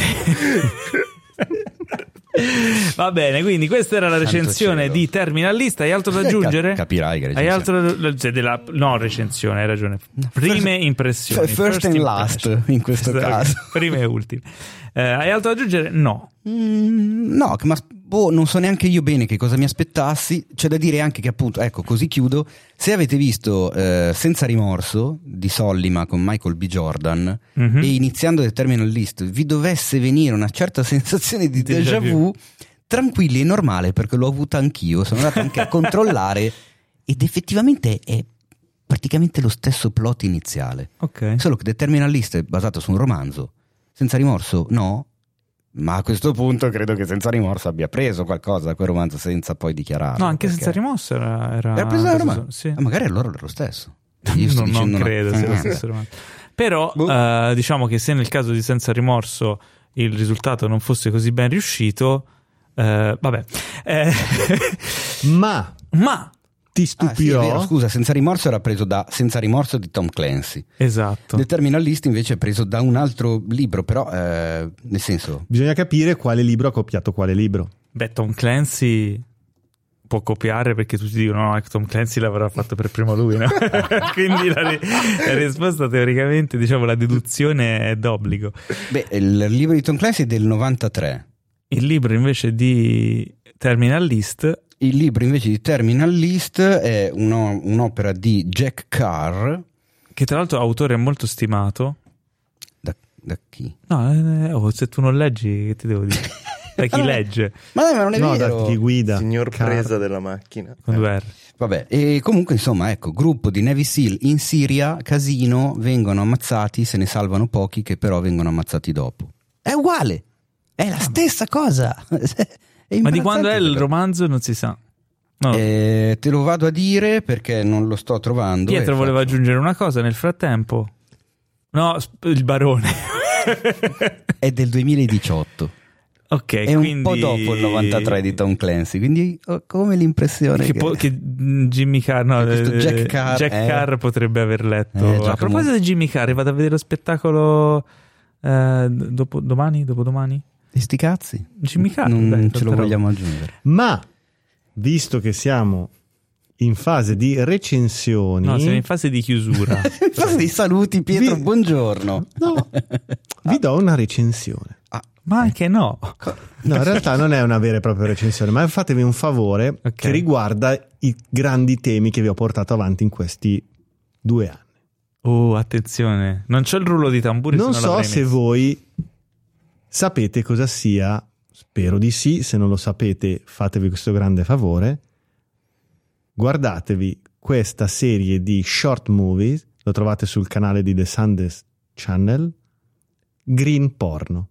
[SPEAKER 1] Va bene, quindi questa era la
[SPEAKER 2] Santo
[SPEAKER 1] recensione
[SPEAKER 2] cielo.
[SPEAKER 1] di Terminal List. Hai altro da aggiungere?
[SPEAKER 2] Cap- capirai che
[SPEAKER 1] Hai
[SPEAKER 2] recensione.
[SPEAKER 1] altro cioè della no recensione, hai ragione. Prime impressioni.
[SPEAKER 2] First and last, in questo caso.
[SPEAKER 1] Prime e ultime. Eh, hai altro da aggiungere? No.
[SPEAKER 2] Mm, no, ma boh, non so neanche io bene che cosa mi aspettassi. C'è da dire anche che appunto, ecco, così chiudo. Se avete visto eh, Senza rimorso di Sollima con Michael B. Jordan
[SPEAKER 1] Mhm.
[SPEAKER 2] e iniziando The Terminal List vi dovesse venire una certa sensazione di déjà
[SPEAKER 1] Déjà vu.
[SPEAKER 2] vu, tranquilli, è normale perché l'ho avuta anch'io. Sono andato anche a controllare ed effettivamente è praticamente lo stesso plot iniziale.
[SPEAKER 1] Ok.
[SPEAKER 2] Solo che The Terminal List è basato su un romanzo. Senza rimorso no, ma a questo punto credo che Senza rimorso abbia preso qualcosa da quel romanzo senza poi dichiararlo.
[SPEAKER 1] No, anche
[SPEAKER 2] perché-
[SPEAKER 1] Senza rimorso era era,
[SPEAKER 2] era preso dal romanzo.
[SPEAKER 1] Sì.
[SPEAKER 2] Ah, magari allora era lo stesso. Io sto
[SPEAKER 1] non, non
[SPEAKER 2] dicendo una-
[SPEAKER 1] credo sia lo
[SPEAKER 2] Eh.
[SPEAKER 1] stesso romanzo. Però
[SPEAKER 2] Boh.
[SPEAKER 1] eh, diciamo che se nel caso di Senza rimorso il risultato non fosse così ben riuscito, eh, vabbè. Eh,
[SPEAKER 3] Ma
[SPEAKER 1] ma
[SPEAKER 3] ti
[SPEAKER 2] Ah, sì, è
[SPEAKER 3] stupirò.
[SPEAKER 2] vero, scusa, Senza rimorso era preso da Senza rimorso di Tom Clancy.
[SPEAKER 1] esatto.
[SPEAKER 2] The Terminal List invece è preso da un altro libro, però eh, nel senso
[SPEAKER 3] Bisogna capire quale libro ha copiato quale libro.
[SPEAKER 1] Beh, Tom Clancy può copiare perché tutti dicono no, Tom Clancy l'avrà fatto per primo lui, no? Quindi la, ri- la risposta teoricamente, diciamo, la deduzione è d'obbligo.
[SPEAKER 2] beh, il libro di Tom Clancy è del novantatré.
[SPEAKER 1] Il libro invece di Terminal List,
[SPEAKER 2] Il libro invece di Terminal List è uno- un'opera di Jack Carr.
[SPEAKER 1] che tra l'altro è autore molto stimato.
[SPEAKER 2] Da, da chi?
[SPEAKER 1] No, eh, oh, se tu non leggi, che ti devo dire? Da chi legge?
[SPEAKER 2] Ma dai, ma non è
[SPEAKER 3] No,
[SPEAKER 2] vero.
[SPEAKER 3] da chi guida.
[SPEAKER 4] Signor
[SPEAKER 3] Car-
[SPEAKER 4] presa della macchina.
[SPEAKER 1] Con due R.
[SPEAKER 2] Vabbè, e comunque insomma, ecco, gruppo di Navy SEAL in Siria, casino, vengono ammazzati, se ne salvano pochi che però vengono ammazzati dopo. È uguale, è la stessa cosa. È
[SPEAKER 1] Ma di quando è il
[SPEAKER 2] imbarazzante
[SPEAKER 1] romanzo non si sa. No.
[SPEAKER 2] perché- Eh, te lo vado a dire perché non lo sto trovando.
[SPEAKER 1] Pietro
[SPEAKER 2] e
[SPEAKER 1] voleva
[SPEAKER 2] faccio-
[SPEAKER 1] aggiungere una cosa nel frattempo. No, sp- il barone.
[SPEAKER 2] È del duemiladiciotto.
[SPEAKER 1] Ok,
[SPEAKER 2] È un
[SPEAKER 1] quindi...
[SPEAKER 2] po' dopo il novantatré di Tom Clancy, quindi ho come l'impressione
[SPEAKER 1] Che,
[SPEAKER 2] che,
[SPEAKER 1] po- che mm, Jimmy Carr, no,
[SPEAKER 2] Che questo
[SPEAKER 1] eh,
[SPEAKER 2] Jack Carr,
[SPEAKER 1] Jack
[SPEAKER 2] eh.
[SPEAKER 1] Carr potrebbe aver letto.
[SPEAKER 2] Eh,
[SPEAKER 1] A
[SPEAKER 2] Giacomo-
[SPEAKER 1] proposito di Jimmy Carr, vado a vedere lo spettacolo eh, dopo, domani, dopodomani.
[SPEAKER 2] E sti cazzi?
[SPEAKER 1] Jimmy Carr,
[SPEAKER 2] non
[SPEAKER 1] dai,
[SPEAKER 2] ce
[SPEAKER 1] tanta
[SPEAKER 2] lo
[SPEAKER 1] roba.
[SPEAKER 2] vogliamo aggiungere.
[SPEAKER 3] Ma visto che siamo in fase di recensioni,
[SPEAKER 1] No, siamo in fase di chiusura.
[SPEAKER 2] In fase di saluti, Pietro,
[SPEAKER 3] Vi-
[SPEAKER 2] buongiorno.
[SPEAKER 3] no, vi do una recensione.
[SPEAKER 1] Ma anche no.
[SPEAKER 3] No, in realtà non è una vera e propria recensione, ma fatevi un favore
[SPEAKER 1] Ok.
[SPEAKER 3] che riguarda i grandi temi che vi ho portato avanti in questi due anni.
[SPEAKER 1] Oh, attenzione. Non c'ho il rullo di tamburi.
[SPEAKER 3] Non
[SPEAKER 1] se
[SPEAKER 3] so
[SPEAKER 1] l'avrei
[SPEAKER 3] se
[SPEAKER 1] messo.
[SPEAKER 3] voi sapete cosa sia, spero di sì, se non lo sapete fatevi questo grande favore, guardatevi questa serie di short movies, lo trovate sul canale di The Sundance Channel, Green Porno.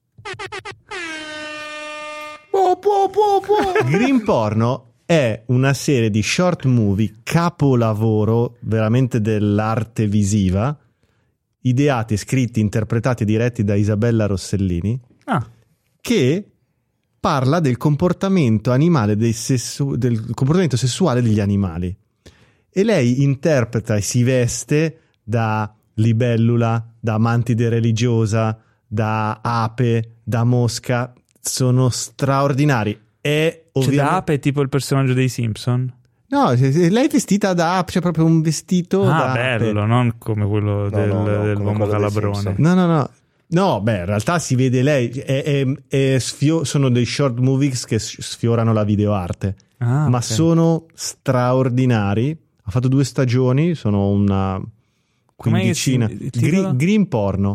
[SPEAKER 3] Green Porno è una serie di short movie capolavoro veramente dell'arte visiva ideati, scritti, interpretati e diretti da Isabella Rossellini,
[SPEAKER 1] Ah.
[SPEAKER 3] che parla del comportamento animale, dei sessu- del comportamento sessuale degli animali. E lei interpreta e si veste da libellula, da mantide religiosa, da ape, da mosca. Sono straordinari. E
[SPEAKER 1] Cioè,
[SPEAKER 3] ovviamente...
[SPEAKER 1] da ape è tipo il personaggio dei Simpson?
[SPEAKER 3] No, lei è vestita da ape, c'è proprio un vestito
[SPEAKER 1] Ah,
[SPEAKER 3] da ape.
[SPEAKER 1] bello, non come quello
[SPEAKER 4] No,
[SPEAKER 1] del,
[SPEAKER 4] no, no,
[SPEAKER 1] dell'uomo
[SPEAKER 4] come quello dei
[SPEAKER 1] calabrone.
[SPEAKER 4] Simpson.
[SPEAKER 3] No, no, no. No, beh, in realtà si vede lei, è- è- è sfio- sono dei short movies che s- sfiorano la videoarte,
[SPEAKER 1] Ah,
[SPEAKER 3] ma
[SPEAKER 1] ok.
[SPEAKER 3] sono straordinari. Ha fatto due stagioni, sono una
[SPEAKER 1] Com'è che si-
[SPEAKER 3] quindicina.
[SPEAKER 1] il titolo?
[SPEAKER 3] Green, Green Porno.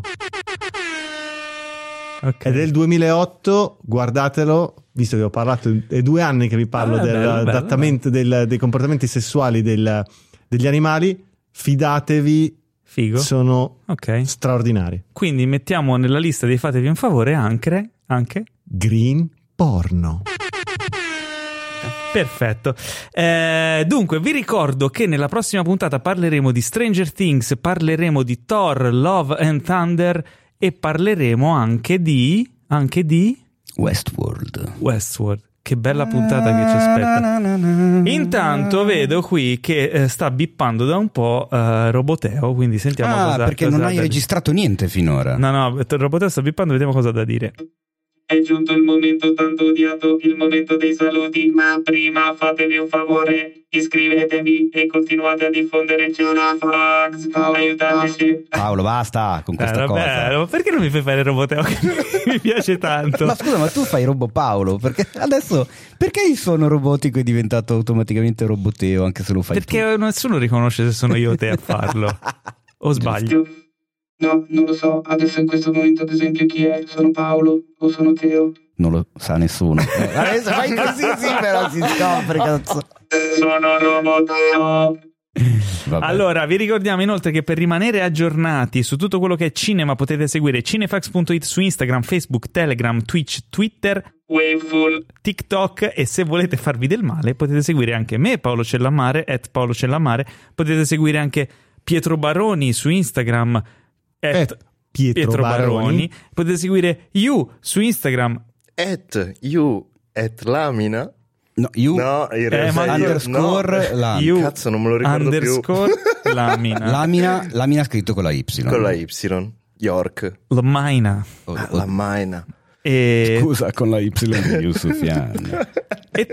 [SPEAKER 1] Ok.
[SPEAKER 3] È del duemilaotto, guardatelo, visto che ho parlato, è due anni che vi parlo
[SPEAKER 1] Ah, bello,
[SPEAKER 3] dell'adattamento del- dei comportamenti sessuali del- degli animali, fidatevi,
[SPEAKER 1] Figo.
[SPEAKER 3] sono
[SPEAKER 1] Ok.
[SPEAKER 3] straordinari.
[SPEAKER 1] Quindi mettiamo nella lista dei fatevi un favore anche, anche
[SPEAKER 3] Green Porno.
[SPEAKER 1] Perfetto. Eh, dunque, vi ricordo che nella prossima puntata parleremo di Stranger Things, parleremo di Thor, Love and Thunder e parleremo anche di anche di
[SPEAKER 2] Westworld.
[SPEAKER 1] Westworld. Che bella puntata che ci aspetta. Intanto vedo qui che eh, sta bippando da un po' eh, Roboteo, quindi sentiamo
[SPEAKER 2] Ah,
[SPEAKER 1] cosa
[SPEAKER 2] perché
[SPEAKER 1] cosa
[SPEAKER 2] non
[SPEAKER 1] ha
[SPEAKER 2] hai
[SPEAKER 1] da
[SPEAKER 2] registrato niente finora.
[SPEAKER 1] dire. No, no, Roboteo sta bippando, vediamo cosa ha da dire.
[SPEAKER 6] È giunto il momento tanto odiato, il momento dei saluti, ma prima fatevi un favore, iscrivetevi e continuate a diffondere Cinefax, aiutateci.
[SPEAKER 2] Paolo, basta con questa
[SPEAKER 1] Eh,
[SPEAKER 2] cosa.
[SPEAKER 1] vabbè, ma perché non mi fai fare Roboteo che mi piace tanto?
[SPEAKER 2] Ma scusa, ma tu fai Robo Paolo? Perché adesso perché il suono robotico è diventato automaticamente Roboteo anche se lo fai
[SPEAKER 1] Perché
[SPEAKER 2] tu?
[SPEAKER 1] nessuno riconosce se sono io o te a farlo. O sbaglio?
[SPEAKER 6] No, non lo so, adesso in questo momento ad esempio chi è? Sono Paolo o sono Teo?
[SPEAKER 2] Non lo sa nessuno. Eh, adesso fai così sì, però si scopre, cazzo.
[SPEAKER 6] Sono Roboteo.
[SPEAKER 2] Vabbè.
[SPEAKER 1] Allora, vi ricordiamo inoltre che per rimanere aggiornati su tutto quello che è cinema potete seguire cinefax punto it su Instagram, Facebook, Telegram, Twitch, Twitter,
[SPEAKER 6] Waveful.
[SPEAKER 1] TikTok e se volete farvi del male potete seguire anche me, Paolo Cellamare, at Paolo Cellamare, potete seguire anche Pietro Baroni su Instagram, at
[SPEAKER 3] At Pietro Baroni.
[SPEAKER 1] potete seguire You su Instagram,
[SPEAKER 4] At you at lamina.
[SPEAKER 2] No, you
[SPEAKER 4] No, in
[SPEAKER 1] Eh,
[SPEAKER 4] realtà
[SPEAKER 1] ma
[SPEAKER 4] io-
[SPEAKER 2] underscore
[SPEAKER 4] no.
[SPEAKER 2] lamina.
[SPEAKER 1] You
[SPEAKER 4] Cazzo, non me lo ricordo
[SPEAKER 1] underscore
[SPEAKER 4] più.
[SPEAKER 1] Lamina.
[SPEAKER 2] Lamina, lamina scritto con la Y.
[SPEAKER 4] Con la Y. York.
[SPEAKER 1] Lamina.
[SPEAKER 2] O-
[SPEAKER 4] Ah,
[SPEAKER 2] o-
[SPEAKER 4] la Maina.
[SPEAKER 1] E,
[SPEAKER 2] Scusa, con la Y di Yusufian.
[SPEAKER 1] e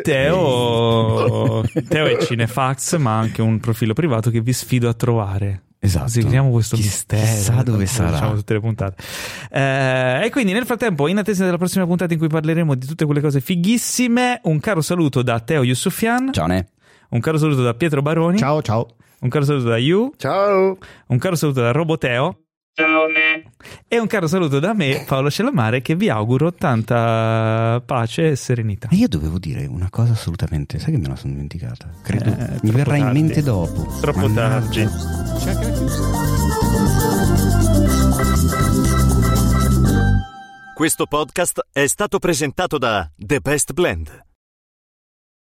[SPEAKER 1] Teo Teo è Cinefax ma ha anche un profilo privato che vi sfido a trovare.
[SPEAKER 2] Esatto.
[SPEAKER 1] Seguiamo questo
[SPEAKER 2] Chi-
[SPEAKER 1] mistero.
[SPEAKER 2] chissà dove
[SPEAKER 1] Lo
[SPEAKER 2] sarà.
[SPEAKER 1] Diciamo tutte le puntate. Eh, e quindi nel frattempo, in attesa della prossima puntata in cui parleremo di tutte quelle cose fighissime, un caro saluto da Teo Yusufian,
[SPEAKER 2] Ciao, ne.
[SPEAKER 1] un caro saluto da Pietro Baroni,
[SPEAKER 3] Ciao, ciao.
[SPEAKER 1] un caro saluto da Yu,
[SPEAKER 4] Ciao.
[SPEAKER 1] un caro saluto da Roboteo
[SPEAKER 6] Ciao Ne.
[SPEAKER 1] e un caro saluto da me, Paolo Cellamare, che vi auguro tanta pace e serenità.
[SPEAKER 2] E io dovevo dire una cosa assolutamente, sai che me la sono dimenticata? Credo
[SPEAKER 1] Eh,
[SPEAKER 2] mi
[SPEAKER 1] troppo
[SPEAKER 2] verrà in
[SPEAKER 1] tardi.
[SPEAKER 2] mente dopo.
[SPEAKER 1] Troppo
[SPEAKER 2] Mannaggia.
[SPEAKER 1] tardi.
[SPEAKER 8] Questo podcast è stato presentato da The Best Blend,